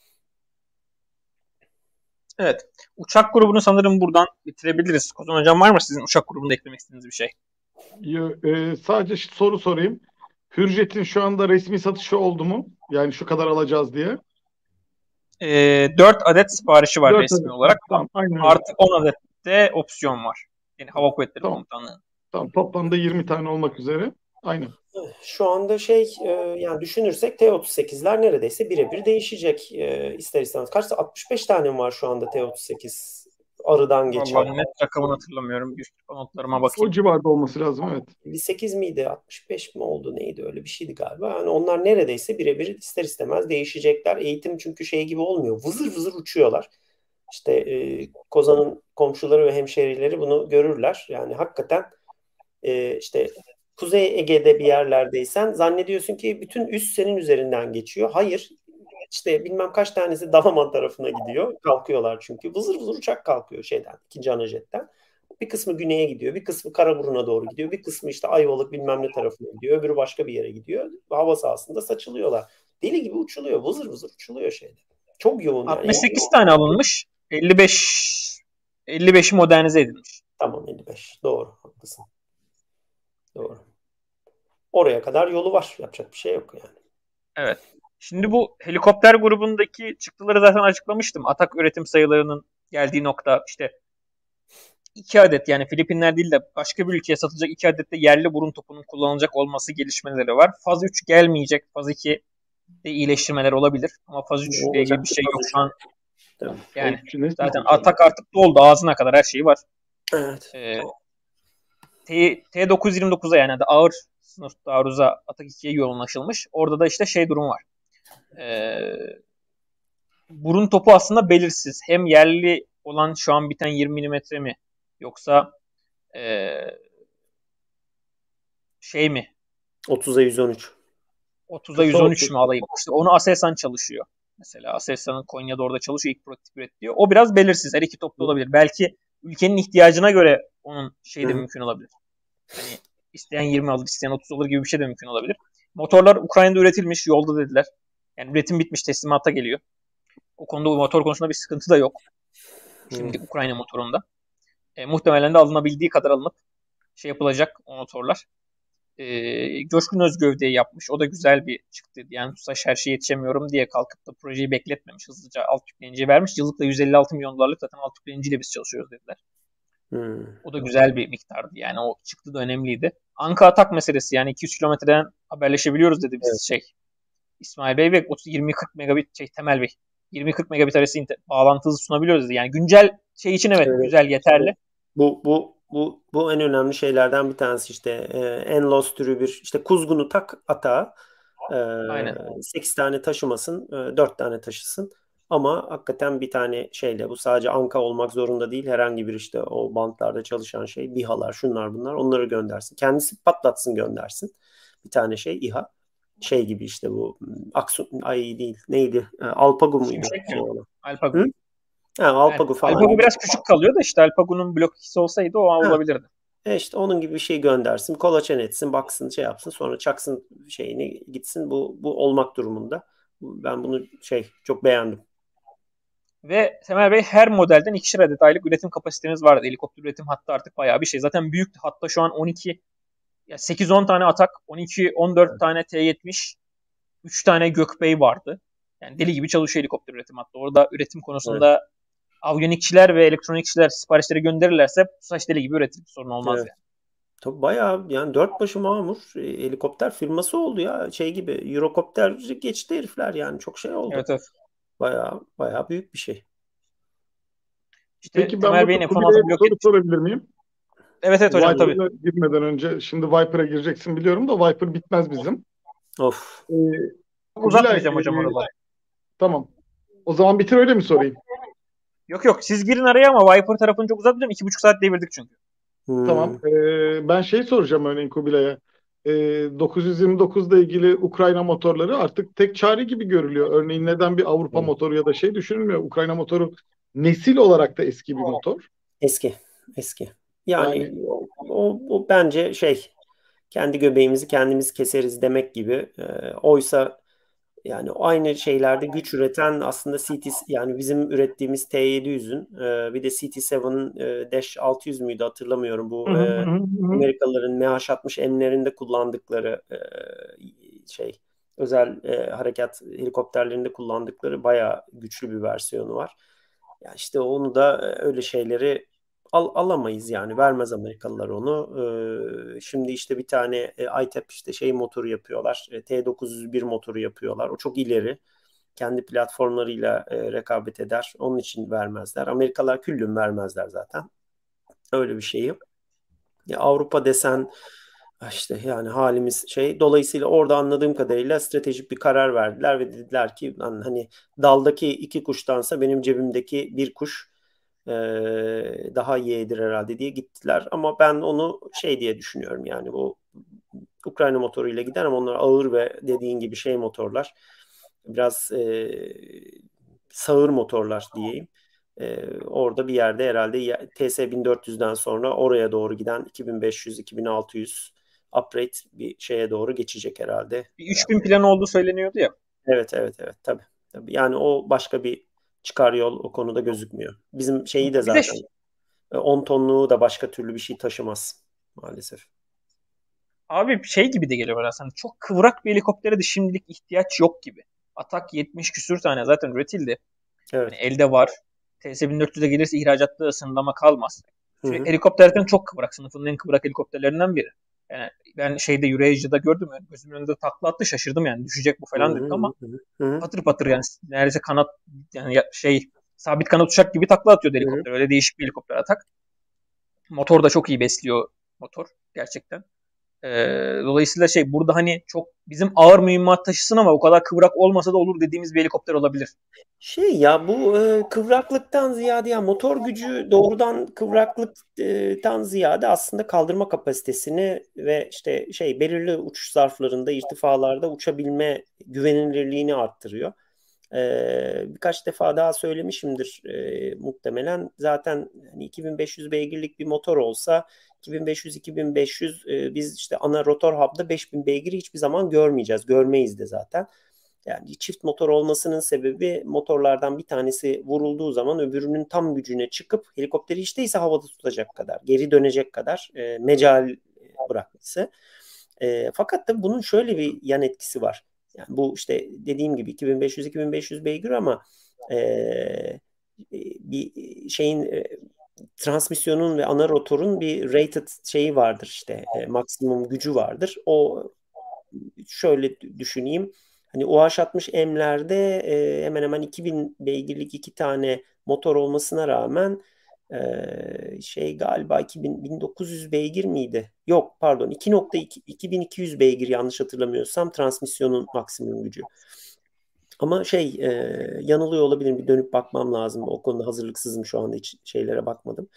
Evet. Uçak grubunu sanırım buradan bitirebiliriz. Kozan Hocam var mı sizin uçak grubunda eklemek istediğiniz bir şey? Yo, e, sadece soru sorayım. Hürjet'in şu anda resmi satışı oldu mu? Yani şu kadar alacağız diye. E, dört adet siparişi var dört resmi adet. olarak. Tamam, aynen öyle. Artı on adet de opsiyon var. Yani Hava Kuvvetleri Tamam. Komutanlığı. Tamam, toplamda yirmi tane olmak üzere. Aynen. Şu anda şey e, yani düşünürsek T otuz sekizler neredeyse birebir değişecek e, ister istemez. Kaçta altmış beş tane mi var şu anda T otuz sekiz Arı'dan geçen. Vallahi net rakamını hatırlamıyorum. Üst notlarıma bakayım. O civarda olması lazım, evet. elli sekiz miydi? altmış beş mi oldu? Neydi? Öyle bir şeydi galiba. Yani onlar neredeyse birebir ister istemez değişecekler. Eğitim çünkü şey gibi olmuyor. Vızır vızır uçuyorlar. İşte e, Kozan'ın komşuları ve hemşehrileri bunu görürler. Yani hakikaten e, işte Kuzey Ege'de bir yerlerdeysen zannediyorsun ki bütün üs senin üzerinden geçiyor. Hayır. İşte bilmem kaç tanesi Dalaman tarafına gidiyor. Kalkıyorlar çünkü. Vızır vızır uçak kalkıyor şeyden, ikinci ana jetten. Bir kısmı güneye gidiyor. Bir kısmı Karaburun'a doğru gidiyor. Bir kısmı işte Ayvalık bilmem ne tarafına gidiyor. Öbürü başka bir yere gidiyor. Hava sahasında saçılıyorlar. Deli gibi uçuluyor. Vızır vızır uçuluyor şeyde. Çok yoğun yani. altmış sekiz tane alınmış. elli beş elli beşi modernize edilmiş. Tamam, elli beş. Doğru. Haklısın. Doğru. Oraya kadar yolu var. Yapacak bir şey yok yani. Evet. Şimdi bu helikopter grubundaki çıktıları zaten açıklamıştım. Atak üretim sayılarının geldiği nokta işte iki adet, yani Filipinler değil de başka bir ülkeye satılacak iki adet de yerli burun topunun kullanılacak olması gelişmeleri var. Faz üç gelmeyecek. Faz iki de iyileştirmeler olabilir. Ama faz üç ile ilgili bir şey yok şu an. Yani zaten Atak artık doldu. Ağzına kadar her şeyi var. Evet. Ee, T, T dokuz yüz yirmi dokuza yani de ağır sınıf taarruza Atak ikiye yoğunlaşılmış. Orada da işte şey durum var. Ee, burun topu aslında belirsiz. Hem yerli olan şu an biten yirmi milimetre mi? Yoksa ee, şey mi? otuza yüz on üç. otuza yüz on üç mü alayım? İşte onu Aselsan çalışıyor. Mesela Aselsan'ın Konya'da orada çalışıyor. İlk prototip üretiliyor. O biraz belirsiz. Her iki toplu olabilir. Belki ülkenin ihtiyacına göre onun şeyi de mümkün olabilir. Hani isteyen yirmi alır, isteyen otuz alır gibi bir şey de mümkün olabilir. Motorlar Ukrayna'da üretilmiş, yolda dediler. Yani üretim bitmiş, teslimata geliyor. O konuda, bu motor konusunda bir sıkıntı da yok. Şimdi hmm. Ukrayna motorunda. E, muhtemelen de alınabildiği kadar alınıp şey yapılacak o motorlar. E, Coşkun Özgövde'yi yapmış. O da güzel bir çıktı. Yani TUSAŞ her şeye yetişemiyorum diye kalkıp da projeyi bekletmemiş. Hızlıca alt yükleniciye vermiş. Yıllıkla yüz elli altı milyon dolarlık zaten alt yükleniciyle biz çalışıyoruz dediler. Hmm. O da güzel bir miktardı. Yani o çıktı da önemliydi. Anka Atak meselesi, yani iki yüz kilometreden haberleşebiliyoruz dedi biz evet. şey. İsmail Bey ve yirmi kırk megabit şey Temel Bey. yirmi kırk megabit arası bağlantı hızı sunabiliyoruz dedi. Yani güncel şey için evet, evet. güzel, yeterli. Bu bu bu bu en önemli şeylerden bir tanesi işte e, en-loss türü bir işte kuzgunu tak atağa. E, Aynen. sekiz tane taşımasın, e, dört tane taşısın. Ama hakikaten bir tane şeyle, bu sadece Anka olmak zorunda değil. Herhangi bir işte o bantlarda çalışan şey, BİHA'lar, şunlar bunlar, onları göndersin. Kendisi patlatsın göndersin. Bir tane şey İHA. Şey gibi işte bu Aksu, ay değil neydi? E, Alpago muydu? Şey Alpago. Ha, Alpago yani, falan. Alpago biraz küçük kalıyor da işte Alpago'nun blok ikisi olsaydı o ha. olabilirdi. E işte onun gibi bir şey göndersin. Kolaçan etsin, baksın, şey yapsın. Sonra çaksın şeyini, gitsin. Bu bu olmak durumunda. Ben bunu şey çok beğendim. Ve Temel Bey, her modelden ikişer adet aylık üretim kapasitemiz vardı. Helikopter üretim hattı artık bayağı bir şey. Zaten büyük, hatta şu an on iki sekiz on tane Atak, on iki on dört evet. tane T yetmiş, üç tane Gökbey vardı. Yani deli gibi çalışıyor helikopter üretim hattı. Orada üretim konusunda evet. avyonikçiler ve elektronikçiler siparişleri gönderirlerse TUSAŞ deli gibi üretir. Bir sorun olmaz evet. yani. Tabii bayağı yani dört başı mamur e, helikopter firması oldu ya. Şey gibi Eurocopter geçti herifler yani, çok şey oldu. Evet evet. Bayağı bayağı büyük bir şey. İşte Peki ben burada Kubilay'a bir soru sorabilir miyim? Evet evet hocam tabii. Girmeden önce şimdi Viper'a gireceksin biliyorum da Viper bitmez bizim. Of. Ee, Uzatmayacağım hocam e, oraları. Tamam. O zaman bitir, öyle mi sorayım? Yok yok, siz girin araya ama Viper tarafını çok uzatmayacağım. İki buçuk saat devirdik çünkü. Hmm. Tamam. Ee, ben şey soracağım örneğin Kubilay'a. Ee, dokuz yüz yirmi dokuzla ilgili Ukrayna motorları artık tek çare gibi görülüyor. Örneğin neden bir Avrupa hmm. motoru ya da şey düşünülmüyor? Ukrayna motoru nesil olarak da eski bir motor. Eski. Eski. Yani, yani o, o, o bence şey, kendi göbeğimizi kendimiz keseriz demek gibi. E, oysa yani aynı şeylerde güç üreten aslında C T, yani bizim ürettiğimiz T yedi yüzün e, bir de C T yedi'nin e, Dash altı yüz müydü hatırlamıyorum. Bu e, Amerikalıların M H altmış M'lerinde kullandıkları e, şey, özel e, harekat helikopterlerinde kullandıkları bayağı güçlü bir versiyonu var. Ya işte onu da öyle şeyleri al, alamayız yani, vermez Amerikalılar onu. Ee, şimdi işte bir tane e, I T E P işte şey motoru yapıyorlar. E, T dokuz yüz bir motoru yapıyorlar. O çok ileri. kendi platformlarıyla e, rekabet eder. Onun için vermezler. Amerikalılar küllüm vermezler zaten. Öyle bir şey yok. Ya Avrupa desen işte yani halimiz şey. Dolayısıyla orada anladığım kadarıyla stratejik bir karar verdiler ve dediler ki hani daldaki iki kuştansa benim cebimdeki bir kuş e, daha iyidir herhalde diye gittiler. Ama ben onu şey diye düşünüyorum yani bu Ukrayna motoruyla gider ama onlar ağır ve dediğin gibi şey motorlar. Biraz e, sağır motorlar diyeyim. E, orada bir yerde herhalde T S bin dört yüzden sonra oraya doğru giden iki bin beş yüz iki bin altı yüz upgrade bir şeye doğru geçecek herhalde. Bir üç bin planı olduğu söyleniyordu ya. Evet evet evet tabii. Tabii. Yani o başka bir çıkar yol o konuda gözükmüyor. Bizim şeyi de Bir de zaten on tonluğu da başka türlü bir şey taşımaz maalesef. abi şey gibi de geliyor bana aslında. Çok kıvrak bir helikoptere de şimdilik ihtiyaç yok gibi. Atak yetmiş küsür tane zaten üretildi. Evet. Yani elde var. T S bin dört yüze gelirse ihracatta sınırlama kalmaz. Hı Çünkü hı. helikopter zaten çok kıvrak. Sınıfının en kıvrak helikopterlerinden biri. Yani ben şeyde Eurasia'da gördüm. Yani gözümün önünde takla attı, şaşırdım yani. Düşecek bu Hı falan hı dedik ama hı hı hı patır patır yani neredeyse kanat yani ya- şey sabit kanat uçak gibi takla atıyordu hı hı. helikopter. Öyle değişik bir helikopter atak. Motor da çok iyi besliyor motor gerçekten. Ee, dolayısıyla şey burada hani çok bizim ağır mühimmat taşısın ama o kadar kıvrak olmasa da olur dediğimiz bir helikopter olabilir. Şey ya bu e, kıvraklıktan ziyade ya motor gücü doğrudan kıvraklıktan ziyade aslında kaldırma kapasitesini ve işte şey belirli uçuş zarflarında irtifalarda uçabilme güvenilirliğini arttırıyor. E, birkaç defa daha söylemişimdir e, muhtemelen. Zaten hani iki bin beş yüz beygirlik bir motor olsa iki bin beş yüz iki bin beş yüz e, biz işte ana rotor hub'da beş bin beygiri hiçbir zaman görmeyeceğiz. Görmeyiz de zaten. Yani çift motor olmasının sebebi motorlardan bir tanesi vurulduğu zaman öbürünün tam gücüne çıkıp helikopteri hiç değilse havada tutacak kadar, geri dönecek kadar e, mecal bırakması. E, fakat da bunun şöyle bir yan etkisi var. Yani bu işte dediğim gibi iki bin beş yüz iki bin beş yüz beygir ama e, bir şeyin e, transmisyonun ve ana rotorun bir rated şeyi vardır işte e, maksimum gücü vardır. O şöyle düşüneyim. Hani U H altmış M'lerde e, hemen hemen iki bin beygirlik iki tane motor olmasına rağmen e, şey galiba iki bin, bin dokuz yüz beygir miydi? Yok pardon iki nokta iki iki bin iki yüz beygir yanlış hatırlamıyorsam transmisyonun maksimum gücü. Ama şey e, yanılıyor olabilirim. Bir dönüp bakmam lazım. O konuda hazırlıksızım şu anda hiç şeylere bakmadım.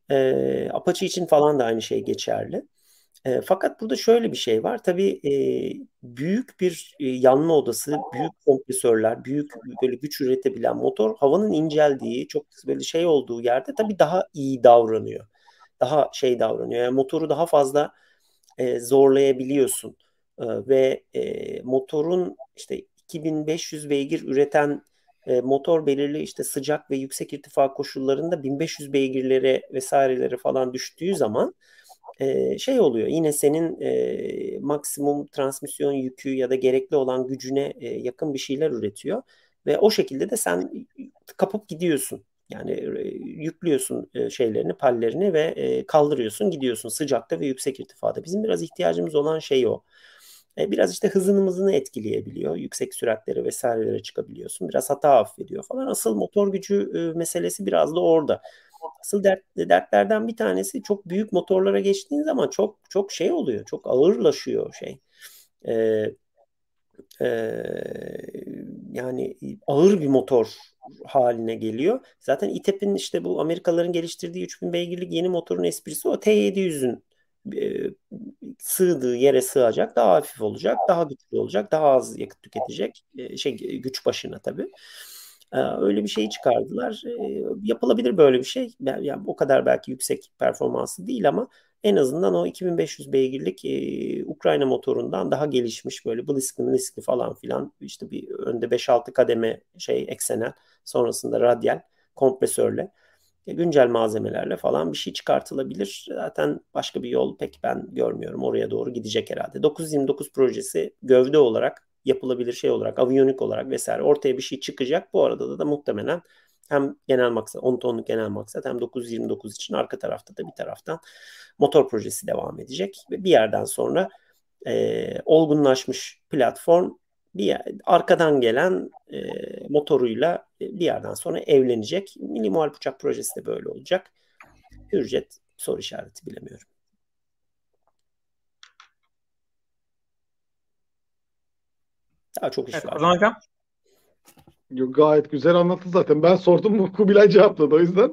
E, Apache için falan da aynı şey geçerli. E, fakat burada şöyle bir şey var. Tabii e, büyük bir e, yanma odası, büyük kompresörler, büyük böyle güç üretebilen motor havanın inceldiği, çok böyle şey olduğu yerde tabii daha iyi davranıyor. Daha şey davranıyor. Yani motoru daha fazla e, zorlayabiliyorsun. E, ve e, motorun işte iki bin beş yüz beygir üreten e, motor belirli işte sıcak ve yüksek irtifa koşullarında bin beş yüz beygirlere vesairelere falan düştüğü zaman e, şey oluyor. Yine senin e, maksimum transmisyon yükü ya da gerekli olan gücüne e, yakın bir şeyler üretiyor ve o şekilde de sen kapıp gidiyorsun. Yani e, yüklüyorsun e, şeylerini, pallerini ve e, kaldırıyorsun, gidiyorsun sıcakta ve yüksek irtifada. Bizim biraz ihtiyacımız olan şey o. E, biraz işte hızını mızını etkileyebiliyor. Yüksek süratlere vesairelere çıkabiliyorsun. Biraz hata affediyor falan. Asıl motor gücü e, meselesi biraz da orada. Asıl dert, dertlerden bir tanesi çok büyük motorlara geçtiğin zaman çok çok şey oluyor. Çok ağırlaşıyor şey. Ee, e, Yani ağır bir motor haline geliyor. Zaten İ T E P'in işte bu Amerikalıların geliştirdiği üç bin beygirlik yeni motorun esprisi o T yedi yüzün e, sığdığı yere sığacak, daha hafif olacak, daha güçlü olacak, daha az yakıt tüketecek. E, şey güç başına tabii. E, öyle bir şey çıkardılar. E, yapılabilir böyle bir şey. Ben, yani o kadar belki yüksek performansı değil ama en azından o iki bin beş yüz beygirlik e, Ukrayna motorundan daha gelişmiş böyle bliskli bliskli falan filan işte bir önde beş altı kademe şey eksenel sonrasında radyal kompresörle e, güncel malzemelerle falan bir şey çıkartılabilir. Zaten başka bir yol pek ben görmüyorum. Oraya doğru gidecek herhalde. dokuz yüz yirmi dokuz projesi gövde olarak yapılabilir şey olarak aviyonik olarak vesaire ortaya bir şey çıkacak. Bu arada da, da muhtemelen hem genel maksat on tonluk genel maksat hem dokuz yüz yirmi dokuz için arka tarafta da bir taraftan motor projesi devam edecek ve bir yerden sonra e, olgunlaşmış platform bir yer, arkadan gelen e, motoruyla bir yerden sonra evlenecek. Milli Muharip Uçak projesi de böyle olacak. Hürjet soru işareti, bilemiyorum. Daha çok iş Evet, var. Ozan Hocam. Yok, gayet güzel anlattı zaten. Ben sordum, bu Kubilay cevapladı o yüzden.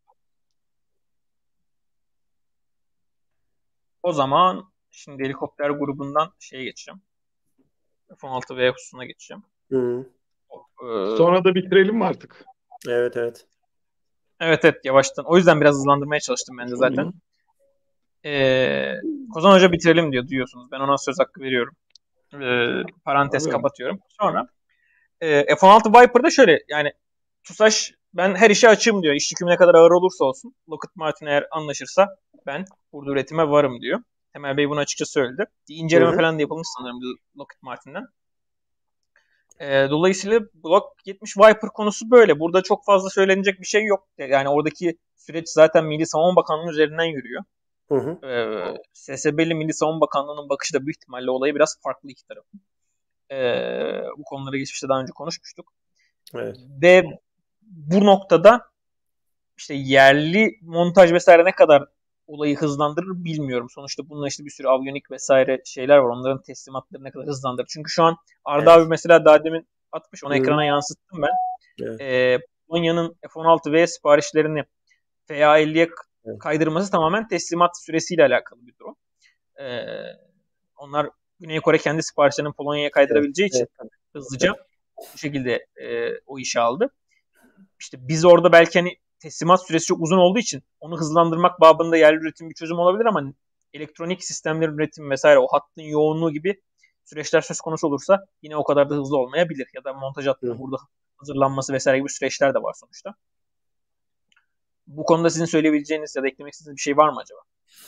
O zaman şimdi helikopter grubundan şeye geçeceğim. F on altı V hususuna geçeceğim. Hı. Ee, Sonra da bitirelim mi artık? Evet evet. Evet evet, yavaştan. O yüzden biraz hızlandırmaya çalıştım ben de zaten. Ee, Ozan Hoca bitirelim diyor, duyuyorsunuz. Ben ona söz hakkı veriyorum. Ee, parantez Abi. kapatıyorum. Sonra e, F on altı Viper'da şöyle, yani TUSAŞ ben her işe açığım diyor. İş yüküm ne kadar ağır olursa olsun. Lockheed Martin eğer anlaşırsa ben burada üretime varım diyor. Temel Bey bunu açıkça söyledi. İnceleme hı hı. falan da yapılmış sanırım Lockheed Martin'den. E, dolayısıyla Block yetmiş Viper konusu böyle. Burada çok fazla söylenecek bir şey yok. Yani oradaki süreç zaten Milli Savunma Bakanlığı üzerinden yürüyor. Hı hı. E, S S B'li Milli Savunma Bakanlığı'nın bakışı da büyük ihtimalle olayı biraz farklı iki tarafın. E, bu konuları geçmişte daha önce konuşmuştuk. Evet. Ve bu noktada işte yerli montaj vesaire ne kadar olayı hızlandırır bilmiyorum. Sonuçta bununla işte bir sürü avyonik vesaire şeyler var. Onların teslimatları ne kadar hızlandırır. Çünkü şu an Arda evet. abi mesela daha demin atmış. Onu Hı-hı. ekrana yansıttım ben. Evet. Ee, Polonya'nın F on altı V siparişlerini F A elliye evet. kaydırması tamamen teslimat süresiyle alakalı bir durum. Ee, onlar Güney Kore kendi siparişlerini Polonya'ya kaydırabileceği evet. için evet. hızlıca bu şekilde e, o işi aldı. İşte biz orada belki hani teslimat süresi çok uzun olduğu için onu hızlandırmak babında yerli üretim bir çözüm olabilir ama elektronik sistemlerin üretimi vesaire, o hattın yoğunluğu gibi süreçler söz konusu olursa yine o kadar da hızlı olmayabilir. Ya da montaj hattının burada hazırlanması vesaire gibi süreçler de var sonuçta. Bu konuda sizin söyleyebileceğiniz ya da eklemek istediğiniz bir şey var mı acaba?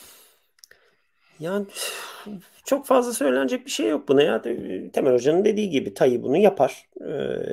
Yani çok fazla söylenecek bir şey yok buna ya. Temel Hoca'nın dediği gibi Tayyip bunu yapar. Ee,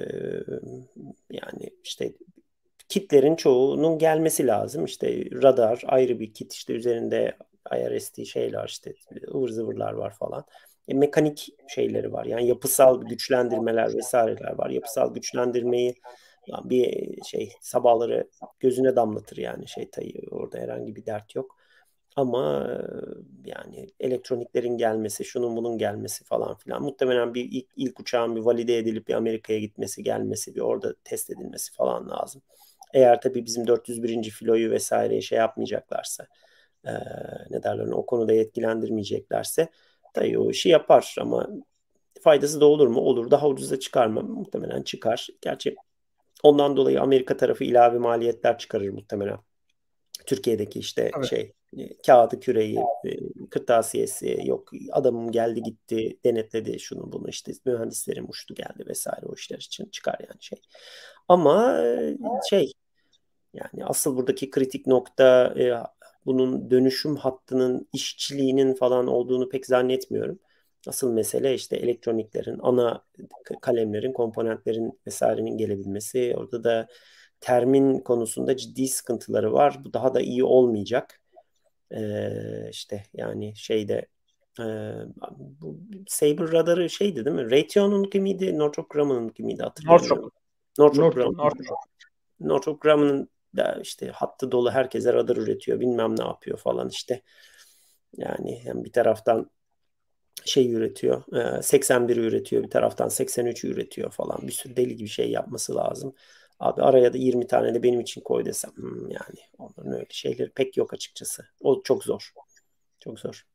yani işte kitlerin çoğunun gelmesi lazım. İşte radar ayrı bir kit, işte üzerinde I R S T şeyler, işte ıvır zıvırlar var falan. E, mekanik şeyleri var. Yani yapısal güçlendirmeler vesaireler var. Yapısal güçlendirmeyi yani bir şey sabahları gözüne damlatır yani şey Tayyip, orada herhangi bir dert yok. Ama yani elektroniklerin gelmesi, şunun bunun gelmesi falan filan. Muhtemelen bir ilk, ilk uçağın bir valide edilip bir Amerika'ya gitmesi, gelmesi, bir orada test edilmesi falan lazım. Eğer tabii bizim dört yüz birinci filoyu vesaire şey yapmayacaklarsa, e, ne derler, o konuda yetkilendirmeyeceklerse tabii o işi yapar ama faydası da olur mu? Olur. Daha ucuza çıkar mı? Muhtemelen çıkar. Gerçi ondan dolayı Amerika tarafı ilave maliyetler çıkarır muhtemelen. Türkiye'deki işte evet. şey kağıdı, küreği, kırtasiyesi yok, adamım geldi gitti denetledi şunu bunu, işte mühendislerim uçtu geldi vesaire, o işler için çıkar yani şey. Ama şey yani asıl buradaki kritik nokta e, bunun dönüşüm hattının işçiliğinin falan olduğunu pek zannetmiyorum. Asıl mesele işte elektroniklerin, ana kalemlerin, komponentlerin vesairenin gelebilmesi. Orada da termin konusunda ciddi sıkıntıları var. Bu daha da iyi olmayacak. Ee, işte yani şeyde e, bu Sabre radarı şeydi değil mi? Raytheon'un miydi? Northrop Grumman'ın miydi? Hatırlamıyorum. Northrop. Northrop Grumman. Northrop. Northrop Grumman'ın da işte hattı dolu, herkese radar üretiyor. Bilmem ne yapıyor falan işte. Yani hem bir taraftan şey üretiyor. seksen bir üretiyor. Bir taraftan seksen üç üretiyor falan. Bir sürü deli gibi şey yapması lazım. Abi araya da yirmi tane de benim için koy desem. Hmm, yani onların öyle şeyleri pek yok açıkçası. O çok zor. Çok zor.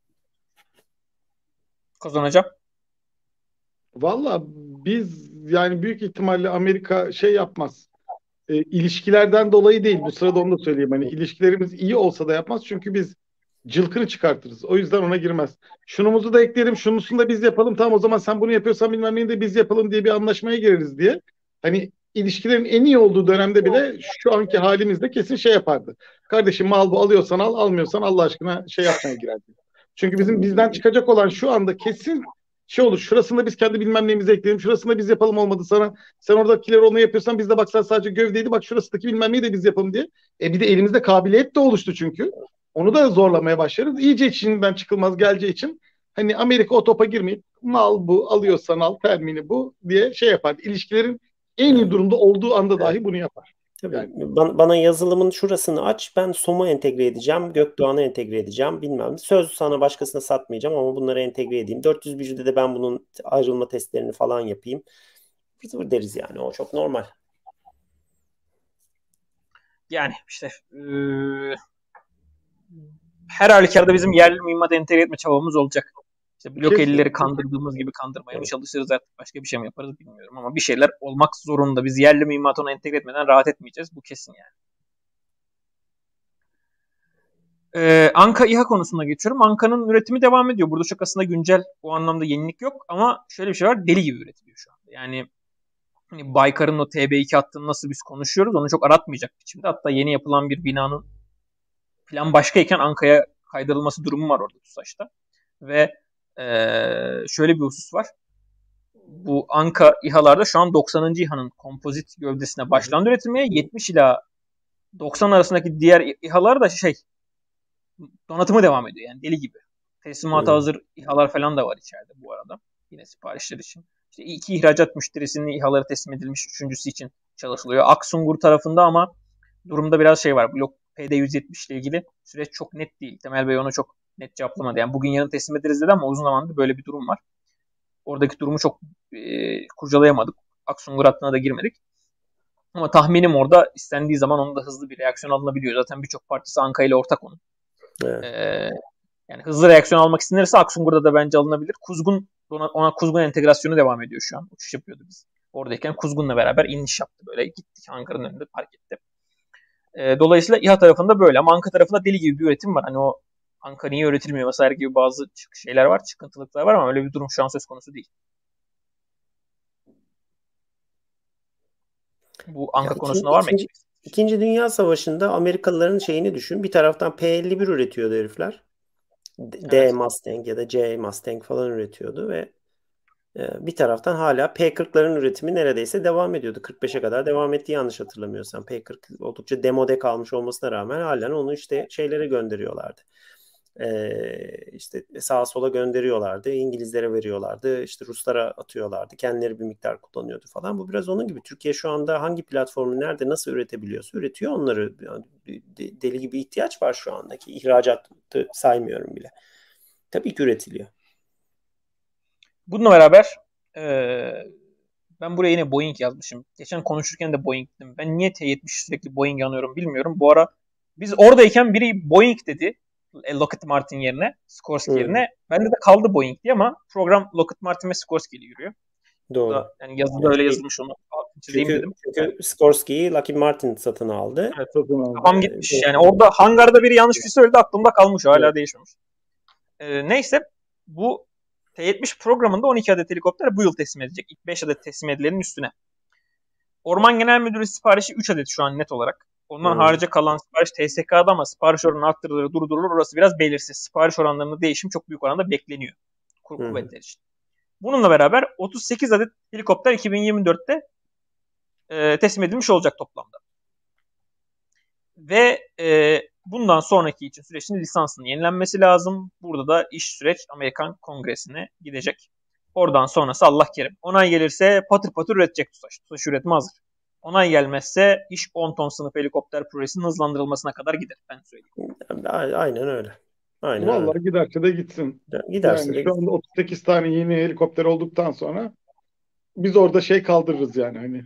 Kozan Hocam? Valla biz yani büyük ihtimalle Amerika şey yapmaz. E, ilişkilerden dolayı değil. Bu sırada onu da söyleyeyim. Hani ilişkilerimiz iyi olsa da yapmaz. Çünkü biz cılkını çıkartırız. O yüzden ona girmez. Şunumuzu da ekleyelim, şunusunu da biz yapalım. Tamam, o zaman sen bunu yapıyorsan bilmem neyi de biz yapalım diye bir anlaşmaya gireriz diye. Hani ilişkilerin en iyi olduğu dönemde bile şu anki halimizde kesin şey yapardı. Kardeşim mal bu, alıyorsan al, almıyorsan Allah aşkına şey yapmaya girerdi. Çünkü bizim bizden çıkacak olan şu anda kesin şey olur. Şurasında biz kendi bilmem neyimizi ekleyelim. Şurasında biz yapalım, olmadı sana. Sen oradakileri onu yapıyorsan biz de bak sen sadece gövdeydi. Bak şurasındaki bilmem neyi de biz yapalım diye. E bir de elimizde kabiliyet de oluştu çünkü. Onu da zorlamaya başlarız. İyice içinden çıkılmaz geleceği için hani Amerika o topa girmeyip mal bu, alıyorsan al, termini bu diye şey yapar. İlişkilerin en iyi durumda olduğu anda dahi bunu yapar. Tabii. Yani. Bana, bana yazılımın şurasını aç, ben Som'a entegre edeceğim, Gökdoğan'a entegre edeceğim, bilmem. Söz sana başkasına satmayacağım ama bunları entegre edeyim. dört yüz View'de de ben bunun ayrılma testlerini falan yapayım. Vır deriz yani, o çok normal. Yani işte e, her halükarda bizim yerli mühimmat entegre etme çabamız olacak. İşte blok ellileri kandırdığımız gibi kandırmaya mı çalışırız artık, başka bir şey mi yaparız bilmiyorum ama bir şeyler olmak zorunda. Biz yerli mühimmat ona entegre etmeden rahat etmeyeceğiz. Bu kesin yani. Ee, Anka İHA konusuna geçiyorum. Anka'nın üretimi devam ediyor. Burada çok aslında güncel o anlamda yenilik yok ama şöyle bir şey var. Deli gibi üretiliyor şu anda. Yani hani Baykar'ın o T B iki hattını nasıl biz konuşuyoruz onu çok aratmayacak biçimde. Hatta yeni yapılan bir binanın plan başkayken Anka'ya kaydırılması durumu var orada TUSAŞ'ta. Ve ee, şöyle bir husus var. Bu Anka İHA'larda şu an doksanıncı İHA'nın kompozit gövdesine başlandı üretilmeye. yetmiş ila doksan arasındaki diğer İHA'lar da şey donatımı devam ediyor yani deli gibi. Teslimata hmm. hazır İHA'lar falan da var içeride bu arada. Yine siparişler için. İşte iki ihracat müşterisinin İHA'ları teslim edilmiş, üçüncüsü için çalışılıyor. Aksungur tarafında ama durumda biraz şey var. Blok P D yüz yetmiş ile ilgili süreç çok net değil. Temel Bey onu çok net cevaplamadı. Yani bugün yarın teslim ederiz dedi ama uzun zamandır böyle bir durum var. Oradaki durumu çok e, kurcalayamadık. Aksungur hattına da girmedik. Ama tahminim orada istendiği zaman onun da hızlı bir reaksiyon alınabiliyor. Zaten birçok partisi Anka ile ortak onun. Evet. Ee, yani hızlı reaksiyon almak istenirse Aksungur'da da bence alınabilir. Kuzgun ona, ona Kuzgun entegrasyonu devam ediyor şu an. Uçuş yapıyordu biz. Oradayken Kuzgun'la beraber iniş yaptı. Böyle gittik Ankara'nın önünde park etti. Ee, dolayısıyla İHA tarafında böyle ama Anka tarafında deli gibi bir üretim var. Hani o Anka niye üretilmiyor vesaire gibi bazı şeyler var, çıkıntılıklar var ama öyle bir durum şu an söz konusu değil. Bu Anka ya konusunda ikinci, var mı? Ikinci, İkinci Dünya Savaşı'nda Amerikalıların şeyini düşün. Bir taraftan P elli bir üretiyordu herifler. D evet. Mustang ya da C Mustang falan üretiyordu ve bir taraftan hala P kırkların üretimi neredeyse devam ediyordu. kırk beşe kadar devam etti yanlış hatırlamıyorsam. P kırk oldukça demode kalmış olmasına rağmen halen onu işte şeylere gönderiyorlardı. Ee, işte sağa sola gönderiyorlardı. İngilizlere veriyorlardı. İşte Ruslara atıyorlardı. Kendileri bir miktar kullanıyordu falan. Bu biraz onun gibi. Türkiye şu anda hangi platformu nerede nasıl üretebiliyorsa üretiyor onları. Yani deli gibi ihtiyaç var şu andaki. İhracatı saymıyorum bile. Tabii ki üretiliyor. Bununla beraber e, ben buraya yine Boeing yazmışım. Geçen konuşurken de Boeing dedim. Ben niye T yetmiş sürekli Boeing anıyorum bilmiyorum. Bu ara biz oradayken biri Boeing dedi. Lockheed Martin yerine, Sikorsky hmm. yerine. Bende de kaldı Boeing diye ama program Lockheed Martin ve Sikorsky ile yürüyor. Doğru. Da, yani yazıda öyle yazılmış onu. Çünkü, dedim. çünkü Sikorsky'yi Lockheed Martin satın aldı. Evet, satın aldı. Kafam gitmiş. Yani orada hangarda biri yanlış bir şey söyledi aklımda kalmış. Hala evet. değişmemiş. Ee, neyse bu T yetmiş programında on iki adet helikopter bu yıl teslim edecek. İlk beş adet teslim edilenin üstüne. Orman Genel Müdürü siparişi üç adet şu an net olarak. Ondan hmm. harici kalan sipariş T S K'da ama sipariş oranı arttırılır, durdurulur. Orası biraz belirsiz. Sipariş oranlarında değişim çok büyük oranda bekleniyor. Kur hmm. kuvvetler için. Bununla beraber otuz sekiz adet helikopter iki bin yirmi dörtte e, teslim edilmiş olacak toplamda. Ve e, bundan sonraki için süreçin lisansının yenilenmesi lazım. Burada da iş süreç Amerikan Kongresi'ne gidecek. Oradan sonrası Allah kerim. Onay gelirse patır patır üretecek TUSAŞ. TUSAŞ üretimi hazır. Onay gelmezse iş on ton sınıf helikopter projesinin hızlandırılmasına kadar gider. Ben söyleyeyim. Aynen öyle. Aynen Vallahi öyle. giderse de gitsin. Giderse yani de şu anda otuz sekiz tane yeni helikopter olduktan sonra biz orada şey kaldırırız yani hani.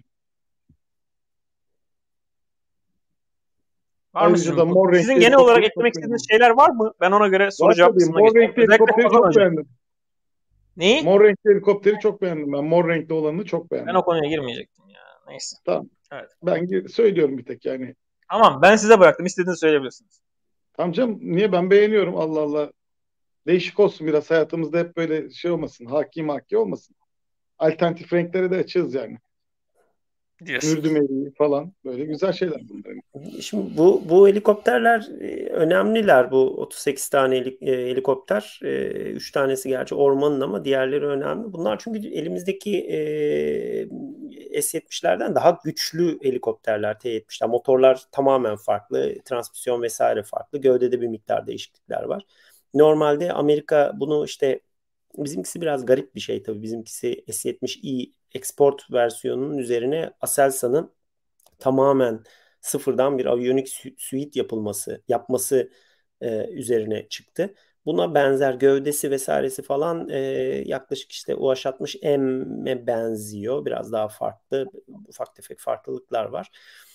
Var mı sizin? Sizin genel olarak eklemek istediğiniz şeyler var mı? Ben ona göre soru var cevap kısmına geçeyim. Mor renkli helikopteri çok önce. beğendim. Neyi? Mor renkli helikopteri çok beğendim ben. Mor renkli olanını çok beğendim. Ben o konuya girmeyecektim ya. Neyse. Tamam. Evet. Ben söylüyorum bir tek yani. Tamam ben size bıraktım. İstediğinizi söyleyebilirsiniz. Tamam canım. Niye? Ben beğeniyorum. Allah Allah. Değişik olsun biraz. Hayatımızda hep böyle şey olmasın. Hakim haki olmasın. Alternatif renklere de açığız yani. Mürdümeli falan. Böyle güzel şeyler bunlar. Şimdi bu bu helikopterler önemliler. Bu otuz sekiz tane helikopter. üç tanesi gerçi ormanın ama diğerleri önemli. Bunlar çünkü elimizdeki e, S yetmişlerden daha güçlü helikopterler T yetmişler. Motorlar tamamen farklı. Transmisyon vesaire farklı. Gövdede bir miktar değişiklikler var. Normalde Amerika bunu işte Bizimkisi biraz garip bir şey tabii. Bizimkisi S yetmiş i export versiyonunun üzerine Aselsan'ın tamamen sıfırdan bir aviyonik suite yapılması, yapması e, üzerine çıktı. Buna benzer gövdesi vesairesi falan e, yaklaşık işte U H altmış M'e benziyor. Biraz daha farklı, ufak tefek farklılıklar var.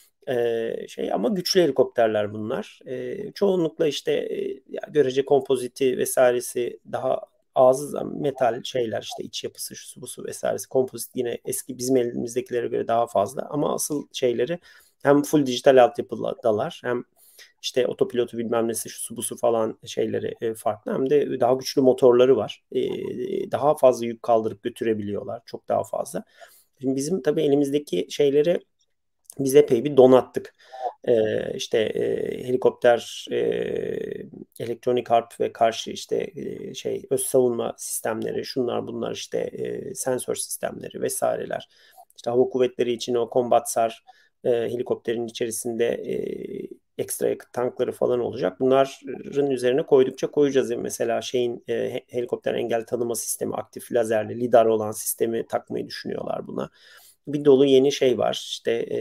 E, şey ama güçlü helikopterler bunlar. E, çoğunlukla işte e, görece kompoziti vesairesi daha ağız metal şeyler, işte iç yapısı, şusu busu vesairesi, kompozit yine eski bizim elimizdekilere göre daha fazla ama asıl şeyleri hem full dijital altyapıdalar, hem işte otopilotu bilmem nesi, şusu busu falan şeyleri e, farklı, hem de daha güçlü motorları var. E, daha fazla yük kaldırıp götürebiliyorlar, çok daha fazla. Şimdi bizim tabii elimizdeki şeyleri biz epey bir donattık. Ee, işte e, helikopter, e, elektronik harp ve karşı işte e, şey öz savunma sistemleri, şunlar bunlar, işte e, sensör sistemleri vesaireler. İşte hava kuvvetleri için o Combatsar e, helikopterin içerisinde e, ekstra yakıt tankları falan olacak. Bunların üzerine koydukça koyacağız. Mesela şeyin e, helikopter engel tanıma sistemi, aktif lazerli lidar olan sistemi takmayı düşünüyorlar buna. Bir dolu yeni şey var. İşte e,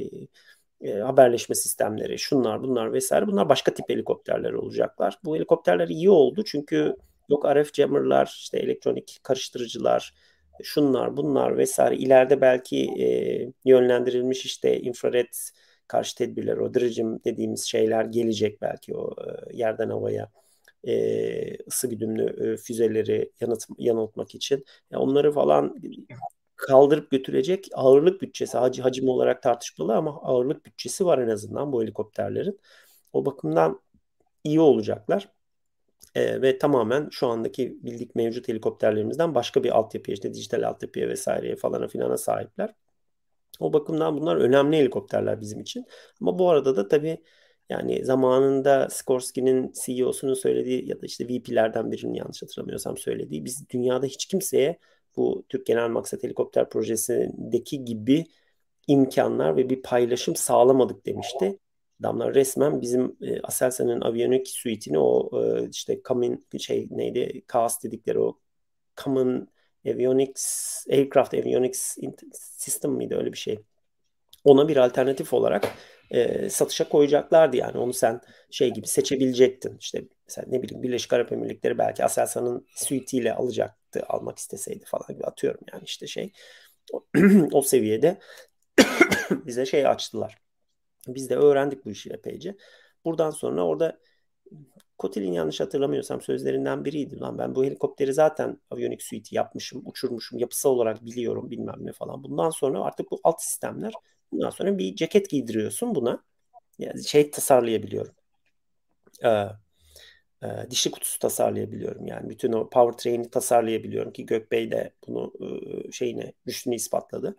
e, haberleşme sistemleri, şunlar bunlar vesaire. Bunlar başka tip helikopterler olacaklar. Bu helikopterler iyi oldu çünkü yok R F jammer'lar, işte elektronik karıştırıcılar, şunlar bunlar vesaire. İleride belki e, yönlendirilmiş işte infrared karşı tedbirler, o dırıcım dediğimiz şeyler gelecek belki, o e, yerden havaya e, ısı güdümlü e, füzeleri yanıt, yanıltmak için. Yani onları falan kaldırıp götürecek ağırlık bütçesi, hac- hacim olarak tartışmalı ama ağırlık bütçesi var en azından bu helikopterlerin. O bakımdan iyi olacaklar. Ee, ve tamamen şu andaki bildik mevcut helikopterlerimizden başka bir altyapıya, işte dijital altyapıya vesaireye falana filana sahipler. O bakımdan bunlar önemli helikopterler bizim için. Ama bu arada da tabii yani zamanında Sikorsky'nin C E O'sunun söylediği ya da işte V P'lerden birinin, yanlış hatırlamıyorsam, söylediği, biz dünyada hiç kimseye bu Türk Genel Maksat Helikopter Projesi'ndeki gibi imkanlar ve bir paylaşım sağlamadık demişti. Adamlar resmen bizim e, Aselsan'ın aviyonik suite'ini, o e, işte Common şey neydi, C A S dedikleri o Common Avionics, Aircraft Avionics System miydi, öyle bir şey. Ona bir alternatif olarak e, satışa koyacaklardı yani. Onu sen şey gibi seçebilecektin. İşte mesela ne bileyim Birleşik Arap Emirlikleri belki Aselsan'ın suite'iyle alacaktı, almak isteseydi falan gibi, atıyorum yani, işte şey. O seviyede bize şey açtılar. Biz de öğrendik bu işi epeyce. Buradan sonra orada Kotil'in, yanlış hatırlamıyorsam, sözlerinden biriydi. Lan ben bu helikopteri zaten aviyonik suite'i yapmışım, uçurmuşum, yapısal olarak biliyorum bilmem ne falan. Bundan sonra artık bu alt sistemler, bundan sonra bir ceket giydiriyorsun buna. Yani şey tasarlayabiliyorum. Ee, e, dişli kutusu tasarlayabiliyorum. Yani bütün o powertrain'i tasarlayabiliyorum ki Gökbey de bunu e, şeyine, rüştünü ispatladı.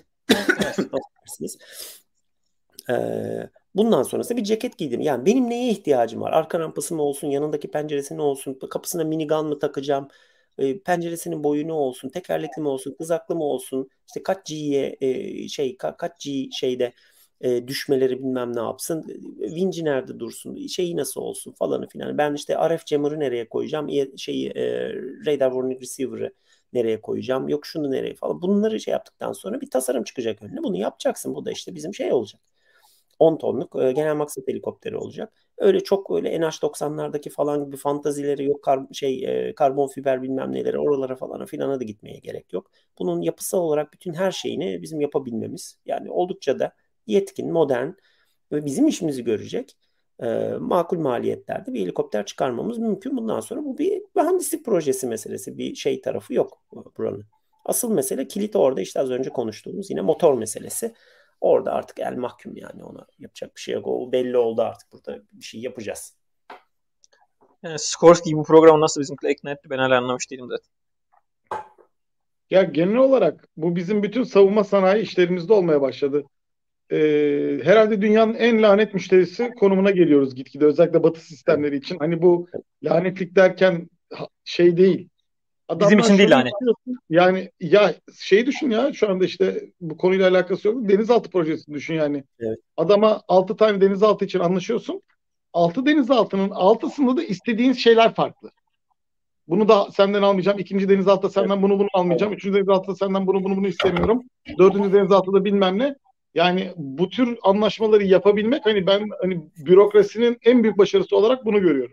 Ee, bundan sonrası bir ceket giydim. Yani benim neye ihtiyacım var? Arka rampası mı olsun, yanındaki penceresi ne olsun, kapısına minigun mı takacağım, e, penceresinin boyu ne olsun, tekerlekli mi olsun, kızaklı mı olsun, işte kaç G'ye e, şey ka, kaç G şeyde e, düşmeleri bilmem ne yapsın, vinci nerede dursun, şeyi nasıl olsun falanı filan. Ben işte R F jammer'ı nereye koyacağım, şeyi e, radar warning receiver'ı nereye koyacağım, yok şunu nereye falan. Bunları şey yaptıktan sonra bir tasarım çıkacak önüne. Bunu yapacaksın. Bu da işte bizim şey olacak. on tonluk e, genel maksat helikopteri olacak. Öyle çok öyle N H doksanlardaki falan gibi fantazileri yok, kar, şey e, karbon fiber bilmem neleri, oralara falan filana da gitmeye gerek yok. Bunun yapısal olarak bütün her şeyini bizim yapabilmemiz, yani oldukça da yetkin, modern ve bizim işimizi görecek e, makul maliyetlerde bir helikopter çıkarmamız mümkün. Bundan sonra bu bir mühendislik projesi meselesi, bir şey tarafı yok buranın. Asıl mesele, kilit orada, işte az önce konuştuğumuz yine motor meselesi. Orada artık el mahkum, yani ona yapacak bir şey yok. O belli oldu artık, burada bir şey yapacağız. Yani Sikorsky bu programı nasıl bizimkiyle ikna etti, ben hala anlamış değilim zaten. Ya genel olarak bu bizim bütün savunma sanayi işlerimizde olmaya başladı. Ee, herhalde dünyanın en lanet müşterisi konumuna geliyoruz gitgide. Özellikle Batı sistemleri için. Hani bu lanetlik derken şey değil. Adamlar bizim için değil lanet. Yani ya şey düşün ya, şu anda işte bu konuyla alakası yok. Denizaltı projesini düşün yani. Evet. Adama altı tane denizaltı için anlaşıyorsun. altı denizaltının altısında da istediğin şeyler farklı. Bunu da senden almayacağım. İkinci denizaltıda senden bunu bunu almayacağım. Üçüncü denizaltıda senden bunu bunu bunu istemiyorum. Dördüncü denizaltıda bilmem ne. Yani bu tür anlaşmaları yapabilmek, hani ben hani bürokrasinin en büyük başarısı olarak bunu görüyorum.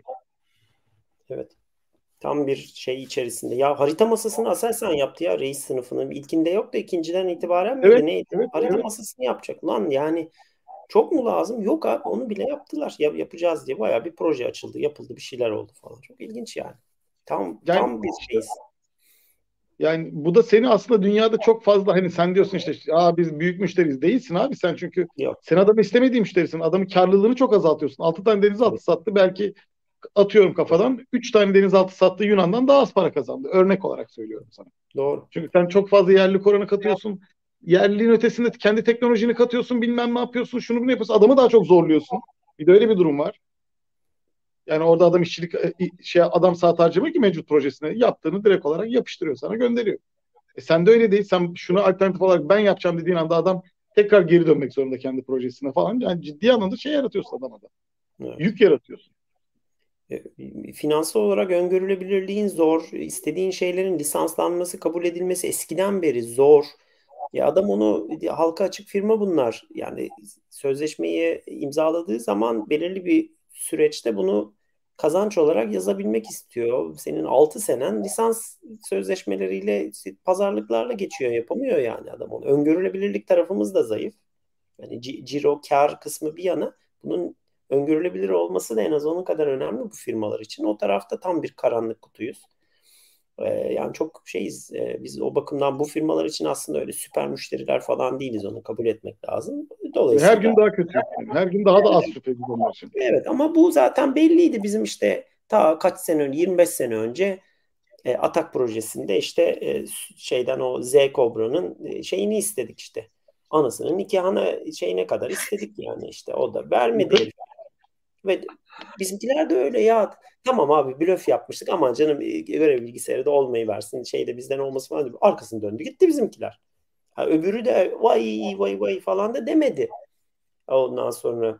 Evet. Tam bir şey içerisinde. Ya harita masasını Aselsan yaptı ya, reis sınıfının. İlkinde yok da ikinciden itibaren miydi? Evet, Neydi? evet, Harita evet. masasını yapacak. Lan yani çok mu lazım? Yok abi, onu bile yaptılar. Ya, yapacağız diye bayağı bir proje açıldı. Yapıldı, bir şeyler oldu falan. Çok ilginç yani. Tam Yani tam bir şeyiz. Yani bu da seni aslında dünyada çok fazla, hani sen diyorsun işte, aa biz büyük müşteriyiz, değilsin abi sen, çünkü Yok. sen adamı istemediğin müşterisin. Adamın karlılığını çok azaltıyorsun. altı tane denizaltı sattı, belki atıyorum kafadan üç tane denizaltı sattı, Yunan'dan daha az para kazandı. Örnek olarak söylüyorum sana. Doğru. Çünkü sen çok fazla yerli oranı katıyorsun. Yerliliğin ötesinde kendi teknolojini katıyorsun, bilmem ne yapıyorsun, şunu bunu yapıyorsun. Adamı daha çok zorluyorsun. Bir de öyle bir durum var. Yani orada adam işçilik şey, adam saat harcamıyor ki mevcut projesine. Yaptığını direkt olarak yapıştırıyor, sana gönderiyor. E sen de öyle değil. Sen şunu alternatif olarak ben yapacağım dediğin anda adam tekrar geri dönmek zorunda kendi projesine falan. Yani ciddi anlamda şey yaratıyorsun adama da. Evet. Yük yaratıyorsun. E, Finansal olarak öngörülebilirliğin zor. İstediğin şeylerin lisanslanması, kabul edilmesi eskiden beri zor. Ya adam onu, halka açık firma bunlar. Yani sözleşmeyi imzaladığı zaman belirli bir süreçte bunu kazanç olarak yazabilmek istiyor. Senin altı senen lisans sözleşmeleriyle, pazarlıklarla geçiyor. Yapamıyor yani adam onu. Öngörülebilirlik tarafımız da zayıf. Yani ciro, kar kısmı bir yana, bunun öngörülebilir olması da en az onun kadar önemli bu firmalar için. O tarafta tam bir karanlık kutuyuz. Ee, yani çok şeyiz. Ee, biz o bakımdan bu firmalar için aslında öyle süper müşteriler falan değiliz. Onu kabul etmek lazım. Ve her Dolayısıyla gün daha kötü. Yani her gün daha da az şüpheli onlar için. evet, ama bu zaten belliydi. Bizim işte ta kaç sene önce, yirmi beş sene önce e, Atak projesinde işte e, şeyden, o Z Cobra'nın e, şeyini istedik işte. Anasının nikahına şeyine kadar istedik yani, işte o da vermedi. Ve bizimkiler de öyle ya. Tamam abi, blöf yapmıştık ama canım, e, görev bilgisayarı da olmayı versin. Şeyde bizden olması falan diye. Arkasını döndü gitti bizimkiler. Ha, öbürü de vay vay vay falan da demedi. Ondan sonra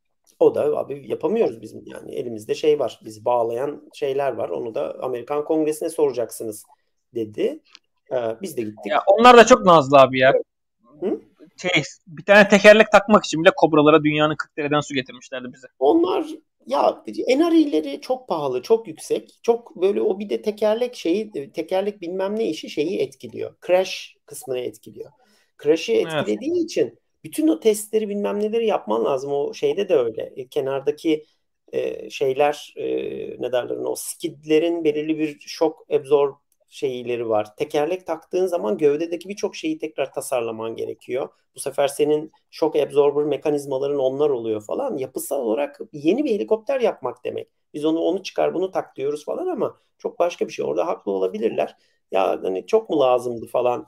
o da abi yapamıyoruz bizim, yani elimizde şey var. Bizi bağlayan şeyler var. Onu da Amerikan Kongresi'ne soracaksınız dedi. Ee, biz de gittik. Ya onlar da çok nazlı abi ya. Hı? Şey, bir tane tekerlek takmak için bile kobralara dünyanın kırk dereden su getirmişlerdi bize. Onlar ya, N R E'leri çok pahalı, çok yüksek. Çok böyle, o bir de tekerlek şeyi, tekerlek bilmem ne işi şeyi etkiliyor. Crash kısmını etkiliyor. Crash'ı Evet. etkilediği için bütün o testleri bilmem neleri yapman lazım. O şeyde de öyle. E, kenardaki e, şeyler, e, ne derler, o skidlerin belirli bir şok absorb şeyleri var. Tekerlek taktığın zaman gövdedeki birçok şeyi tekrar tasarlaman gerekiyor. Bu sefer senin shock absorber mekanizmaların onlar oluyor falan. Yapısal olarak yeni bir helikopter yapmak demek. Biz onu onu çıkar bunu tak diyoruz falan ama çok başka bir şey. Orada haklı olabilirler. Ya hani çok mu lazımdı falan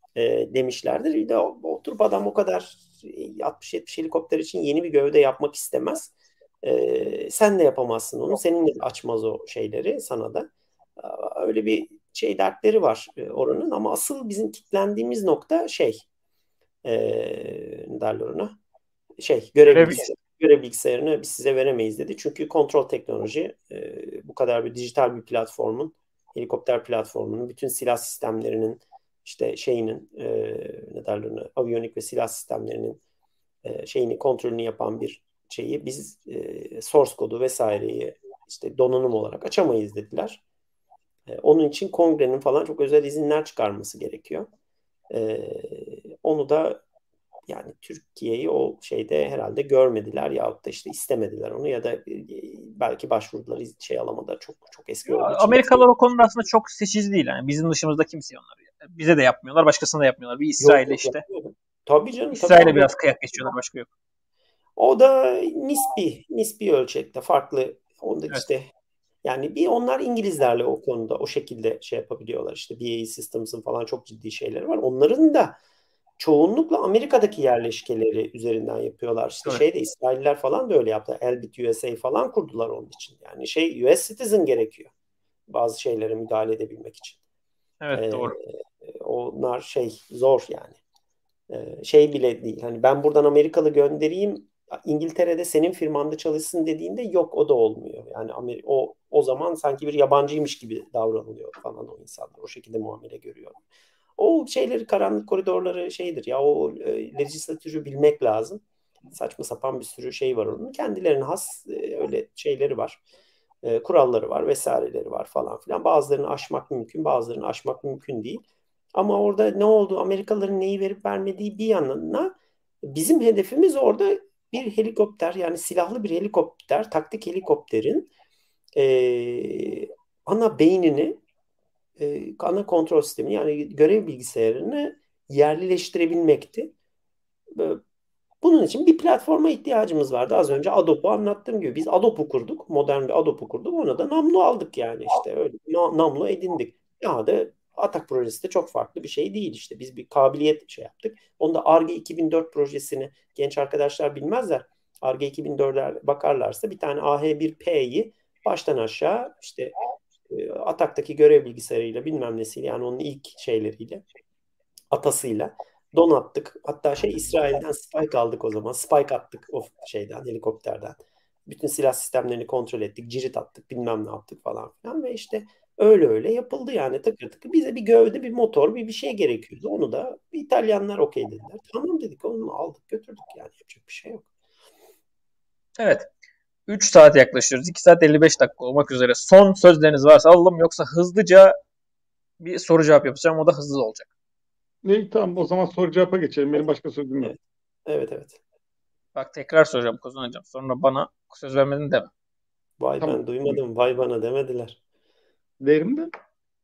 e, demişlerdir. Bir de oturup adam o kadar altmış yetmiş helikopter için yeni bir gövde yapmak istemez. E, sen de yapamazsın onu. Senin de açmaz o şeyleri sana da. Öyle bir şey dertleri var e, oranın, ama asıl bizim kilitlendiğimiz nokta şey, e, ne derler ona? Şey, görev Görev- bilgisayarı. Görev bilgisayarını biz size veremeyiz dedi. Çünkü kontrol teknoloji, e, bu kadar bir dijital bir platformun, helikopter platformunun, bütün silah sistemlerinin, işte şeyinin, e, ne derler ona, aviyonik ve silah sistemlerinin e, şeyini, kontrolünü yapan bir şeyi biz e, source kodu vesaireyi işte donanım olarak açamayız dediler. E, onun için kongrenin falan çok özel izinler çıkarması gerekiyor. E, onu da yani Türkiye'yi o şeyde herhalde görmediler, yahut da işte istemediler onu, ya da e, belki başvurdular, şey alamadılar, çok çok eski olduğu için. Amerikalılar o konuda aslında çok seçici değil. Yani bizim dışımızda kimse onları. Bize de yapmıyorlar, başkasına da yapmıyorlar. Bir İsrail'e işte. Yok, yok. Tabii canım. İsrail'e tabii. biraz kıyak geçiyorlar, başka yok. O da nispi, nispi ölçekte farklı. Onda Evet. işte yani bir onlar İngilizlerle o konuda o şekilde şey yapabiliyorlar. İşte B A E Systems'ın falan çok ciddi şeyleri var. Onların da çoğunlukla Amerika'daki yerleşkeleri üzerinden yapıyorlar. İşte Evet. şeyde İsrailler falan da öyle yaptı. Elbit U S A falan kurdular onun için. Yani şey, U S citizen gerekiyor bazı şeylere müdahale edebilmek için. Evet, Ee, doğru. onlar şey zor yani. Ee, şey bile değil. Hani ben buradan Amerikalı göndereyim, İngiltere'de senin firmanda çalışsın dediğinde yok, o da olmuyor. Yani Amer- o o zaman sanki bir yabancıymış gibi davranılıyor falan o insanlar. O şekilde muamele görüyor. O şeyleri, karanlık koridorları şeydir ya, o e, legislatürü bilmek lazım. Saçma sapan bir sürü şey var onun. Kendilerine has e, öyle şeyleri var. E, kuralları var vesaireleri var falan filan. Bazılarını aşmak mümkün, bazılarını aşmak mümkün değil. Ama orada ne oldu? Amerikalıların neyi verip vermediği bir yanına, bizim hedefimiz orada bir helikopter, yani silahlı bir helikopter, taktik helikopterin e, ana beynini, e, ana kontrol sistemi, yani görev bilgisayarını yerlileştirebilmekti. E, Bunun için bir platforma ihtiyacımız vardı. Az önce Adobe'u anlattığım gibi biz Adobe'u kurduk. Modern bir Adobe'u kurduk. Ona da Namlu aldık yani işte. Öyle Na- Namlu edindik. Ya da Atak projesi de çok farklı bir şey değil işte. Biz bir kabiliyet şey yaptık. Onda Ar-Ge iki bin dört projesini genç arkadaşlar bilmezler. Ar-Ge iki bin dörde bakarlarsa bir tane A H bir P'yi baştan aşağı işte e, Atak'taki görev bilgisayarıyla bilmem nesiyle, yani onun ilk şeyleriyle, atasıyla donattık. Hatta şey, İsrail'den Spike aldık o zaman. Spike attık o şeyden, helikopterden. Bütün silah sistemlerini kontrol ettik. Cirit attık, bilmem ne yaptık falan filan ve işte öyle öyle yapıldı yani, tıkır tıkır. Bize bir gövde, bir motor, bir bir şey gerekiyordu. Onu da İtalyanlar okey dediler. Tamam dedik, onu aldık götürdük, yani yapacak bir şey yok. Evet. üç saat yaklaşıyoruz. iki saat elli beş dakika olmak üzere. Son sözleriniz varsa alalım, yoksa hızlıca bir soru cevap yapacağım. O da hızlı olacak. Ne, tamam, o zaman soru cevapa geçelim. Benim başka sözüm yok. Evet. Evet evet. Bak, tekrar soracağım Kozan Hocam. Sonra bana söz vermedin deme. Vay Tamam. ben duymadım. Vay bana demediler. Derim de.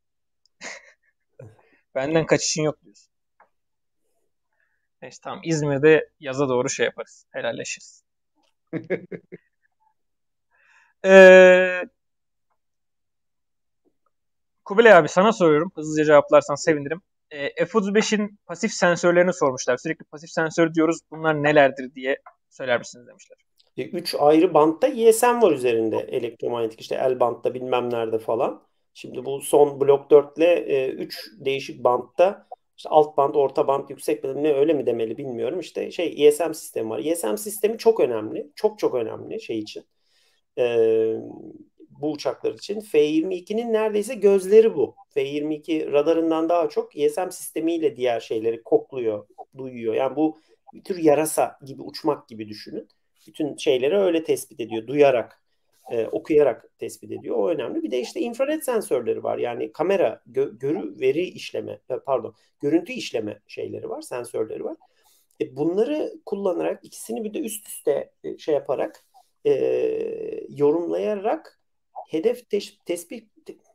Benden kaçışın yok diyorsun. Neyse, tamam. İzmir'de yaza doğru şey yaparız. Helalleşiriz. Ee, Kubilay abi, sana soruyorum. Hızlıca cevaplarsan sevinirim. Ee, F otuz beşin pasif sensörlerini sormuşlar. Sürekli pasif sensör diyoruz. Bunlar nelerdir diye söyler misiniz demişler. E, Üç ayrı bantta Y S M var üzerinde, elektromanyetik, işte L bantta bilmem nerede falan. Şimdi bu son Blok dört ile üç değişik bantta, işte alt band, orta band, yüksek band, ne öyle mi demeli bilmiyorum. İşte şey, Y S M sistemi var. Y S M sistemi çok önemli. Çok çok önemli şey için. Ee, Bu uçaklar için. F yirmi ikinin neredeyse gözleri bu. F yirmi iki radarından daha çok Y S M sistemiyle diğer şeyleri kokluyor, duyuyor. Yani bu bir tür yarasa gibi, uçmak gibi düşünün. Bütün şeyleri öyle tespit ediyor. Duyarak, e, okuyarak tespit ediyor. O önemli. Bir de işte infrared sensörleri var. Yani kamera, gö- görü, veri işleme, pardon, görüntü işleme şeyleri var, sensörleri var. E, bunları kullanarak, ikisini bir de üst üste e, şey yaparak, e, yorumlayarak hedef teş, tespit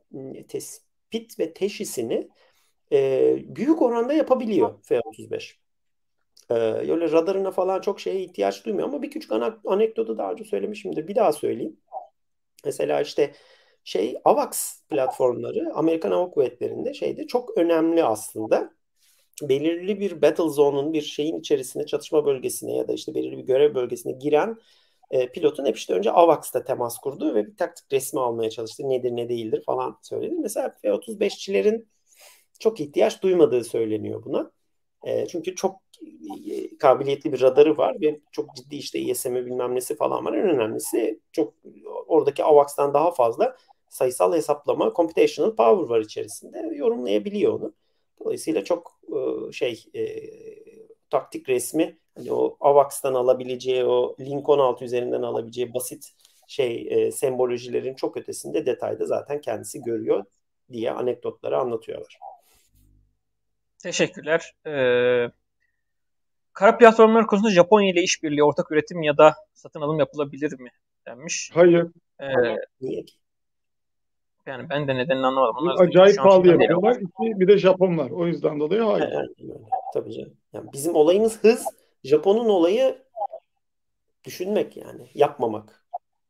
tespit ve teşhisini e, büyük oranda yapabiliyor F otuz beş. E, öyle radarına falan çok şeye ihtiyaç duymuyor, ama bir küçük ana, anekdotu daha önce söylemişimdir. Bir daha söyleyeyim. Mesela işte şey, AVAX platformları Amerikan Hava Kuvvetleri'nde şeyde çok önemli aslında. Belirli bir battle zone'un, bir şeyin içerisine, çatışma bölgesine ya da işte belirli bir görev bölgesine giren e, pilotun hep işte önce AVAX'ta temas kurduğu ve bir taktik resmi almaya çalıştığı, nedir ne değildir falan söyledi. Mesela F otuz beşçilerin çok ihtiyaç duymadığı söyleniyor buna. E, çünkü çok e, kabiliyetli bir radarı var ve çok ciddi işte I S M'i bilmem nesi falan var. En önemlisi, çok oradaki AVAX'tan daha fazla sayısal hesaplama, computational power var içerisinde. Yorumlayabiliyor onu. Dolayısıyla çok e, şey e, taktik resmi, hani o AVAX'tan alabileceği, o Link on altı üzerinden alabileceği basit şey e, sembolojilerin çok ötesinde detayda zaten kendisi görüyor diye anekdotları anlatıyorlar. Teşekkürler. Ee, kara platformları konusunda Japonya ile işbirliği, ortak üretim ya da satın alım yapılabilir mi denmiş. Hayır. Ee, Niye ki? Yani ben de nedenini anlamadım. Onlar Bir zaten acayip şu an pahalı Finlandiya ile yapıyorlar. İki, bir de Japon var. O yüzden dolayı hayır. Aynen öyle. Tabii canım. Yani bizim olayımız hız. Japon'un olayı düşünmek, yani yapmamak.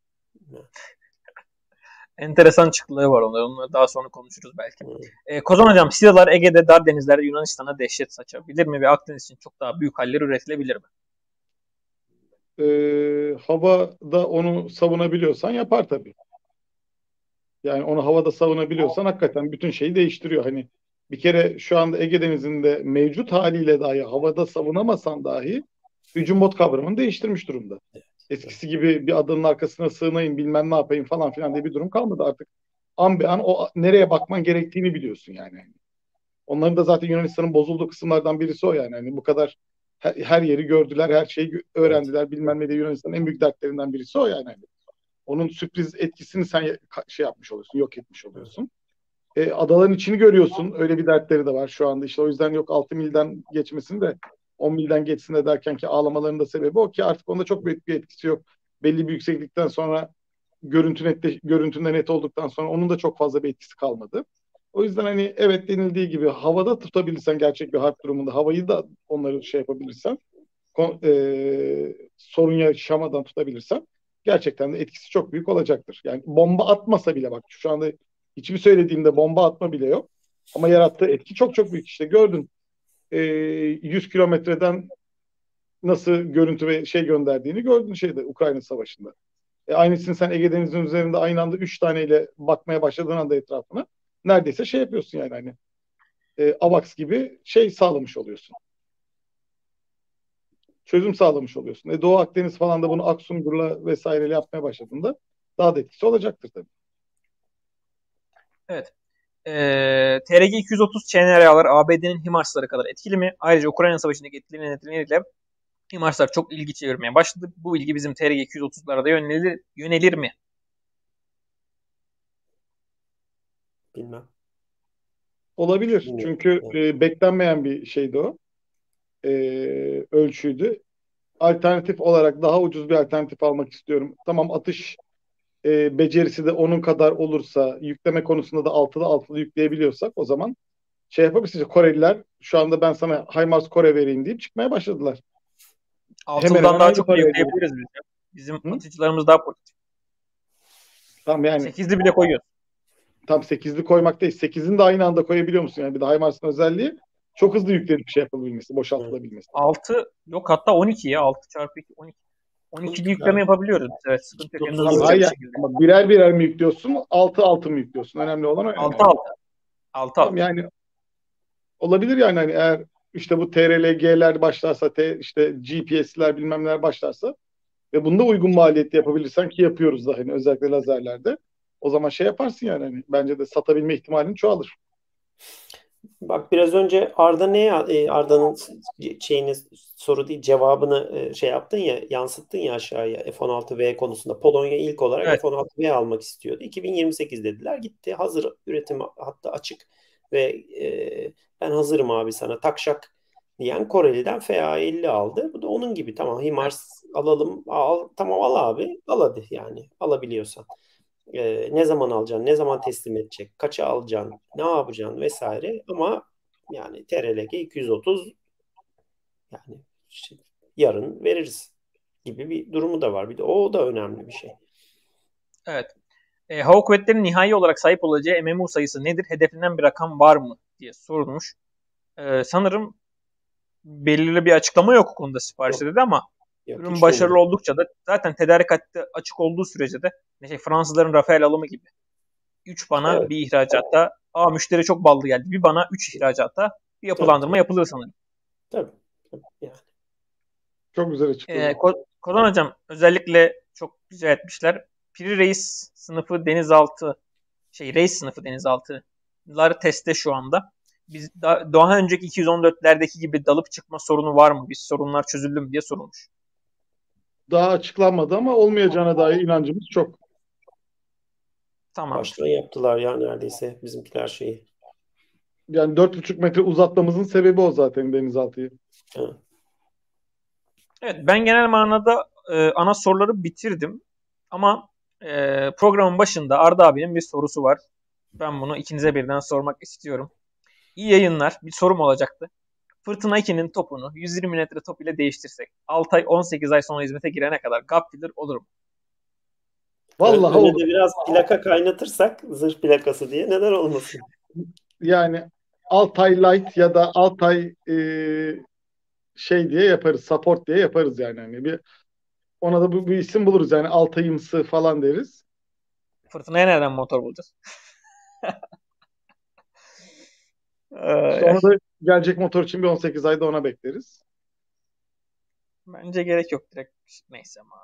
enteresan çıktıları var onların. Onları daha sonra konuşuruz belki. Hmm. Ee, Kozan Hocam, SİHA'lar Ege'de, dar denizlerde Yunanistan'a dehşet saçabilir mi ve Akdeniz için çok daha büyük haller üretilebilir mi? Ee, havada onu savunabiliyorsan yapar tabii. Yani onu havada savunabiliyorsan hakikaten bütün şeyi değiştiriyor. Hani bir kere şu anda Ege Denizi'nde mevcut haliyle dahi havada savunamasan dahi hücum bot kavramını değiştirmiş durumda. Eskisi gibi bir adanın arkasına sığınayım bilmem ne yapayım falan filan diye bir durum kalmadı artık. An be an o nereye bakman gerektiğini biliyorsun yani. Onların da zaten Yunanistan'ın bozulduğu kısımlardan birisi o yani. Yani bu kadar her, her yeri gördüler, her şeyi öğrendiler. Evet. Bilmem ne de Yunanistan'ın en büyük dertlerinden birisi o yani. Onun sürpriz etkisini sen şey yapmış oluyorsun, yok etmiş oluyorsun. E, adaların içini görüyorsun. Öyle bir dertleri de var şu anda. İşte o yüzden yok altı milden geçmesin de on milden geçsin de derken ki ağlamalarının da sebebi o ki artık onda çok büyük bir etkisi yok. Belli bir yükseklikten sonra görüntü net, görüntünde net olduktan sonra onun da çok fazla bir etkisi kalmadı. O yüzden hani evet denildiği gibi havada tutabilirsen gerçek bir harp durumunda havayı da onları şey yapabilirsen e, sorun yaşamadan tutabilirsen gerçekten de etkisi çok büyük olacaktır. Yani bomba atmasa bile bak şu anda hiçbir söylediğimde bomba atma bile yok. Ama yarattığı etki çok çok büyük. İşte gördün e, yüz kilometreden nasıl görüntü ve şey gönderdiğini gördün şeyde Ukrayna Savaşı'nda. E, aynısını sen Ege Denizi'nin üzerinde aynı anda üç taneyle bakmaya başladığın anda etrafına neredeyse şey yapıyorsun yani hani e, AVAX gibi şey sağlamış oluyorsun. Çözüm sağlamış oluyorsun. E, Doğu Akdeniz falan da bunu Aksungur'la vesaireyle yapmaya başladığında daha da etkisi olacaktır tabii. Evet. Ee, T R G iki yüz otuz Ç N R A'lar A B D'nin HIMARS'ları kadar etkili mi? Ayrıca Ukrayna Savaşı'ndaki etkileri nedeniyle HIMARS'lar çok ilgi çevirmeye başladı. Bu ilgi bizim T R G iki yüz otuzlara da yönelir, yönelir mi? Bilmem. Olabilir. Bilmiyorum. Çünkü evet. e, beklenmeyen bir şeydi o. E, ölçüydü. Alternatif olarak daha ucuz bir alternatif almak istiyorum. Tamam atış e, becerisi de onun kadar olursa, yükleme konusunda da altılı altılı yükleyebiliyorsak o zaman şey yapabilirsiniz. Koreliler şu anda ben sana HIMARS Kore vereyim deyip çıkmaya başladılar. Altılıdan daha çok yükleyebiliriz biz. Ya. Bizim Hı? atıcılarımız daha pozitif. Tamam yani. sekizli bile koyuyor. Tam sekizli koymak değil. sekizini de aynı anda koyabiliyor musun? Yani bir de HIMARS'ın özelliği çok hızlı yüklenip bir şey yapılabilmesi, boşaltılabilmesi. altı yok hatta on iki ya. altı çarpı iki on iki. on ikili yükleme yani. Yapabiliyoruz. Evet sıkıntı yok. Yani hayır, ama birer birer mi yüklüyorsun? altı altı mı yüklüyorsun? Önemli olan o. altı altı. altı Tamam yani olabilir yani hani eğer işte bu T R L G'ler başlarsa, te, işte G P S'ler bilmem neler başlarsa ve bunda uygun maliyette yapabilirsen ki yapıyoruz da hani özellikle lazerlerde. O zaman şey yaparsın yani hani bence de satabilme ihtimalin çoğalır. Bak biraz önce Arda ne Arda'nın şeyini soru değil cevabını şey yaptın ya yansıttın ya aşağıya F on altı V konusunda. Polonya ilk olarak evet. F on altı V almak istiyordu. iki bin yirmi sekiz dediler. Gitti. Hazır üretim hatta açık ve e, ben hazırım abi sana takşak diyen Koreli'den F A elli aldı. Bu da onun gibi tamam HIMARS alalım. Al, tamam al abi. Al hadi yani alabiliyorsan. Ee, ne zaman alacaksın, ne zaman teslim edecek, kaça alacaksın, ne yapacaksın vesaire ama yani T R L G iki yüz otuz yani işte yarın veririz gibi bir durumu da var. Bir de o da önemli bir şey. Evet. E, Hava Kuvvetleri'nin nihai olarak sahip olacağı M M U sayısı nedir? Hedeflenen bir rakam var mı diye sorulmuş. E, sanırım belirli bir açıklama yok o konuda siparişte dedi ama Yok, ürün başarılı olmadı. Oldukça da zaten tedarik hattı açık olduğu sürece de şey, Fransızların Rafael alımı gibi üç bana evet. bir ihracatta aa müşteri çok ballı geldi. Bir bana üç ihracatta bir yapılandırma tabii, yapılır sanırım. Tabii. tabii yani. Çok güzel açıkladı. Ee, Kozan Hocam özellikle çok güzel etmişler. Piri Reis sınıfı denizaltı şey Reis sınıfı denizaltıları testte şu anda. Biz daha, daha önceki iki yüz on dörtlerdeki gibi dalıp çıkma sorunu var mı? Biz sorunlar çözüldü mü diye sorulmuş. Daha açıklanmadı ama olmayacağına dair inancımız çok. Tamam. Baştan yaptılar ya neredeyse bizimkiler şeyi. Yani dört buçuk metre uzatmamızın sebebi o zaten denizaltıyı. Evet. Evet ben genel manada e, ana soruları bitirdim. Ama e, programın başında Arda abinin bir sorusu var. Ben bunu ikinize birden sormak istiyorum. İyi yayınlar. Bir sorum olacaktı. Fırtına ikinin topunu yüz yirmi metre top ile değiştirsek altı ay on sekiz ay sonra hizmete girene kadar gap filler olur mu? Vallahi Öyle olur. de biraz plaka kaynatırsak zırh plakası diye neden olmasın? Yani Altay Light ya da Altay e, şey diye yaparız. Support diye yaparız yani. yani bir ona da bu, bu isim buluruz yani Altayımsı falan deriz. Fırtınaya nereden motor bulacağız? İşte ona da gelecek motor için bir on sekiz ayda ona bekleriz. Bence gerek yok direkt. Neyse ama.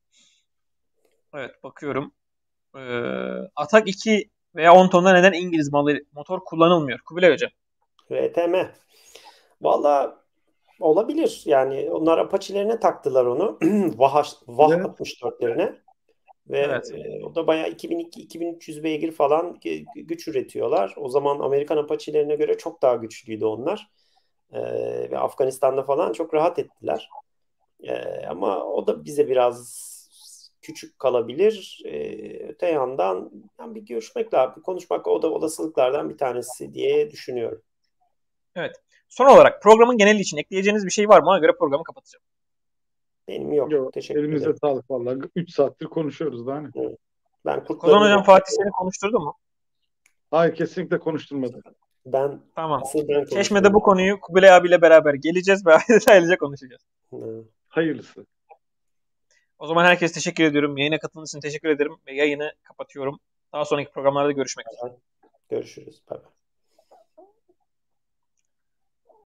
Evet bakıyorum. Ee, Atak iki veya on tonda neden İngiliz malı motor kullanılmıyor? Kubilay Hocam. R T M. Valla olabilir. Yani onlar Apache'lerine taktılar onu. Vah, Vah Evet. altmış dörtlerine. Ve Evet. e, o da bayağı iki bin iki iki bin üç yüz beygir falan güç üretiyorlar. O zaman Amerikan Apache'lerine göre çok daha güçlüydü onlar. E, ve Afganistan'da falan çok rahat ettiler. E, ama o da bize biraz küçük kalabilir. E, öte yandan yani bir görüşmek lazım. Konuşmak o da olasılıklardan bir tanesi diye düşünüyorum. Evet. Son olarak programın geneli için ekleyeceğiniz bir şey var mı? Ona göre programı kapatacağım. Benim yok. Yok, Teşekkür elinize ederim. sağlık vallahi. üç saattir konuşuyoruz daha ne? Evet. Ben Kozan kurtlarını Hocam da... Fatih seni konuşturdu mu? Hayır, kesinlikle konuşturmadı. Ben Tamam. asıl ben Çeşme'de bu konuştum. konuyu Kubilay abiyle beraber geleceğiz ve ayrıca konuşacağız. Evet. Hayırlısı. O zaman herkese teşekkür ediyorum. Yayına katıldığınız için teşekkür ederim ve yayını kapatıyorum. Daha sonraki programlarda görüşmek üzere. Görüşürüz. Bye bye.